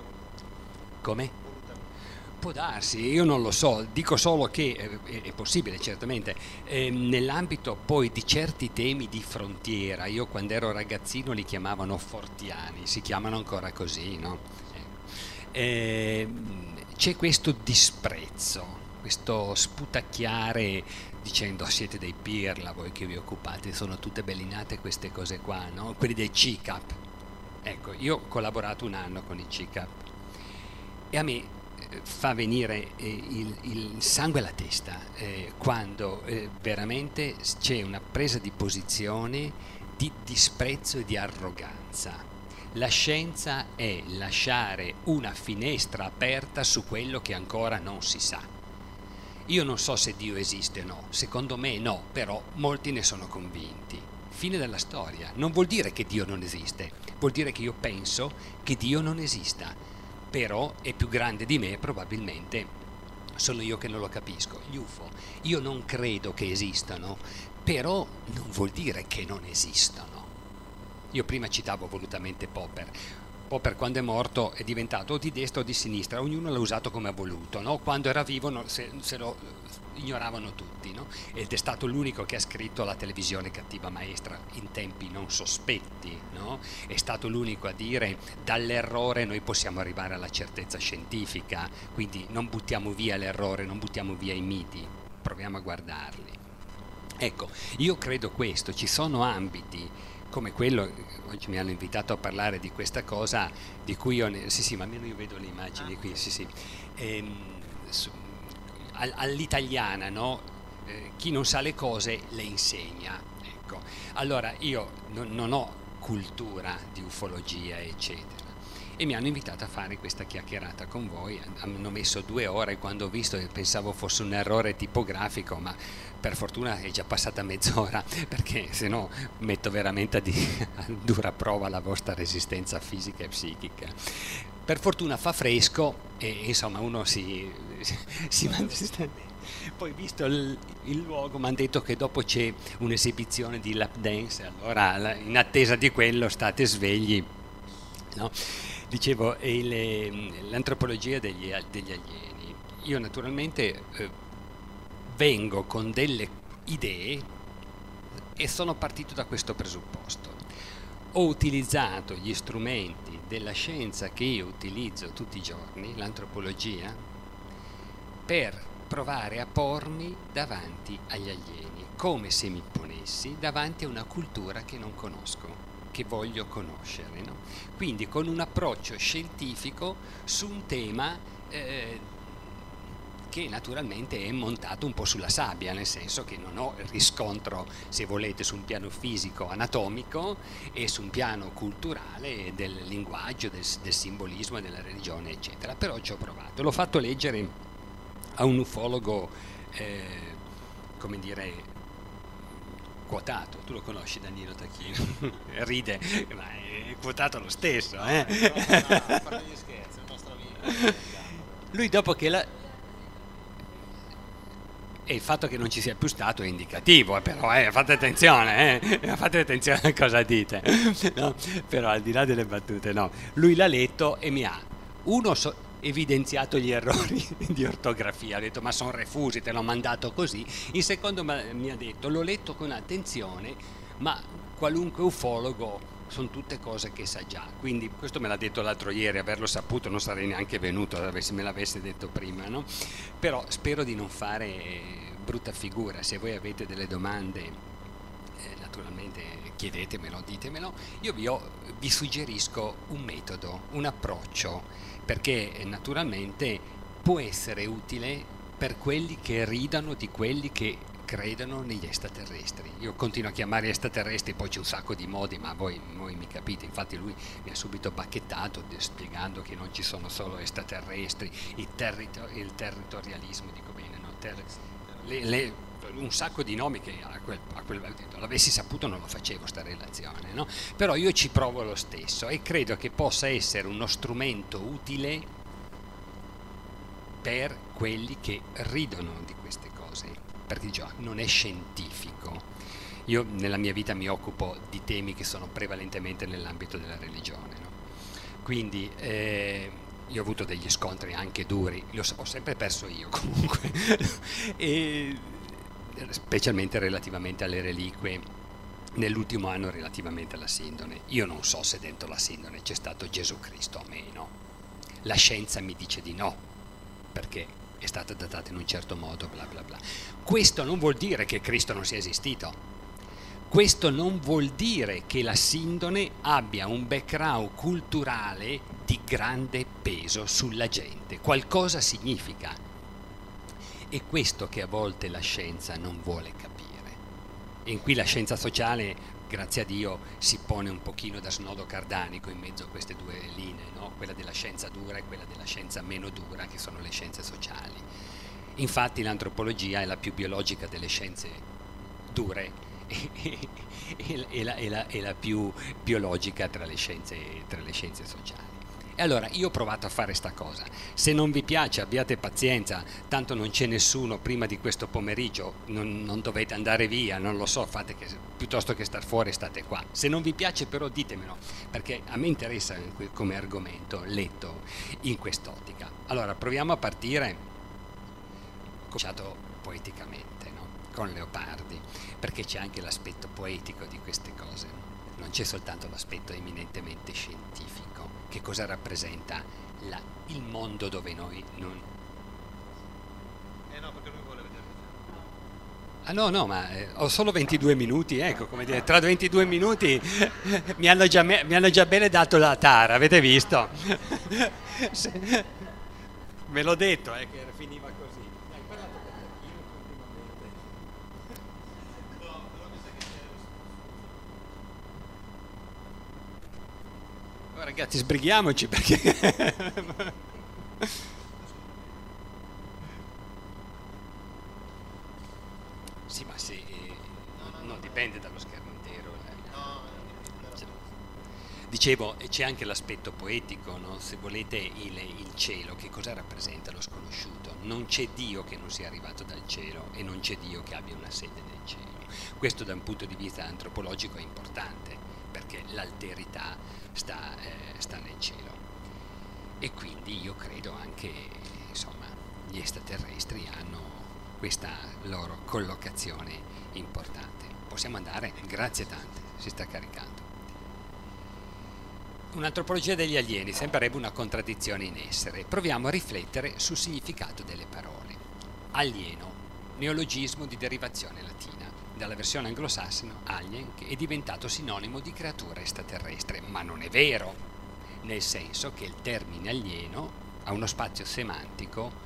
Come? Può darsi, io non lo so, dico solo che eh, è possibile certamente, eh, nell'ambito poi di certi temi di frontiera. Io quando ero ragazzino li chiamavano fortiani, si chiamano ancora così, no? Eh, c'è questo disprezzo, questo sputacchiare dicendo siete dei pirla voi che vi occupate, sono tutte bellinate queste cose qua, no? Quelli del C I C A P. Ecco, io ho collaborato un anno con i C I C A P e a me fa venire eh, il, il sangue alla testa eh, quando eh, veramente c'è una presa di posizione di disprezzo e di arroganza. La scienza è lasciare una finestra aperta su quello che ancora non si sa. Io non so se Dio esiste o no, secondo me no, però molti ne sono convinti. Fine della storia. Non vuol dire che Dio non esiste, vuol dire che io penso che Dio non esista. Però è più grande di me, probabilmente sono io che non lo capisco. Gli U F O, io non credo che esistano, però non vuol dire che non esistono. Io prima citavo volutamente Popper. Popper quando è morto è diventato o di destra o di sinistra, ognuno l'ha usato come ha voluto, no? Quando era vivo no, se, se lo ignoravano tutti, no? Ed è stato l'unico che ha scritto La televisione cattiva maestra in tempi non sospetti, no? È stato l'unico a dire dall'errore noi possiamo arrivare alla certezza scientifica, quindi non buttiamo via l'errore, non buttiamo via i miti, proviamo a guardarli. Ecco, io credo questo, ci sono ambiti come quello, oggi mi hanno invitato a parlare di questa cosa di cui io, ne, sì sì, ma almeno io vedo le immagini qui, sì sì, ehm, su, all, all'italiana, no? Eh, chi non sa le cose le insegna, ecco. Allora io non, non ho cultura di ufologia eccetera, e mi hanno invitato a fare questa chiacchierata con voi. Hanno messo due ore, quando ho visto pensavo fosse un errore tipografico, ma per fortuna è già passata mezz'ora, perché se no metto veramente a, di, a dura prova la vostra resistenza fisica e psichica. Per fortuna fa fresco e insomma uno si, si mantiene. Poi visto il, il luogo mi hanno detto che dopo c'è un'esibizione di lap dance, allora in attesa di quello state svegli, no? Dicevo, il, l'antropologia degli, degli alieni. Io naturalmente eh, vengo con delle idee e sono partito da questo presupposto. Ho utilizzato gli strumenti della scienza che io utilizzo tutti i giorni, l'antropologia, per provare a pormi davanti agli alieni, come se mi ponessi davanti a una cultura che non conosco, che voglio conoscere, no? Quindi con un approccio scientifico su un tema eh, che naturalmente è montato un po' sulla sabbia, nel senso che non ho riscontro, se volete, su un piano fisico anatomico e su un piano culturale del linguaggio, del, del simbolismo e della religione eccetera, però ci ho provato. L'ho fatto leggere a un ufologo eh, come dire quotato. Tu lo conosci Danilo Tacchino? Ride, ma è quotato lo stesso, eh? No, no, no, per gli scherzi, è il nostro amico. Lui dopo che la E il fatto che non ci sia più stato è indicativo, eh, però eh, fate attenzione, eh, fate attenzione a cosa dite, no? Però al di là delle battute, no, lui l'ha letto e mi ha, uno, so, evidenziato gli errori di ortografia, ha detto ma sono refusi, te l'ho mandato così, il secondo mi ha detto l'ho letto con attenzione, ma qualunque ufologo sono tutte cose che sa già, quindi questo me l'ha detto l'altro ieri, averlo saputo non sarei neanche venuto se me l'avesse detto prima, no? Però spero di non fare brutta figura. Se voi avete delle domande, eh, naturalmente chiedetemelo, ditemelo. Io vi, ho, vi suggerisco un metodo, un approccio, perché eh, naturalmente può essere utile per quelli che ridano di quelli che credono negli extraterrestri. Io continuo a chiamare extraterrestri, poi c'è un sacco di modi, ma voi, voi mi capite, infatti lui mi ha subito bacchettato spiegando che non ci sono solo extraterrestri, il, territor- il territorialismo, dico bene, no? Ter- le, le, un sacco di nomi che a quel, a quel, l'avessi saputo non lo facevo sta relazione, no? Però io ci provo lo stesso e credo che possa essere uno strumento utile per quelli che ridono di queste cose, perché già non è scientifico. Io nella mia vita mi occupo di temi che sono prevalentemente nell'ambito della religione, no? Quindi eh, io ho avuto degli scontri anche duri, li ho, ho sempre perso io comunque, e specialmente relativamente alle reliquie, nell'ultimo anno relativamente alla sindone. Io non so se dentro la sindone c'è stato Gesù Cristo o meno, la scienza mi dice di no, perché è stata datata in un certo modo, bla bla bla. Questo non vuol dire che Cristo non sia esistito. Questo non vuol dire che la sindone abbia un background culturale di grande peso sulla gente. Qualcosa significa. È questo che a volte la scienza non vuole capire. E in qui la scienza sociale, grazie a Dio, si pone un pochino da snodo cardanico in mezzo a queste due linee, no? Quella della scienza dura e quella della scienza meno dura, che sono le scienze sociali. Infatti l'antropologia è la più biologica delle scienze dure e, e, e, la, e, la, e la più biologica tra le scienze, tra le scienze sociali. E allora io ho provato a fare sta cosa. Se non vi piace abbiate pazienza, tanto non c'è nessuno prima di questo pomeriggio, non, non dovete andare via, non lo so, fate che piuttosto che star fuori state qua. Se non vi piace però ditemelo, perché a me interessa come argomento letto in quest'ottica. Allora proviamo a partire cominciato poeticamente, no? Con Leopardi, perché c'è anche l'aspetto poetico di queste cose, non c'è soltanto l'aspetto eminentemente scientifico. Che cosa rappresenta la, il mondo dove noi non... Eh no, perché lui vuole vedere. Ah no, no, ma eh, ho solo ventidue minuti, ecco, come dire, tra ventidue minuti mi, hanno già me, mi hanno già bene dato la tara, avete visto? Se, me l'ho detto, eh, che finiva così. Dai, parlate per te, io continuamente. Oh, ragazzi, sbrighiamoci perché... Sì, ma se... Eh, non dipende dallo schermo intero. Eh. Cioè, dicevo, c'è anche l'aspetto poetico, no? Se volete il, il cielo, che cosa rappresenta lo sconosciuto? Non c'è Dio che non sia arrivato dal cielo e non c'è Dio che abbia una sede nel cielo. Questo da un punto di vista antropologico è importante, perché l'alterità sta, eh, sta nel cielo. E quindi io credo anche, insomma, gli extraterrestri hanno questa loro collocazione importante. Possiamo andare? Grazie tante, si sta caricando. Un'antropologia degli alieni sembrerebbe una contraddizione in essere. Proviamo a riflettere sul significato delle parole. Alieno, neologismo di derivazione latina, dalla versione anglosassone alien, che è diventato sinonimo di creatura extraterrestre, ma non è vero, nel senso che il termine alieno ha uno spazio semantico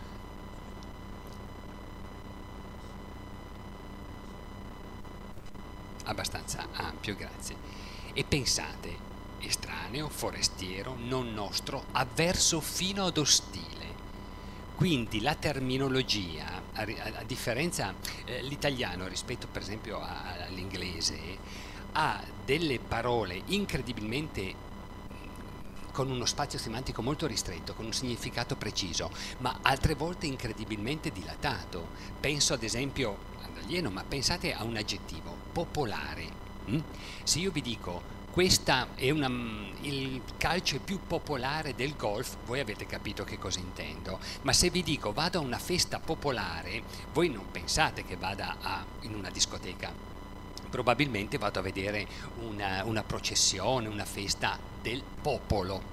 abbastanza ampio, grazie. E pensate, estraneo, forestiero, non nostro, avverso fino ad ostile. Quindi la terminologia, a, a, a differenza eh, l'italiano rispetto per esempio a, all'inglese, ha delle parole incredibilmente con uno spazio semantico molto ristretto, con un significato preciso, ma altre volte incredibilmente dilatato. Penso ad esempio all'alieno, ma pensate a un aggettivo, popolare. Mm? Se io vi dico questa è una, il calcio è più popolare del golf, voi avete capito che cosa intendo, ma se vi dico vado a una festa popolare, voi non pensate che vada a, in una discoteca, probabilmente vado a vedere una, una processione, una festa del popolo.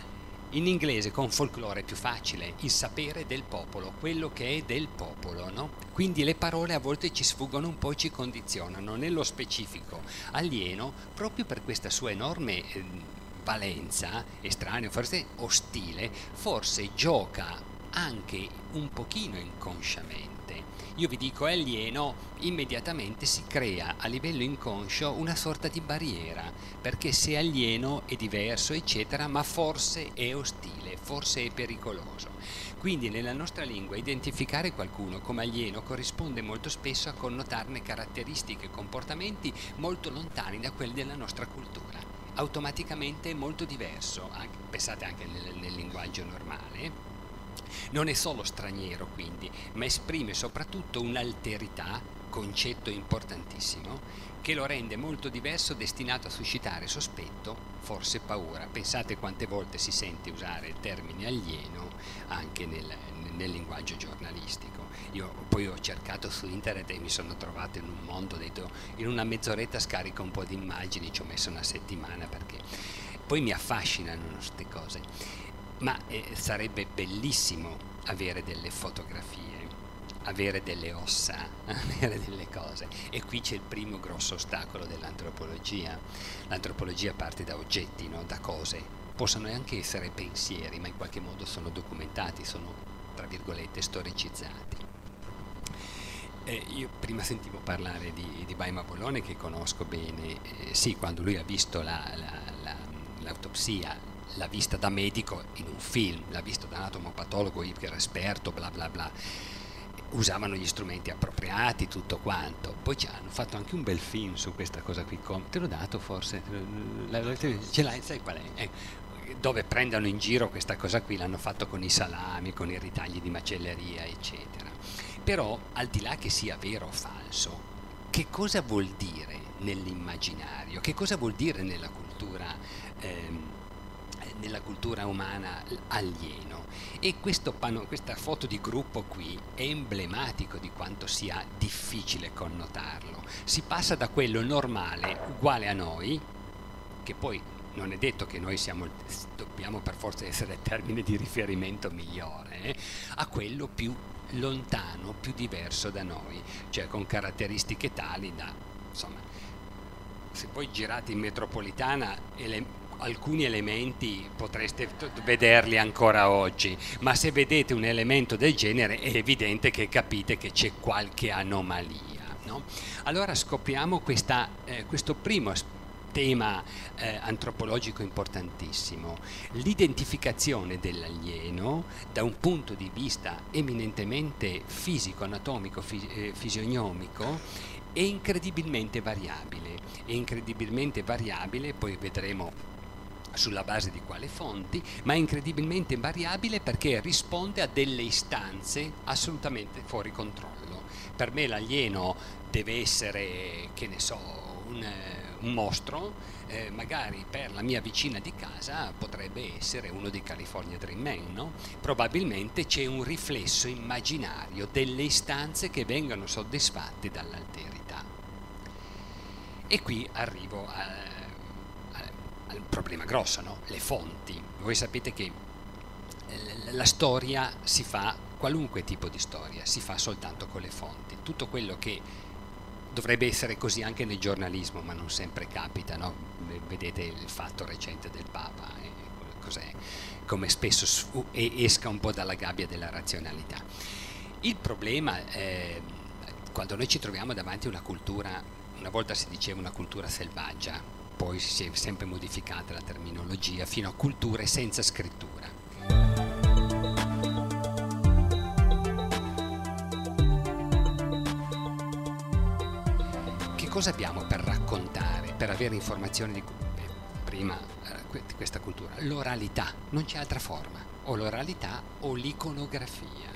In inglese con folklore è più facile, il sapere del popolo, quello che è del popolo, no? Quindi le parole a volte ci sfuggono un po' e ci condizionano. Nello specifico, alieno, proprio per questa sua enorme eh, valenza, estraneo, forse ostile, forse gioca anche un pochino inconsciamente. Io vi dico alieno, immediatamente si crea a livello inconscio una sorta di barriera, perché se alieno è diverso, eccetera, ma forse è ostile, forse è pericoloso. Quindi nella nostra lingua identificare qualcuno come alieno corrisponde molto spesso a connotarne caratteristiche e comportamenti molto lontani da quelli della nostra cultura. Automaticamente è molto diverso, anche, pensate anche nel, nel linguaggio normale. Non è solo straniero quindi, ma esprime soprattutto un'alterità, concetto importantissimo, che lo rende molto diverso, destinato a suscitare sospetto, forse paura. Pensate quante volte si sente usare il termine alieno anche nel, nel linguaggio giornalistico. Io poi ho cercato su internet e mi sono trovato in un mondo, detto, in una mezz'oretta scarico un po' di immagini, ci ho messo una settimana perché poi mi affascinano queste cose. Ma eh, sarebbe bellissimo avere delle fotografie, avere delle ossa, avere delle cose. E qui c'è il primo grosso ostacolo dell'antropologia. L'antropologia parte da oggetti, no? Da cose. Possono anche essere pensieri, ma in qualche modo sono documentati, sono, tra virgolette, storicizzati. Eh, io prima sentivo parlare di, di Baima Bolone, che conosco bene. Eh, sì, quando lui ha visto la, la, la, l'autopsia, l'ha vista da medico in un film, l'ha visto da anatomopatologo che era esperto, bla bla bla, usavano gli strumenti appropriati, tutto quanto. Poi ci hanno fatto anche un bel film su questa cosa qui, te l'ho dato forse, ce l'hai, sai qual è? Eh, dove prendono in giro questa cosa qui, l'hanno fatto con i salami, con i ritagli di macelleria, eccetera. Però al di là che sia vero o falso, che cosa vuol dire nell'immaginario, che cosa vuol dire nella cultura ehm, nella cultura umana alieno? E questo pano, questa foto di gruppo qui è emblematico di quanto sia difficile connotarlo. Si passa da quello normale, uguale a noi, che poi non è detto che noi siamo, dobbiamo per forza essere il termine di riferimento migliore, eh, a quello più lontano, più diverso da noi, cioè con caratteristiche tali da, insomma, se poi girate in metropolitana ele- alcuni elementi potreste vederli ancora oggi, ma se vedete un elemento del genere è evidente che capite che c'è qualche anomalia, no? Allora scopriamo questa, eh, questo primo tema eh, antropologico importantissimo, l'identificazione dell'alieno da un punto di vista eminentemente fisico, anatomico, fisi- eh, fisionomico, è incredibilmente variabile, è incredibilmente variabile, poi vedremo sulla base di quale fonti, ma è incredibilmente variabile perché risponde a delle istanze assolutamente fuori controllo. Per me l'alieno deve essere, che ne so, un, un mostro, eh, magari per la mia vicina di casa potrebbe essere uno dei California Dream Man, no? Probabilmente c'è un riflesso immaginario delle istanze che vengono soddisfatte dall'alterità. E qui arrivo a il problema grosso, no? Le fonti. Voi sapete che la storia si fa, qualunque tipo di storia, si fa soltanto con le fonti. Tutto quello che dovrebbe essere così anche nel giornalismo, ma non sempre capita, no? Vedete il fatto recente del Papa, eh? Cos'è? Come spesso sfu- esca un po' dalla gabbia della razionalità. Il problema è quando noi ci troviamo davanti a una cultura, una volta si diceva una cultura selvaggia, poi si è sempre modificata la terminologia fino a culture senza scrittura. Che cosa abbiamo per raccontare, per avere informazioni di... Prima questa cultura, l'oralità, non c'è altra forma, o l'oralità o l'iconografia.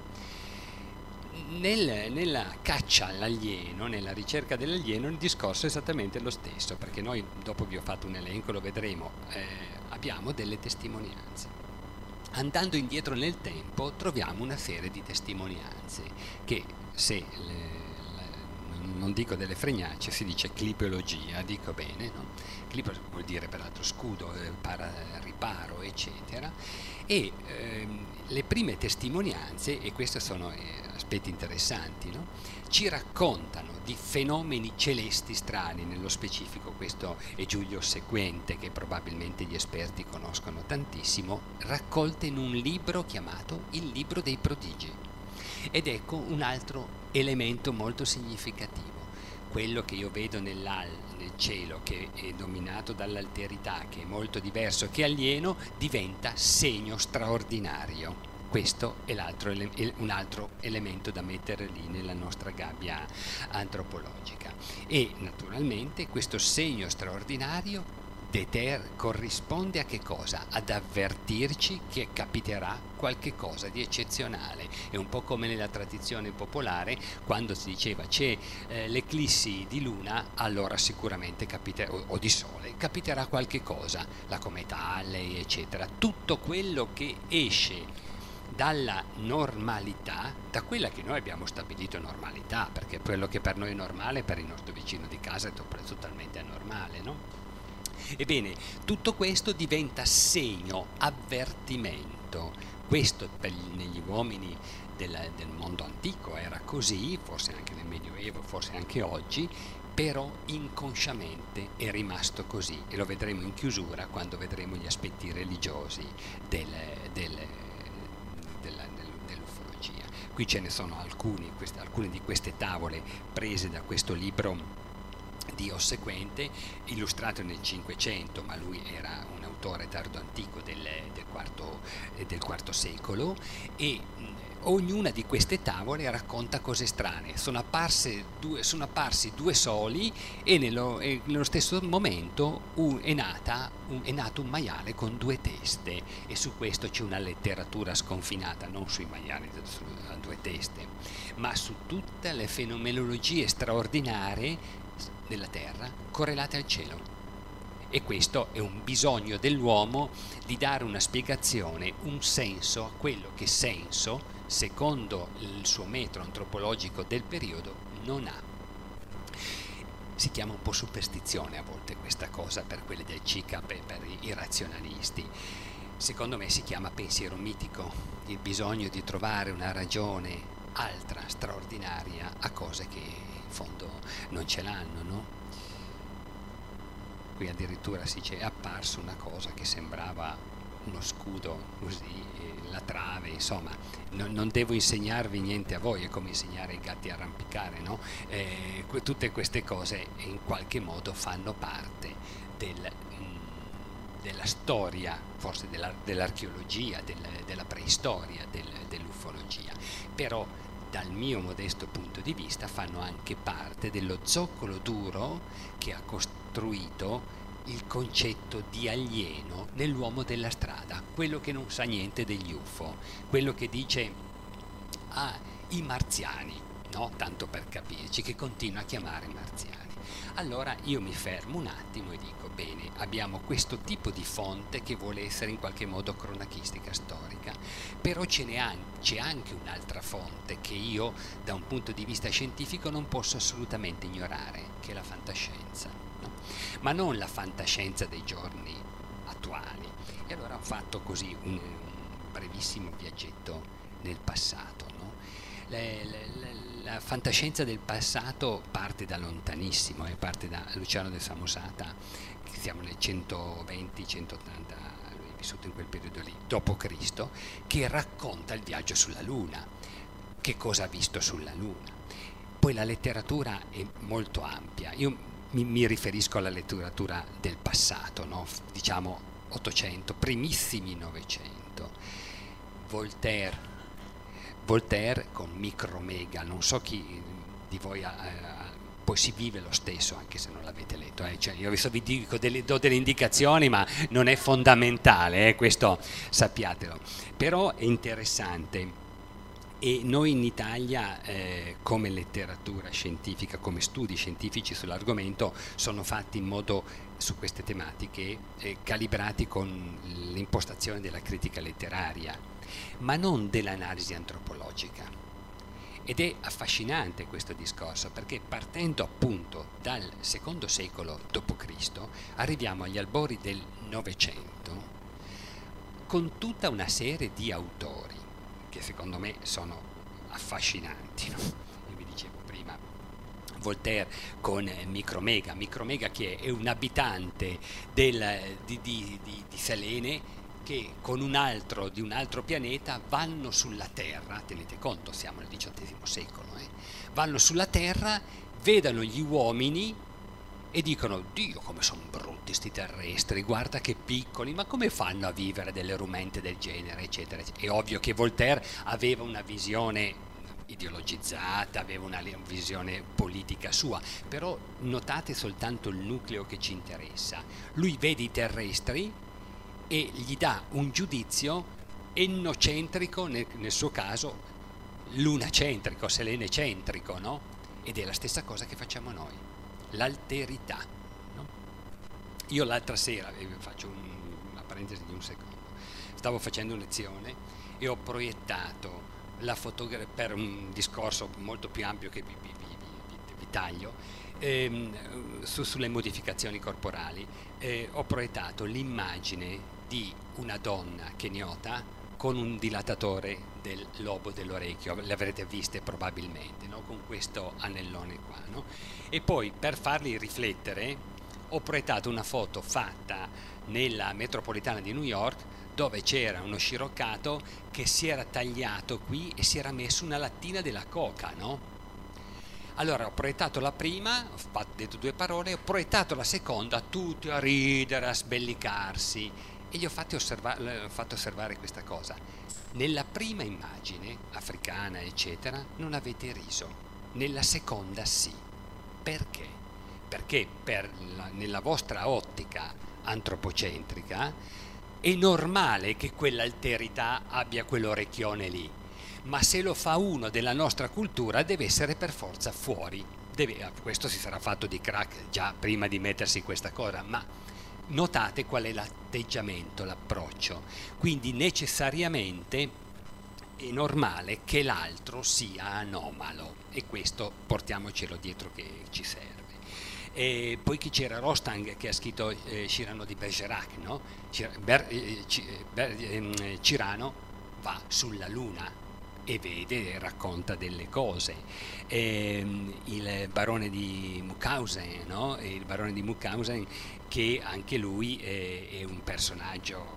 Nel, nella caccia all'alieno, nella ricerca dell'alieno, il discorso è esattamente lo stesso, perché noi, dopo vi ho fatto un elenco, lo vedremo, eh, abbiamo delle testimonianze. Andando indietro nel tempo troviamo una serie di testimonianze che, se le, non dico delle fregnacce, si dice clipologia, dico bene, no? Clipo vuol dire peraltro scudo, eh, para, riparo, eccetera, e ehm, le prime testimonianze, e questi sono eh, aspetti interessanti, no? Ci raccontano di fenomeni celesti strani, nello specifico questo è Giulio Sequente, che probabilmente gli esperti conoscono tantissimo, raccolte in un libro chiamato Il Libro dei Prodigi. Ed ecco un altro elemento molto significativo, quello che io vedo nell'al, nel cielo, che è dominato dall'alterità, che è molto diverso, che alieno, diventa segno straordinario. Questo è l'altro, un altro elemento da mettere lì nella nostra gabbia antropologica. E naturalmente questo segno straordinario deter- corrisponde a che cosa? Ad avvertirci che capiterà qualche cosa di eccezionale. È un po' come nella tradizione popolare, quando si diceva c'è eh, l'eclissi di luna, allora sicuramente capiterà, o, o di sole, capiterà qualche cosa, la cometa Halley, eccetera. Tutto quello che esce dalla normalità, da quella che noi abbiamo stabilito normalità, perché quello che per noi è normale per il nostro vicino di casa è totalmente anormale, no? Ebbene, tutto questo diventa segno, avvertimento. Questo per gli, negli uomini del, del mondo antico era così, forse anche nel Medioevo, forse anche oggi, però inconsciamente è rimasto così, e lo vedremo in chiusura quando vedremo gli aspetti religiosi del, del Della, dell'ufologia. Qui ce ne sono alcuni, queste, alcune di queste tavole prese da questo libro di Ossequente, illustrato nel Cinquecento, ma lui era un autore tardo antico del, del, quarto, del quarto secolo, e mh, ognuna di queste tavole racconta cose strane. Sono, apparse due, sono apparsi due soli, e nello, e nello stesso momento un, è, nata, un, è nato un maiale con due teste, e su questo c'è una letteratura sconfinata, non sui maiali a due teste, ma su tutte le fenomenologie straordinarie della Terra correlate al cielo. E questo è un bisogno dell'uomo di dare una spiegazione, un senso a quello che senso, secondo il suo metro antropologico del periodo, non ha. Si chiama un po' superstizione a volte questa cosa, per quelle del C I C A P e per i razionalisti. Secondo me si chiama pensiero mitico, il bisogno di trovare una ragione altra, straordinaria, a cose che in fondo non ce l'hanno, no? Qui addirittura si dice è apparso una cosa che sembrava uno scudo, così, la trave, insomma, no, non devo insegnarvi niente a voi, è come insegnare ai gatti a arrampicare, no? Eh, tutte queste cose in qualche modo fanno parte del, mh, della storia, forse della, dell'archeologia, del, della preistoria, del, dell'ufologia, però dal mio modesto punto di vista fanno anche parte dello zoccolo duro che ha costruito il concetto di alieno nell'uomo della strada, quello che non sa niente degli U F O, quello che dice ah, i marziani, no? Tanto per capirci, che continua a chiamare marziani. Allora io mi fermo un attimo e dico bene, abbiamo questo tipo di fonte che vuole essere in qualche modo cronachistica storica, però ce n'è anche, c'è anche un'altra fonte che io da un punto di vista scientifico non posso assolutamente ignorare, che è la fantascienza, no? Ma non la fantascienza dei giorni attuali. E allora ho fatto così un, un brevissimo viaggetto nel passato, no? Le, le, le, la fantascienza del passato parte da lontanissimo, eh, parte da Luciano de Samosata, che siamo nel centoventi centottanta, lui è vissuto in quel periodo lì, dopo Cristo, che racconta il viaggio sulla Luna, che cosa ha visto sulla Luna. Poi la letteratura è molto ampia, io mi, mi riferisco alla letteratura del passato, no? Diciamo ottocento, primissimi novecento, Voltaire, Voltaire con Micromega, non so chi di voi ha, ha, poi si vive lo stesso anche se non l'avete letto, eh. Cioè, io adesso vi dico delle, do delle indicazioni, ma non è fondamentale, eh, questo sappiatelo, però è interessante. E noi in Italia, eh, come letteratura scientifica, come studi scientifici sull'argomento, sono fatti in modo, su queste tematiche, eh, calibrati con l'impostazione della critica letteraria, ma non dell'analisi antropologica. Ed è affascinante questo discorso, perché partendo appunto dal secondo secolo dopo Cristo arriviamo agli albori del Novecento con tutta una serie di autori che secondo me sono affascinanti, no? Io vi dicevo prima Voltaire con Micromega, Micromega che è un abitante del, di, di, di, di Selene, che con un altro di un altro pianeta vanno sulla Terra, tenete conto, siamo nel diciottesimo secolo, eh? Vanno sulla Terra, vedono gli uomini e dicono: Dio, come sono brutti sti terrestri, guarda che piccoli, ma come fanno a vivere delle rumente del genere, eccetera, eccetera. È ovvio che Voltaire aveva una visione ideologizzata, aveva una visione politica sua, però notate soltanto il nucleo che ci interessa. Lui vede i terrestri e gli dà un giudizio ennocentrico, nel, nel suo caso lunacentrico, selenecentrico, no? Ed è la stessa cosa che facciamo noi, l'alterità, no? Io l'altra sera, vi faccio un, una parentesi di un secondo, stavo facendo lezione e ho proiettato la fotografia per un discorso molto più ampio che vi, vi, vi, vi, vi taglio, ehm, su, sulle modificazioni corporali. Eh, ho proiettato l'immagine di una donna keniota con un dilatatore del lobo dell'orecchio, le avrete viste probabilmente, no? Con questo anellone qua, no? E poi, per farli riflettere, ho proiettato una foto fatta nella metropolitana di New York, dove c'era uno sciroccato che si era tagliato qui e si era messo una lattina della coca, no? Allora ho proiettato la prima, ho fatto, detto due parole, ho proiettato la seconda, tutti a ridere, a sbellicarsi, e gli ho fatto osservare, ho fatto osservare questa cosa. Nella prima immagine, africana eccetera, non avete riso, nella seconda sì. Perché? Perché per la, nella vostra ottica antropocentrica è normale che quell'alterità abbia quell'orecchione lì, ma se lo fa uno della nostra cultura deve essere per forza fuori. Deve, questo si sarà fatto di crack già prima di mettersi questa cosa, ma notate qual è l'atteggiamento, l'approccio. Quindi necessariamente è normale che l'altro sia anomalo, e questo portiamocelo dietro che ci serve. E poi chi c'era? Rostand, che ha scritto eh, Cyrano di Bergerac, no? Ber, eh, Ber, eh, Cyrano va sulla luna e vede e racconta delle cose. E, il barone di Munchausen, no? Il barone di Munchausen, che anche lui è, è un personaggio,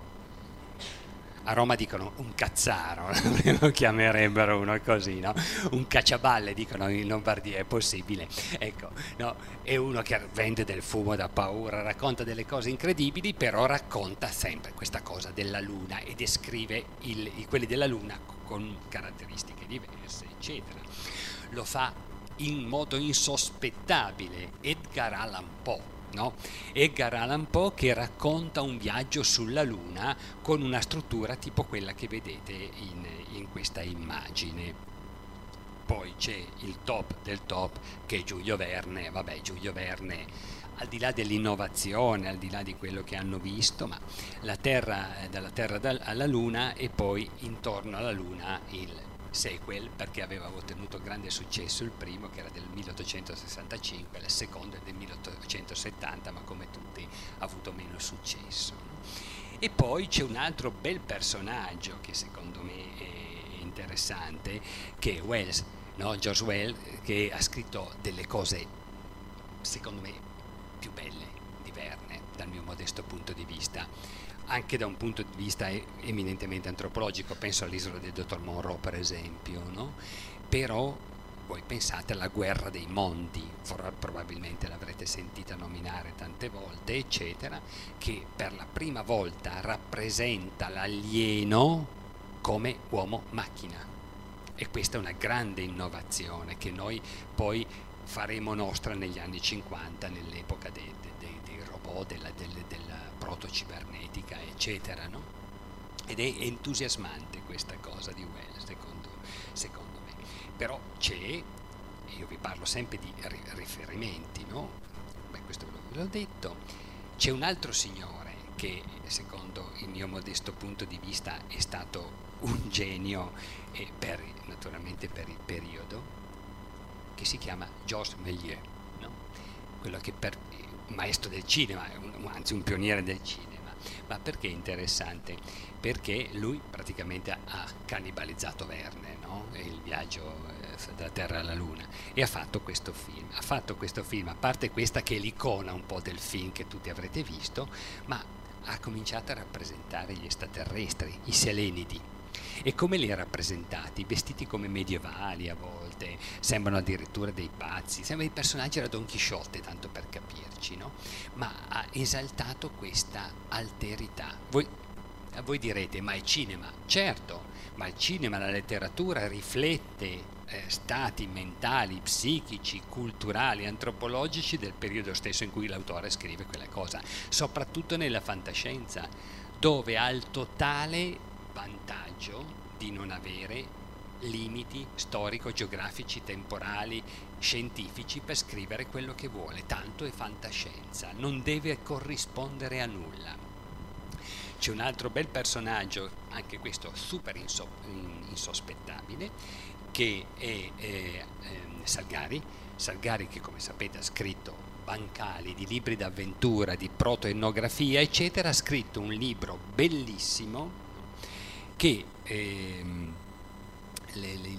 a Roma dicono un cazzaro, lo chiamerebbero uno così, no? Un cacciaballe, dicono in Lombardia, è possibile, ecco, no? È uno che vende del fumo da paura, racconta delle cose incredibili, però racconta sempre questa cosa della luna e descrive il, i, quelli della luna con caratteristiche diverse, eccetera. Lo fa in modo insospettabile Edgar Allan Poe, no? Edgar Allan Poe, che racconta un viaggio sulla Luna con una struttura tipo quella che vedete in, in questa immagine. Poi c'è il top del top, che è Giulio Verne. Vabbè, Giulio Verne, al di là dell'innovazione, al di là di quello che hanno visto, ma la Terra, dalla Terra alla Luna, e poi intorno alla Luna il sequel, perché aveva ottenuto grande successo il primo, che era del milleottocentosessantacinque, il secondo è del milleottocentosettanta, ma come tutti ha avuto meno successo. E poi c'è un altro bel personaggio che secondo me è interessante, che è Wells, no? George Wells, che ha scritto delle cose secondo me più belle di Verne dal mio modesto punto di vista, anche da un punto di vista eminentemente antropologico. Penso all'Isola del dottor Monroe, per esempio, no? Però voi pensate alla Guerra dei Mondi, probabilmente l'avrete sentita nominare tante volte, eccetera, che per la prima volta rappresenta l'alieno come uomo-macchina, e questa è una grande innovazione che noi poi faremo nostra negli anni cinquanta, nell'epoca dei, dei, dei robot, della, della, della protocibernetica, eccetera, no? Ed è entusiasmante questa cosa di Wells, secondo, secondo me. Però c'è, io vi parlo sempre di riferimenti, no? Beh, questo ve l'ho detto. C'è un altro signore che, secondo il mio modesto punto di vista, è stato un genio, e per, naturalmente per il periodo, che si chiama Georges Méliès, no? Quello che per un maestro del cinema, un, anzi un pioniere del cinema. Ma perché è interessante? Perché lui praticamente ha cannibalizzato Verne, no? Il viaggio eh, dalla Terra alla Luna, e ha fatto questo film. Ha fatto questo film, a parte questa che è l'icona un po' del film che tutti avrete visto, ma ha cominciato a rappresentare gli extraterrestri, i selenidi. E come li ha rappresentati? Vestiti come medievali a volte, sembrano addirittura dei pazzi, sembrano i personaggi da Don Chisciotte, tanto per capirci, no? Ma ha esaltato questa alterità. Voi, voi direte, ma è cinema? Certo, ma il cinema, la letteratura riflette eh, stati mentali, psichici, culturali, antropologici del periodo stesso in cui l'autore scrive quella cosa, soprattutto nella fantascienza, dove ha il totale vantaggio di non avere limiti storico-geografici, temporali, scientifici per scrivere quello che vuole, tanto è fantascienza, non deve corrispondere a nulla. C'è un altro bel personaggio, anche questo super inso- insospettabile, che è eh, eh, Salgari, Salgari che, come sapete, ha scritto bancali di libri d'avventura, di protoetnografia, eccetera, ha scritto un libro bellissimo che ehm, le, le,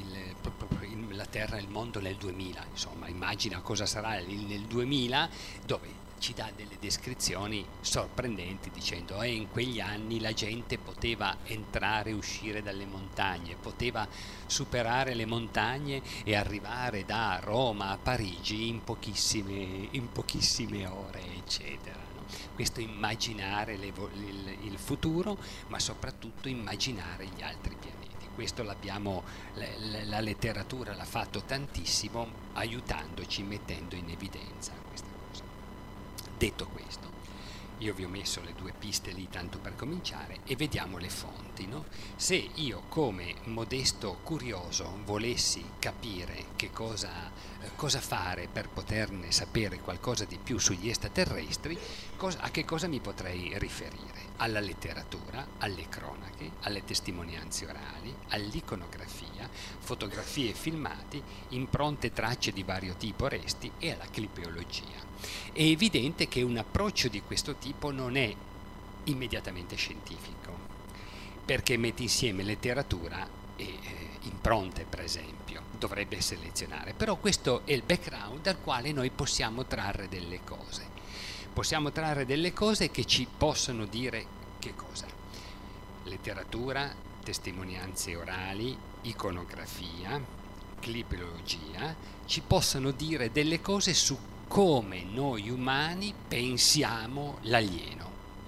le, la Terra e il mondo nel duemila, insomma, immagina cosa sarà nel duemila, dove ci dà delle descrizioni sorprendenti dicendo eh, in quegli anni la gente poteva entrare e uscire dalle montagne, poteva superare le montagne e arrivare da Roma a Parigi in pochissime, in pochissime ore, eccetera. Questo immaginare le, il, il futuro, ma soprattutto immaginare gli altri pianeti. Questo l'abbiamo, la, la letteratura l'ha fatto tantissimo, aiutandoci, mettendo in evidenza questa cosa. Detto questo, io vi ho messo le due piste lì tanto per cominciare e vediamo le fonti, no? Se io come modesto curioso volessi capire che cosa, eh, cosa fare per poterne sapere qualcosa di più sugli extraterrestri, cosa, a che cosa mi potrei riferire? Alla letteratura, alle cronache, alle testimonianze orali, all'iconografia, fotografie e filmati, impronte e tracce di vario tipo, resti, e alla clipeologia. È evidente che un approccio di questo tipo non è immediatamente scientifico, perché mette insieme letteratura e eh, impronte, per esempio, dovrebbe selezionare, però questo è il background dal quale noi possiamo trarre delle cose, possiamo trarre delle cose che ci possono dire che cosa? Letteratura, testimonianze orali, iconografia, clipeologia, ci possono dire delle cose su come noi umani pensiamo l'alieno.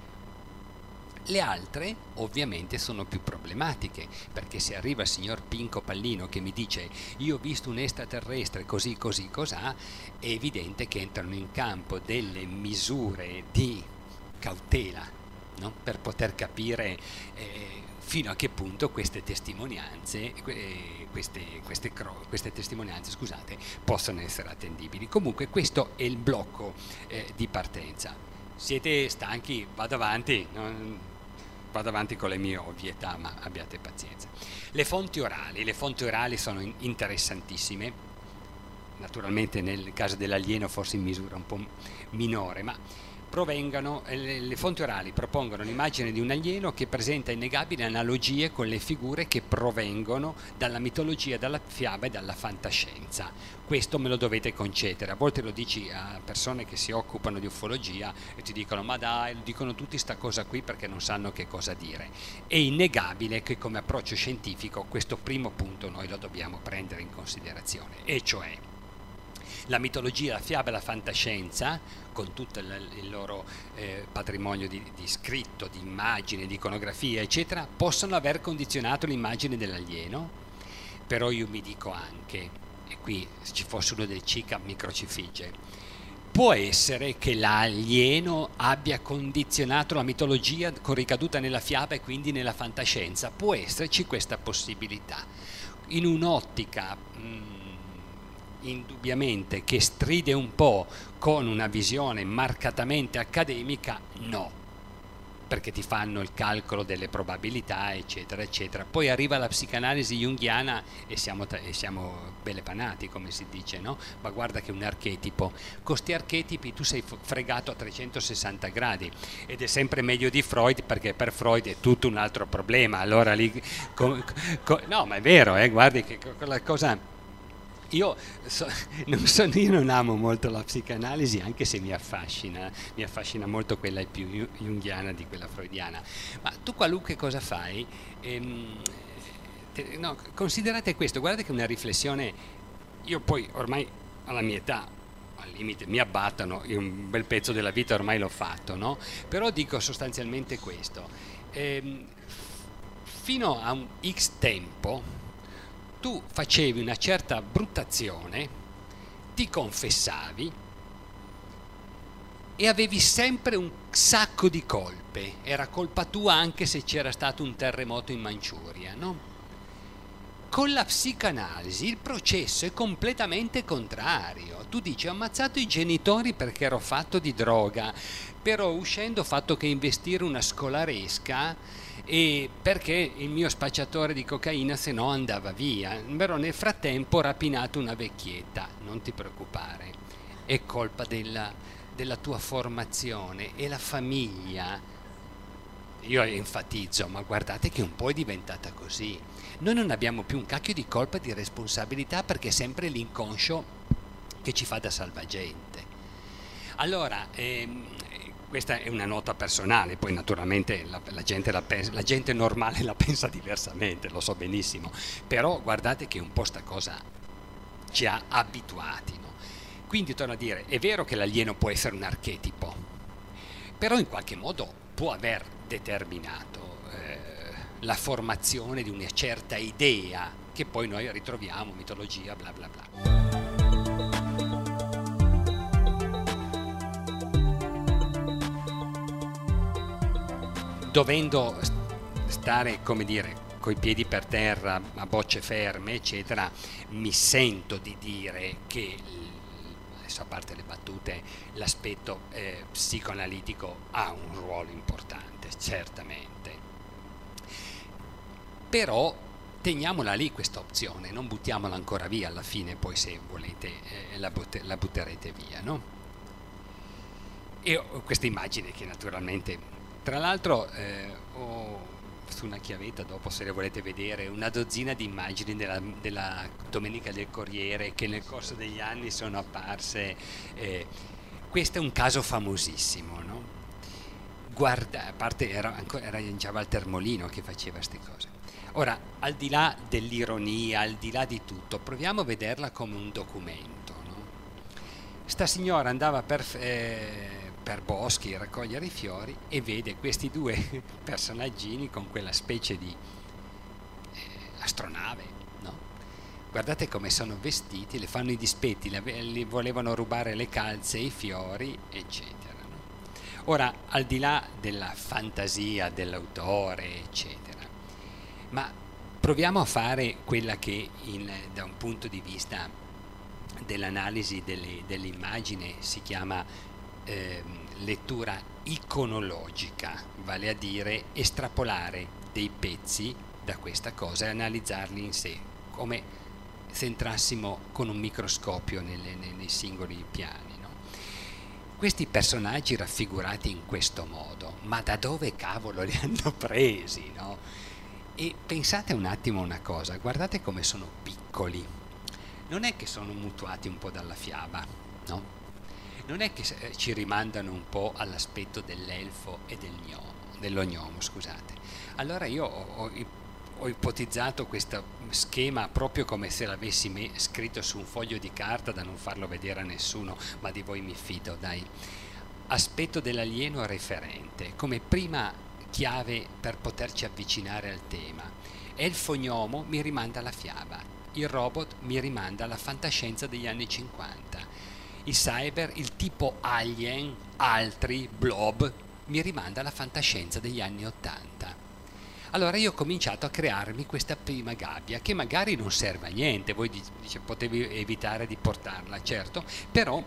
Le altre ovviamente sono più problematiche, perché se arriva il signor Pinco Pallino che mi dice io ho visto un extraterrestre così così cos'ha, è evidente che entrano in campo delle misure di cautela, no? Per poter capire eh, fino a che punto queste testimonianze eh, queste, queste, queste testimonianze scusate, possono essere attendibili. Comunque questo è il blocco eh, di partenza. Siete stanchi? Vado avanti, non, vado avanti con le mie ovvietà, ma abbiate pazienza. Le fonti orali, le fonti orali sono interessantissime, naturalmente nel caso dell'alieno forse in misura un po' minore, ma provengono, le, le fonti orali propongono l'immagine di un alieno che presenta innegabili analogie con le figure che provengono dalla mitologia, dalla fiaba e dalla fantascienza. Questo me lo dovete concedere. A volte lo dici a persone che si occupano di ufologia e ti dicono ma dai, lo dicono tutti sta cosa qui perché non sanno che cosa dire. È innegabile che come approccio scientifico questo primo punto noi lo dobbiamo prendere in considerazione, e cioè la mitologia, la fiaba e la fantascienza, con tutto il, il loro eh, patrimonio di, di scritto, di immagine, di iconografia, eccetera, possono aver condizionato l'immagine dell'alieno. Però io mi dico anche, e qui ci fosse uno del C I C A microcifigge, può essere che l'alieno abbia condizionato la mitologia con ricaduta nella fiaba e quindi nella fantascienza? Può esserci questa possibilità. In un'ottica mh, indubbiamente che stride un po' con una visione marcatamente accademica, no, perché ti fanno il calcolo delle probabilità, eccetera, eccetera. Poi arriva la psicanalisi junghiana e siamo, e siamo belle panati, come si dice, no? Ma guarda che è un archetipo. Con questi archetipi tu sei fregato a trecentosessanta gradi, ed è sempre meglio di Freud, perché per Freud è tutto un altro problema. Allora lì... Co, co, no, ma è vero, eh, guardi che quella cosa... Io, so, non so, io non amo molto la psicanalisi, anche se mi affascina, mi affascina molto quella più junghiana di quella freudiana. Ma tu qualunque cosa fai, ehm, te, no, considerate questo, guardate che è una riflessione, io poi ormai alla mia età, al limite mi abbattano, io un bel pezzo della vita ormai l'ho fatto, no? Però dico sostanzialmente questo, ehm, fino a un X tempo, tu facevi una certa bruttazione, ti confessavi e avevi sempre un sacco di colpe, era colpa tua anche se c'era stato un terremoto in Manciuria, no? Con la psicanalisi il processo è completamente contrario. Tu dici: ho ammazzato i genitori perché ero fatto di droga, però uscendo ho fatto che investire una scolaresca e perché il mio spacciatore di cocaina se no andava via, però nel frattempo ho rapinato una vecchietta. Non ti preoccupare, è colpa della, della tua formazione e la famiglia. Io enfatizzo, ma guardate che un po' è diventata così. Noi non abbiamo più un cacchio di colpa, di responsabilità, perché è sempre l'inconscio che ci fa da salvagente. Allora, ehm, questa è una nota personale, poi naturalmente la, la, gente la, pensa, la gente normale la pensa diversamente, lo so benissimo, però guardate che un po' sta cosa ci ha abituati, no? Quindi torno a dire, è vero che l'alieno può essere un archetipo, però in qualche modo può aver determinato eh, la formazione di una certa idea che poi noi ritroviamo, mitologia, bla bla bla. Dovendo stare, come dire, coi piedi per terra, a bocce ferme, eccetera, mi sento di dire che, adesso a parte le battute, l'aspetto eh, psicoanalitico ha un ruolo importante, certamente. Però teniamola lì questa opzione, non buttiamola ancora via alla fine, poi se volete eh, la, butte, la butterete via, no? E ho questa immagine che naturalmente... Tra l'altro eh, ho su una chiavetta, dopo se le volete vedere, una dozzina di immagini della, della Domenica del Corriere che nel corso degli anni sono apparse. Eh, questo è un caso famosissimo, no? Guarda, a parte era, era già Walter Molino che faceva queste cose. Ora, al di là dell'ironia, al di là di tutto, proviamo a vederla come un documento, no? Sta signora andava per... Eh, per boschi a raccogliere i fiori e vede questi due personaggini con quella specie di eh, astronave, no? Guardate come sono vestiti, le fanno i dispetti, le, le volevano rubare le calze, i fiori, eccetera, no? Ora, al di là della fantasia dell'autore, eccetera, ma proviamo a fare quella che in, da un punto di vista dell'analisi delle, dell'immagine si chiama Eh, lettura iconologica, vale a dire estrapolare dei pezzi da questa cosa e analizzarli in sé, come se entrassimo con un microscopio nelle, nei, nei singoli piani, no? Questi personaggi raffigurati in questo modo, ma da dove cavolo li hanno presi, no? E pensate un attimo a una cosa, guardate come sono piccoli, non è che sono mutuati un po' dalla fiaba, no? Non è che ci rimandano un po' all'aspetto dell'elfo e del gnomo, dello gnomo, scusate. Allora io ho, ho, ho ipotizzato questo schema proprio come se l'avessi me- scritto su un foglio di carta da non farlo vedere a nessuno, ma di voi mi fido, dai. Aspetto dell'alieno referente, come prima chiave per poterci avvicinare al tema. Elfo gnomo mi rimanda alla fiaba. il robot mi rimanda alla fantascienza degli anni cinquanta, il cyber, il tipo alien, altri, blob, mi rimanda alla fantascienza degli anni ottanta. Allora io ho cominciato a crearmi questa prima gabbia, che magari non serve a niente, voi dice, potevi evitare di portarla, certo, però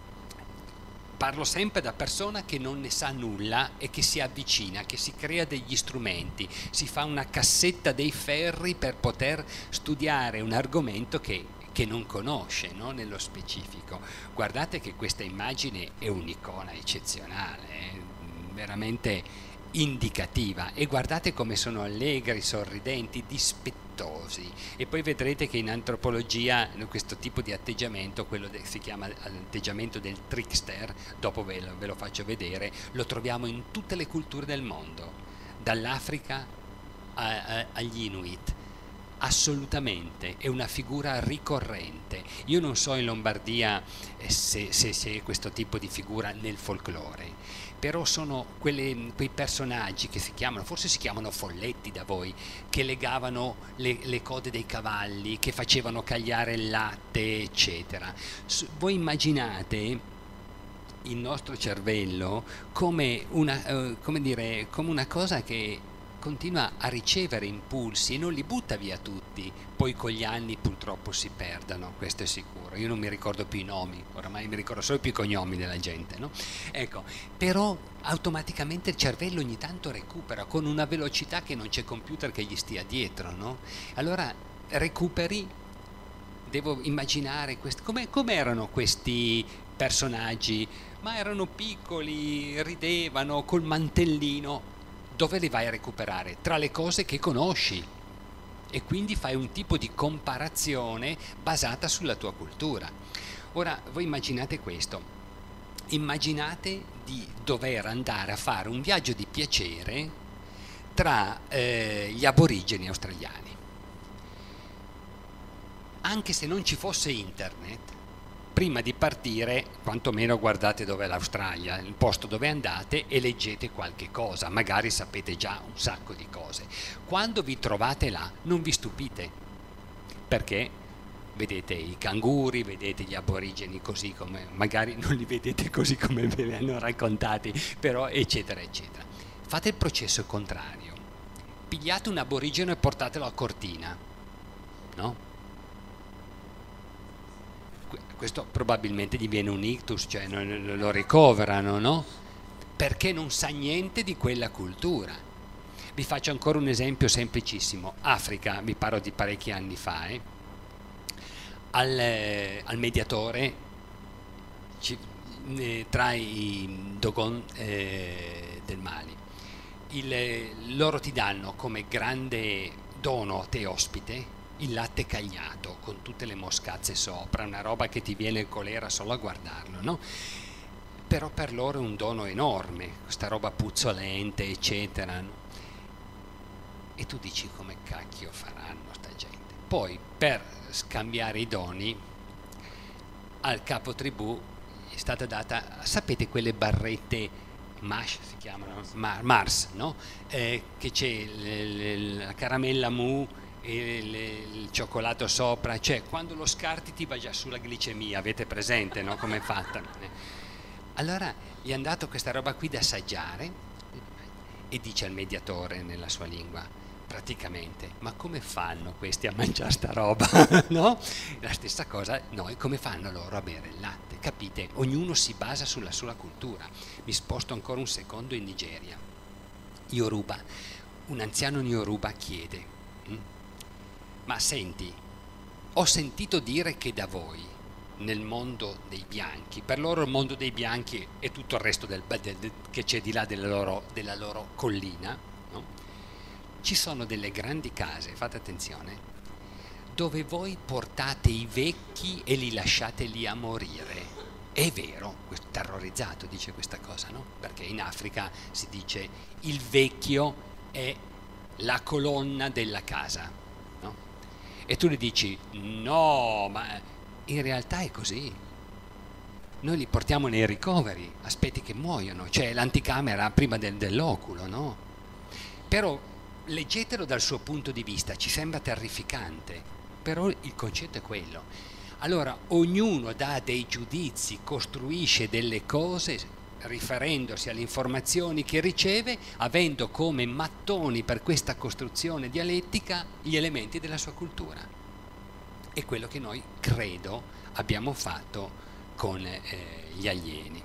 parlo sempre da persona che non ne sa nulla e che si avvicina, che si crea degli strumenti, si fa una cassetta dei ferri per poter studiare un argomento che, che non conosce, no? Nello specifico. Guardate che questa immagine è un'icona eccezionale, eh? Veramente indicativa, e guardate come sono allegri, sorridenti, dispettosi, e poi vedrete che in antropologia questo tipo di atteggiamento, quello che si chiama atteggiamento del trickster, dopo ve lo, ve lo faccio vedere, lo troviamo in tutte le culture del mondo, dall'Africa a, a, agli Inuit. Assolutamente, è una figura ricorrente. Io non so in Lombardia se, se, se è questo tipo di figura nel folklore, però sono quelle, quei personaggi che si chiamano, forse si chiamano folletti da voi, che legavano le, le code dei cavalli, che facevano cagliare il latte, eccetera. Voi immaginate il nostro cervello come una, eh, come dire, come una cosa che continua a ricevere impulsi e non li butta via tutti, poi con gli anni purtroppo si perdono, questo è sicuro. Io non mi ricordo più i nomi, oramai mi ricordo solo più i cognomi della gente, no? Ecco, però automaticamente il cervello ogni tanto recupera con una velocità che non c'è computer che gli stia dietro, no? Allora recuperi, devo immaginare quest- come, come erano questi personaggi, ma erano piccoli, ridevano col mantellino. Dove li vai a recuperare? Tra le cose che conosci, e quindi fai un tipo di comparazione basata sulla tua cultura. Ora voi immaginate questo, immaginate di dover andare a fare un viaggio di piacere tra eh, gli aborigeni australiani. Anche se non ci fosse internet, prima di partire quantomeno guardate dov'è l'Australia, il posto dove andate, e leggete qualche cosa, magari sapete già un sacco di cose. Quando vi trovate là non vi stupite, perché vedete i canguri, vedete gli aborigeni così come, magari non li vedete così come ve li hanno raccontati, però eccetera eccetera. Fate il processo contrario, pigliate un aborigeno e portatelo a Cortina, no? Questo probabilmente gli viene un ictus, cioè non, lo ricoverano, no? Perché non sa niente di quella cultura. Vi faccio ancora un esempio semplicissimo. Africa, vi parlo di parecchi anni fa, eh? al, eh, al mediatore ci, eh, tra i Dogon eh, del Mali. Il, loro ti danno come grande dono a te ospite il latte cagliato con tutte le moscazze sopra, una roba che ti viene il colera solo a guardarlo, no? Però per loro è un dono enorme, questa roba puzzolente, eccetera, no? E tu dici come cacchio faranno sta gente? Poi per scambiare i doni al capo tribù è stata data, sapete quelle barrette Mash si chiamano? Mar- Mars, no? Eh, che c'è l- l- la caramella Mu e il cioccolato sopra, cioè quando lo scarti ti va già sulla glicemia, avete presente, no? Come è fatta? Allora gli è dato questa roba qui da assaggiare e dice al mediatore nella sua lingua, praticamente, ma come fanno questi a mangiare sta roba? No? La stessa cosa noi, come fanno loro a bere il latte? Capite? Ognuno si basa sulla sua cultura. Mi sposto ancora un secondo in Nigeria. Yoruba, un anziano Yoruba chiede, hm? ma senti, ho sentito dire che da voi, nel mondo dei bianchi, per loro il mondo dei bianchi è tutto il resto del, del, del, che c'è di là della loro, della loro collina, no? Ci sono delle grandi case, fate attenzione, dove voi portate i vecchi e li lasciate lì a morire. È vero, terrorizzato dice questa cosa, no? Perché in Africa si dice il vecchio è la colonna della casa. E tu gli dici, no, ma in realtà è così. Noi li portiamo nei ricoveri, aspetti che muoiono, cioè l'anticamera prima del, dell'oculo, no? Però leggetelo dal suo punto di vista, ci sembra terrificante. però il concetto è quello. Allora ognuno dà dei giudizi, costruisce delle cose riferendosi alle informazioni che riceve, avendo come mattoni per questa costruzione dialettica gli elementi della sua cultura. È quello che noi, credo, abbiamo fatto con eh, gli alieni.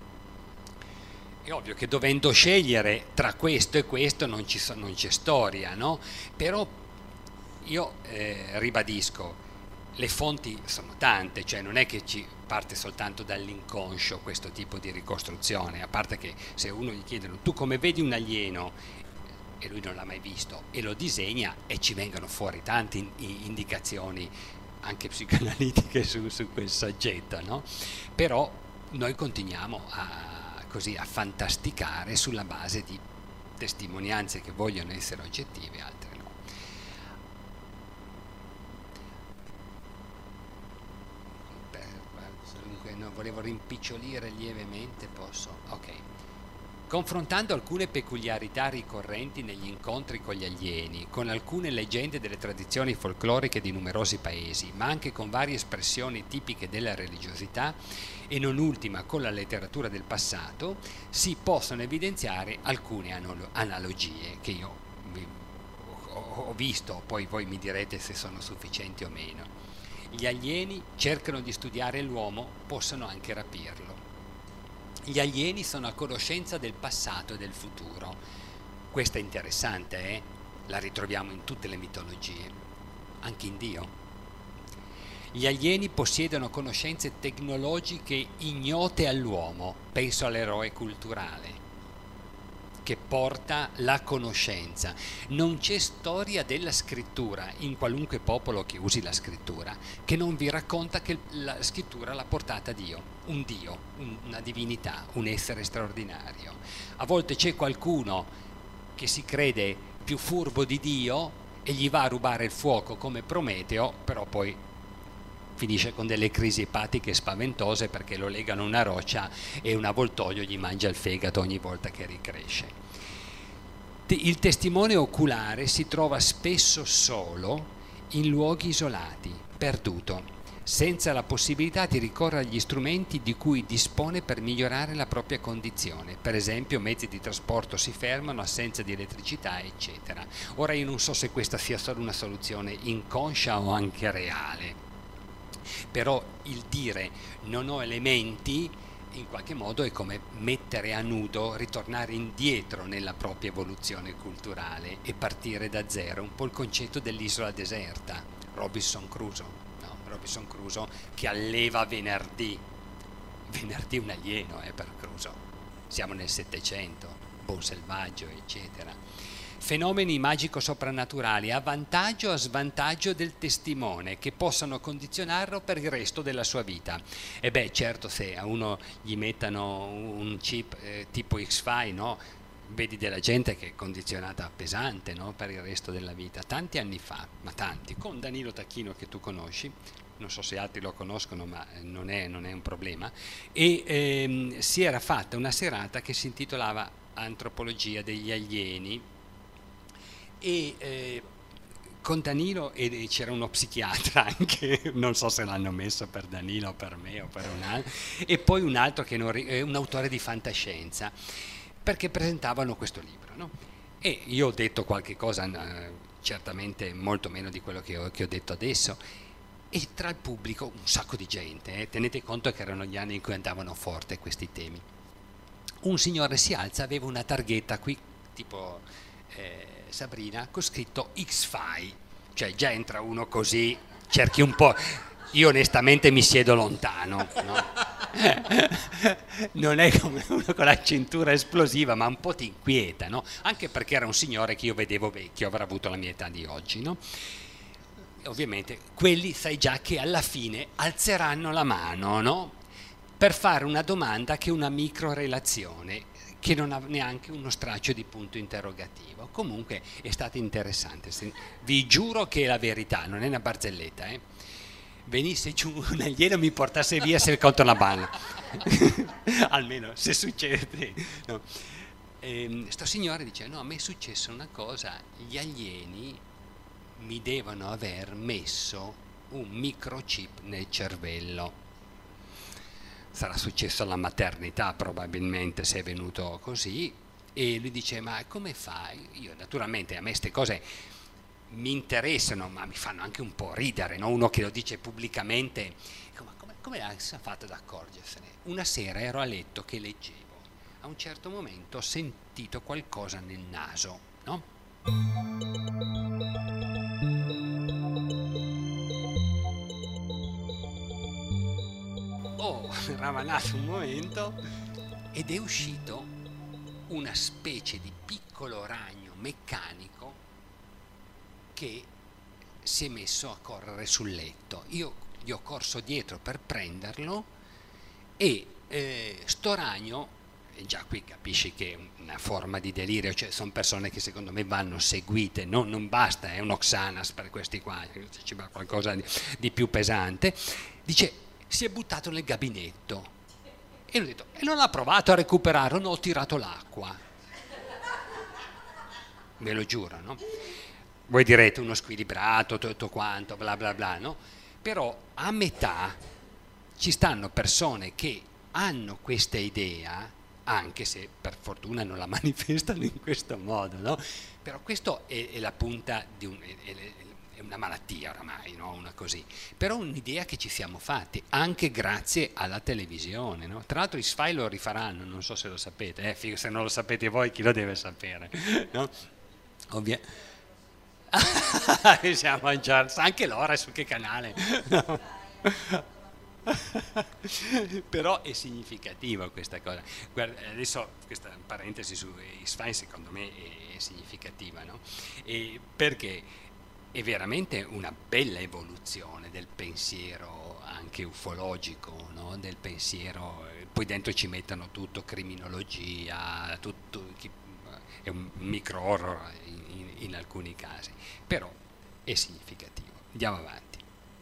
È ovvio che dovendo scegliere tra questo e questo non, ci so, non c'è storia, no? Però io eh, ribadisco, le fonti sono tante, cioè non è che ci parte soltanto dall'inconscio questo tipo di ricostruzione, a parte che se uno gli chiedono tu come vedi un alieno e lui non l'ha mai visto e lo disegna e ci vengono fuori tante in, indicazioni anche psicoanalitiche su, su quel soggetto, no? Però noi continuiamo a così a fantasticare sulla base di testimonianze che vogliono essere oggettive, altre no. Beh, dunque, no, volevo rimpicciolire lievemente, posso? Ok. Confrontando alcune peculiarità ricorrenti negli incontri con gli alieni, con alcune leggende delle tradizioni folcloriche di numerosi paesi, ma anche con varie espressioni tipiche della religiosità e non ultima con la letteratura del passato, si possono evidenziare alcune analogie che io ho visto, poi voi mi direte se sono sufficienti o meno. Gli alieni cercano di studiare l'uomo, possono anche rapirlo. Gli alieni sono a conoscenza del passato e del futuro. Questa è interessante, eh? La ritroviamo in tutte le mitologie, anche in Dio. Gli alieni possiedono conoscenze tecnologiche ignote all'uomo, penso all'eroe culturale, che porta la conoscenza. Non c'è storia della scrittura, in qualunque popolo che usi la scrittura, che non vi racconta che la scrittura l'ha portata Dio, un Dio, un, una divinità, un essere straordinario. A volte c'è qualcuno che si crede più furbo di Dio e gli va a rubare il fuoco come Prometeo, però poi finisce con delle crisi epatiche spaventose perché lo legano a una roccia e un avvoltoio gli mangia il fegato ogni volta che ricresce. Il testimone oculare si trova spesso solo in luoghi isolati, perduto, senza la possibilità di ricorrere agli strumenti di cui dispone per migliorare la propria condizione. Per esempio mezzi di trasporto si fermano, assenza di elettricità, eccetera. Ora io non so se questa sia solo una soluzione inconscia o anche reale, però il dire non ho elementi in qualche modo è come mettere a nudo, ritornare indietro nella propria evoluzione culturale e partire da zero, un po' il concetto dell'isola deserta, Robinson Crusoe, no? Robinson Crusoe che alleva venerdì, venerdì un alieno eh, per Crusoe, siamo nel Settecento, buon selvaggio eccetera. Fenomeni magico-soprannaturali a vantaggio o a svantaggio del testimone che possano condizionarlo per il resto della sua vita. E beh, certo, se a uno gli mettano un chip eh, tipo X-Fi, no? Vedi della gente che è condizionata pesante, no? Per il resto della vita. Tanti anni fa, ma tanti, con Danilo Tacchino che tu conosci, non so se altri lo conoscono, ma non è, non è un problema, e ehm, si era fatta una serata che si intitolava Antropologia degli alieni, e eh, con Danilo e c'era uno psichiatra anche, non so se l'hanno messo per Danilo o per me o per un altro, e poi un altro che non, è un autore di fantascienza, perché presentavano questo libro, no? E io ho detto qualche cosa, eh, certamente molto meno di quello che ho, che ho detto adesso, e tra il pubblico un sacco di gente, eh, tenete conto che erano gli anni in cui andavano forte questi temi. Un signore si alza, aveva una targhetta qui tipo eh, Sabrina con scritto X-Fi, cioè già entra uno così, cerchi un po', io onestamente mi siedo lontano, no? Non è come uno con la cintura esplosiva, ma un po' ti inquieta, no? Anche perché era un signore che io vedevo vecchio, avrà avuto la mia età di oggi, no? E ovviamente quelli sai già che alla fine alzeranno la mano, no? Per fare una domanda che è una micro relazione, che non ha neanche uno straccio di punto interrogativo. Comunque è stato interessante, vi giuro che è la verità, non è una barzelletta, eh? Venisse giù un alieno mi portasse via se conto una balla almeno se succede, no. E, sto signore dice no, a me è successa una cosa, gli alieni mi devono aver messo un microchip nel cervello. Sarà successo alla maternità probabilmente, se è venuto così, e lui dice: ma come fai? Io naturalmente a me queste cose mi interessano, ma mi fanno anche un po' ridere, no? Uno che lo dice pubblicamente, dico, ma come, come ha fatto ad accorgersene? Una sera ero a letto che leggevo, a un certo momento ho sentito qualcosa nel naso, no? Ho ravanato un momento ed è uscito una specie di piccolo ragno meccanico che si è messo a correre sul letto. Io gli ho corso dietro per prenderlo e eh, sto ragno, e già qui capisci che è una forma di delirio, cioè sono persone che secondo me vanno seguite, no? Non basta, è un Oxanas per questi qua, ci va qualcosa di, di più pesante. Dice, si è buttato nel gabinetto e ho detto, e non ha provato a recuperare, non ho tirato l'acqua, ve lo giuro, no? Voi direte uno squilibrato, tutto quanto, bla bla bla, no? Però a metà ci stanno persone che hanno questa idea, anche se per fortuna non la manifestano in questo modo, no? Però questo è, è la punta di un... È, è, è una malattia oramai, no? Una così. Però un'idea che ci siamo fatti, anche grazie alla televisione, no? Tra l'altro i Sfai lo rifaranno, non so se lo sapete, eh? Figo, se non lo sapete voi chi lo deve sapere, no? Ovvio. Siamo a Charles, anche l'ora su che canale? No. Però è significativa questa cosa. Guarda, adesso questa parentesi su Sfai secondo me è, è significativa, no? E perché è veramente una bella evoluzione del pensiero anche ufologico, no? Del pensiero, poi dentro ci mettono tutto, criminologia, tutto, è un micro horror in, in, in alcuni casi, però è significativo. Andiamo avanti.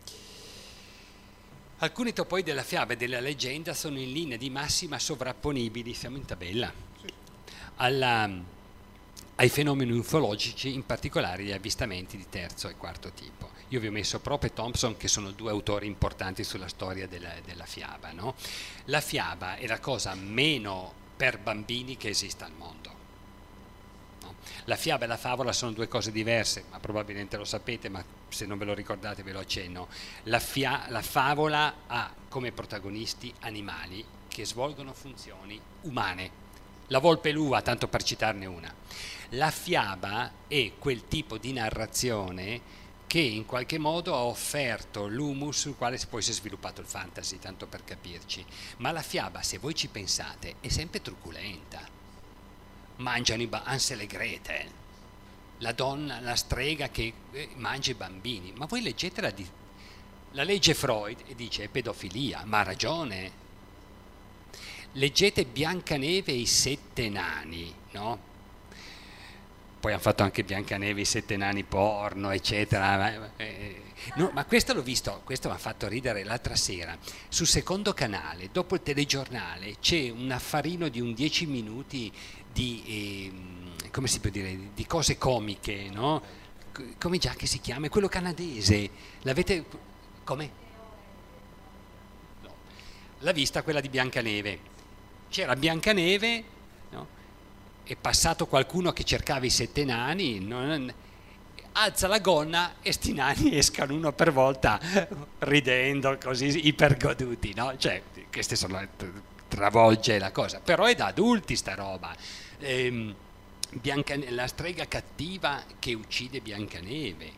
Alcuni topoi della fiaba e della leggenda sono in linea di massima sovrapponibili, siamo in tabella, alla ai fenomeni ufologici, in particolare gli avvistamenti di terzo e quarto tipo. Io vi ho messo Prope e Thompson, che sono due autori importanti sulla storia della, della fiaba, no? La fiaba è la cosa meno per bambini che esista al mondo, no? La fiaba e la favola sono due cose diverse, ma probabilmente lo sapete, ma se non ve lo ricordate ve lo accenno. La, fia- la favola ha come protagonisti animali che svolgono funzioni umane. La volpe e l'uva, tanto per citarne una. La fiaba è quel tipo di narrazione che in qualche modo ha offerto l'humus sul quale poi si è sviluppato il fantasy, tanto per capirci. Ma la fiaba, se voi ci pensate, è sempre truculenta. Mangiano i ba- Hansel e Gretel, la donna, la strega che eh, mangia i bambini. Ma voi leggetela, di... la legge Freud e dice è pedofilia, ma ha ragione. Leggete Biancaneve e i sette nani, no? Poi hanno fatto anche Biancaneve e i sette nani porno, eccetera. No, ma questo l'ho visto, questo mi ha fatto ridere l'altra sera. Sul secondo canale, dopo il telegiornale, c'è un affarino di un dieci minuti di, eh, come si può dire, di cose comiche, no? Come già che si chiama? È quello canadese. L'avete... come? No. L'ha vista quella di Biancaneve. C'era Biancaneve, no? È passato qualcuno che cercava i sette nani, non, alza la gonna e sti nani escano uno per volta ridendo, così ipergoduti, no? Cioè, queste sono, travolge la cosa, però è da adulti sta roba. Ehm, Biancaneve, la strega cattiva che uccide Biancaneve.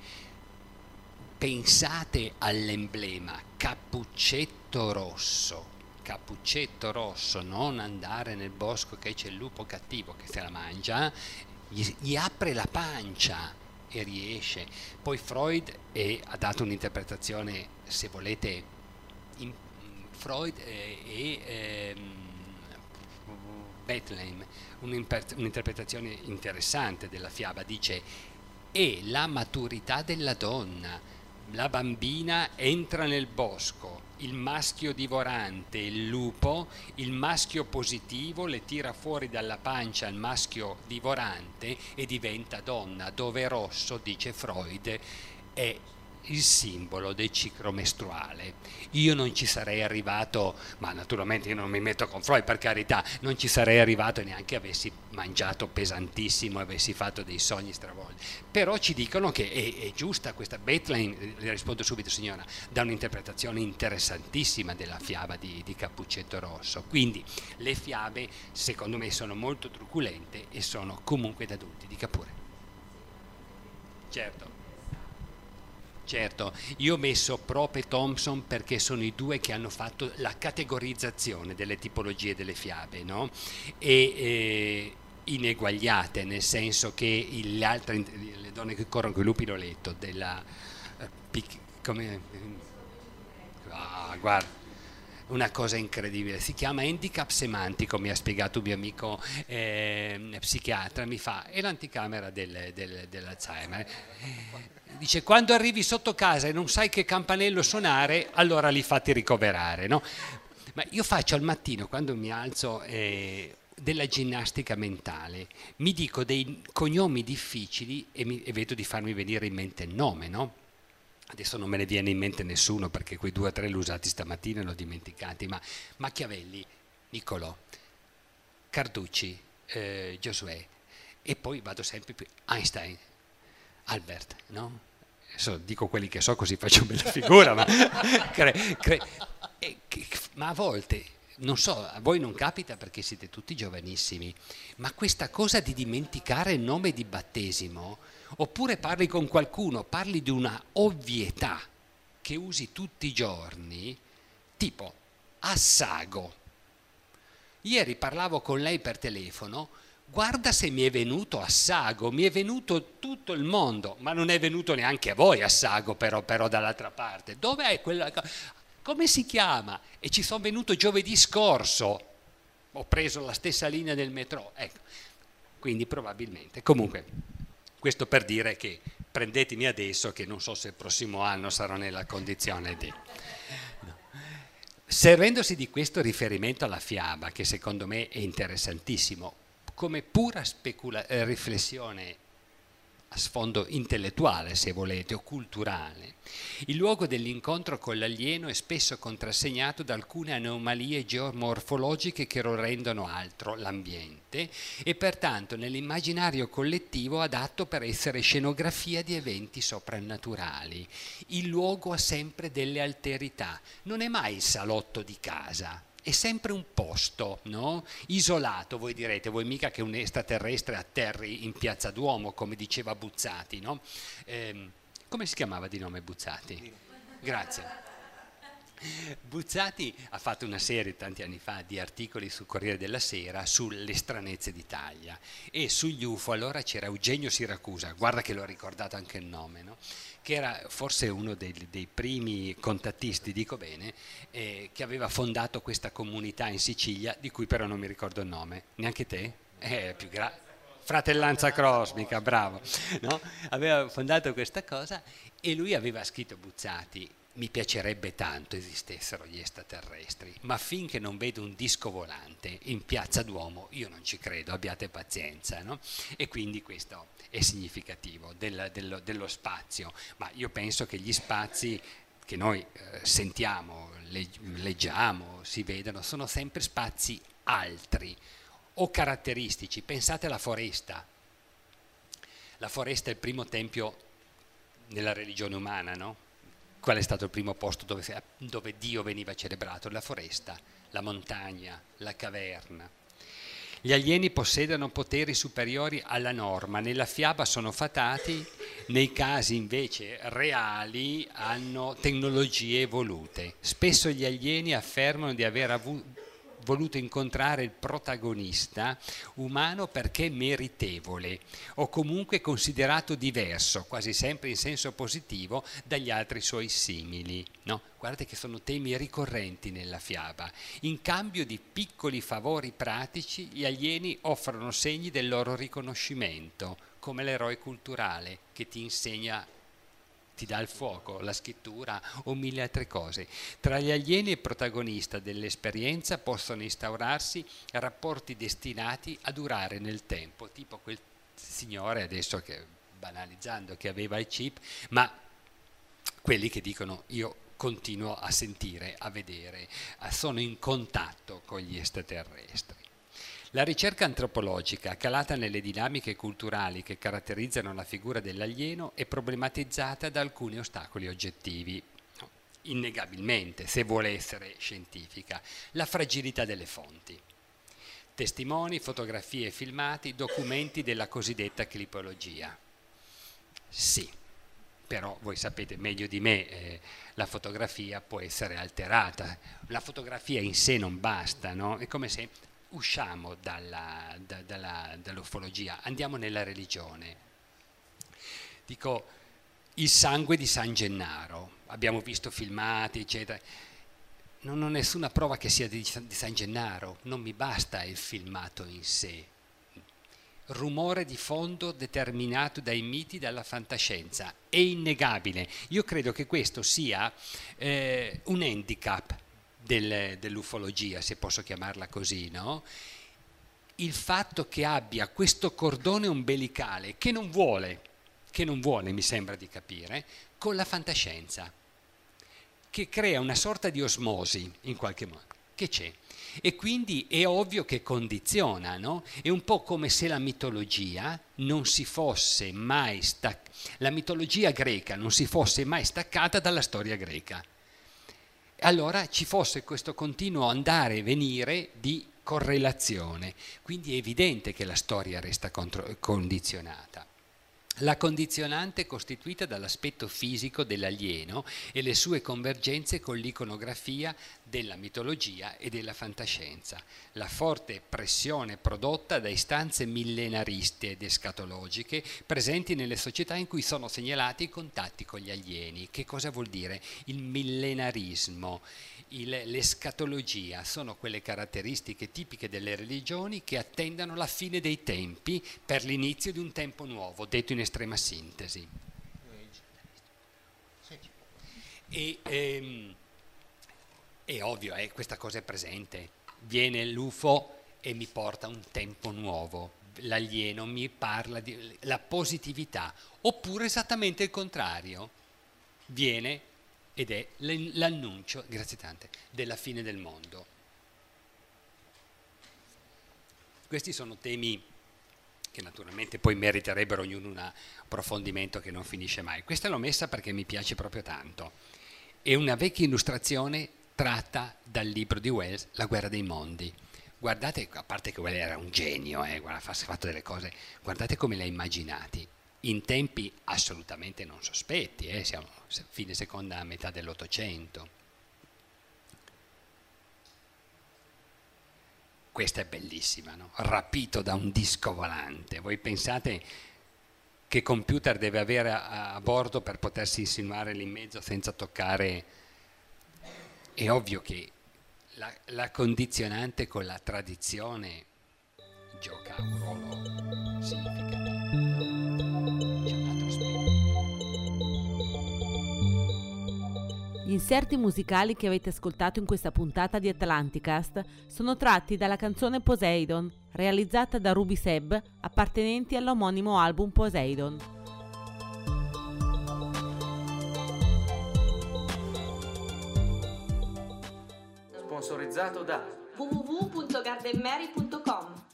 Pensate all'emblema Cappuccetto Rosso. Cappuccetto Rosso, non andare nel bosco che c'è il lupo cattivo che se la mangia, gli, gli apre la pancia e riesce. Poi Freud è, ha dato un'interpretazione, se volete, in, Freud e, e ehm, Bethlehem, un'interpretazione interessante della fiaba, dice è la maturità della donna la bambina entra nel bosco, il maschio divorante, il lupo, il maschio positivo le tira fuori dalla pancia il maschio divorante e diventa donna, dove rosso, dice Freud, è il simbolo del ciclo mestruale. Io non ci sarei arrivato, ma naturalmente io non mi metto con Freud, per carità, non ci sarei arrivato neanche avessi mangiato pesantissimo, avessi fatto dei sogni stravolti. Però ci dicono che è, è giusta questa. Bethlen, le rispondo subito signora, dà un'interpretazione interessantissima della fiaba di, di Cappuccetto Rosso. Quindi le fiabe secondo me sono molto truculente e sono comunque da adulti. Dica pure. Certo. Certo, io ho messo Prope e Thompson perché sono i due che hanno fatto la categorizzazione delle tipologie delle fiabe, no? E eh, ineguagliate, nel senso che le altre, le donne che corrono con i lupi l'ho letto, della eh, pic, come, ah, guarda, una cosa incredibile, si chiama handicap semantico, mi ha spiegato un mio amico eh, psichiatra, mi fa, è l'anticamera del, del, dell'Alzheimer. Dice, quando arrivi sotto casa e non sai che campanello suonare, allora li fatti ricoverare, no? Ma io faccio al mattino, quando mi alzo, eh, della ginnastica mentale, mi dico dei cognomi difficili e, mi, e vedo di farmi venire in mente il nome, no? Adesso non me ne viene in mente nessuno perché quei due o tre li ho usati stamattina e li ho dimenticati, ma Machiavelli, Niccolò, Carducci, eh, Giosuè, e poi vado sempre più, Einstein, Albert, no? Adesso dico quelli che so così faccio bella figura, ma, cre, cre, eh, ma a volte, non so, a voi non capita perché siete tutti giovanissimi, ma questa cosa di dimenticare il nome di battesimo, oppure parli con qualcuno, parli di una ovvietà che usi tutti i giorni, tipo Assago. Ieri parlavo con lei per telefono, guarda se mi è venuto Assago, mi è venuto tutto il mondo, ma non è venuto neanche a voi Assago però, però dall'altra parte. Dov'è quella? Come si chiama? E ci sono venuto giovedì scorso, ho preso la stessa linea del metro, ecco, quindi probabilmente. Comunque, questo per dire che prendetemi adesso che non so se il prossimo anno sarò nella condizione di... No. Servendosi di questo riferimento alla fiaba, che secondo me è interessantissimo, come pura specula- eh, riflessione a sfondo intellettuale, se volete, o culturale, il luogo dell'incontro con l'alieno è spesso contrassegnato da alcune anomalie geomorfologiche che lo rendono altro, l'ambiente, e pertanto nell'immaginario collettivo adatto per essere scenografia di eventi soprannaturali. Il luogo ha sempre delle alterità, non è mai il salotto di casa. È sempre un posto, no? Isolato, voi direte, voi mica che un extraterrestre atterri in Piazza Duomo, come diceva Buzzati, no? Eh, come si chiamava di nome Buzzati? Grazie. Buzzati ha fatto una serie tanti anni fa di articoli sul Corriere della Sera sulle stranezze d'Italia e sugli U F O. Allora c'era Eugenio Siracusa, guarda che l'ho ricordato anche il nome, no? Che era forse uno dei, dei primi contattisti, dico bene, eh, che aveva fondato questa comunità in Sicilia, di cui però non mi ricordo il nome. Neanche te? Eh, più gra- Fratellanza Cosmica, bravo. No? Aveva fondato questa cosa e lui aveva scritto Buzzati, mi piacerebbe tanto esistessero gli extraterrestri, ma finché non vedo un disco volante in Piazza Duomo io non ci credo, abbiate pazienza, no? E quindi questo è significativo del, dello, dello spazio, ma io penso che gli spazi che noi eh, sentiamo, leg- leggiamo, si vedono, sono sempre spazi altri o caratteristici. Pensate alla foresta. La foresta è il primo tempio nella religione umana, no? Qual è stato il primo posto dove, dove Dio veniva celebrato? La foresta, la montagna, la caverna. Gli alieni possiedono poteri superiori alla norma, nella fiaba sono fatati, nei casi invece reali hanno tecnologie evolute. Spesso gli alieni affermano di aver avuto voluto incontrare il protagonista umano perché meritevole o comunque considerato diverso, quasi sempre in senso positivo, dagli altri suoi simili. No? Guardate che sono temi ricorrenti nella fiaba. In cambio di piccoli favori pratici, gli alieni offrono segni del loro riconoscimento, come l'eroe culturale che ti insegna ti dà il fuoco, la scrittura o mille altre cose. Tra gli alieni e il protagonista dell'esperienza possono instaurarsi rapporti destinati a durare nel tempo, tipo quel signore, adesso che banalizzando, che aveva il chip, ma quelli che dicono io continuo a sentire, a vedere, sono in contatto con gli extraterrestri. La ricerca antropologica, calata nelle dinamiche culturali che caratterizzano la figura dell'alieno, è problematizzata da alcuni ostacoli oggettivi. Innegabilmente, se vuole essere scientifica, la fragilità delle fonti. Testimoni, fotografie, filmati, documenti della cosiddetta clipologia. Sì, però voi sapete meglio di me, eh, la fotografia può essere alterata. La fotografia in sé non basta, no? È come se usciamo dalla, da, dalla, dall'ufologia, andiamo nella religione. Dico, il sangue di San Gennaro, abbiamo visto filmati, eccetera. Non ho nessuna prova che sia di, di San Gennaro, non mi basta il filmato in sé. Rumore di fondo determinato dai miti, dalla fantascienza, è innegabile. Io credo che questo sia eh, un handicap del, dell'ufologia, se posso chiamarla così, no? Il fatto che abbia questo cordone ombelicale che non vuole, che non vuole, mi sembra di capire, con la fantascienza, che crea una sorta di osmosi in qualche modo, che c'è. E quindi è ovvio che condiziona, no? È un po' come se la mitologia non si fosse mai staccata, la mitologia greca non si fosse mai staccata dalla storia greca. Allora ci fosse questo continuo andare e venire di correlazione, quindi è evidente che la storia resta contro- condizionata. La condizionante è costituita dall'aspetto fisico dell'alieno e le sue convergenze con l'iconografia della mitologia e della fantascienza, la forte pressione prodotta da istanze millenariste ed escatologiche presenti nelle società in cui sono segnalati i contatti con gli alieni. Che cosa vuol dire? Il millenarismo, il, l'escatologia sono quelle caratteristiche tipiche delle religioni che attendano la fine dei tempi per l'inizio di un tempo nuovo, detto in estrema sintesi. E, ehm, è ovvio, eh, questa cosa è presente. Viene l'U F O e mi porta un tempo nuovo. L'alieno mi parla di la positività, oppure esattamente il contrario. Viene ed è l'annuncio, grazie tante, della fine del mondo. Questi sono temi che naturalmente poi meriterebbero ognuno un approfondimento che non finisce mai. Questa l'ho messa perché mi piace proprio tanto. È una vecchia illustrazione tratta dal libro di Wells, La guerra dei mondi. Guardate, a parte che Wells era un genio, eh, ha fatto delle cose, guardate come li ha immaginati. In tempi assolutamente non sospetti, eh, siamo fine seconda metà dell'Ottocento. Questa è bellissima, no? Rapito da un disco volante. Voi pensate che computer deve avere a, a bordo per potersi insinuare lì in mezzo senza toccare? È ovvio che la, la condizionante con la tradizione gioca un ruolo significativo. Gli inserti musicali che avete ascoltato in questa puntata di Atlanticast sono tratti dalla canzone Poseidon, realizzata da Ruby Seb, appartenenti all'omonimo album Poseidon. Sponsorizzato da w w w punto gardenmary punto com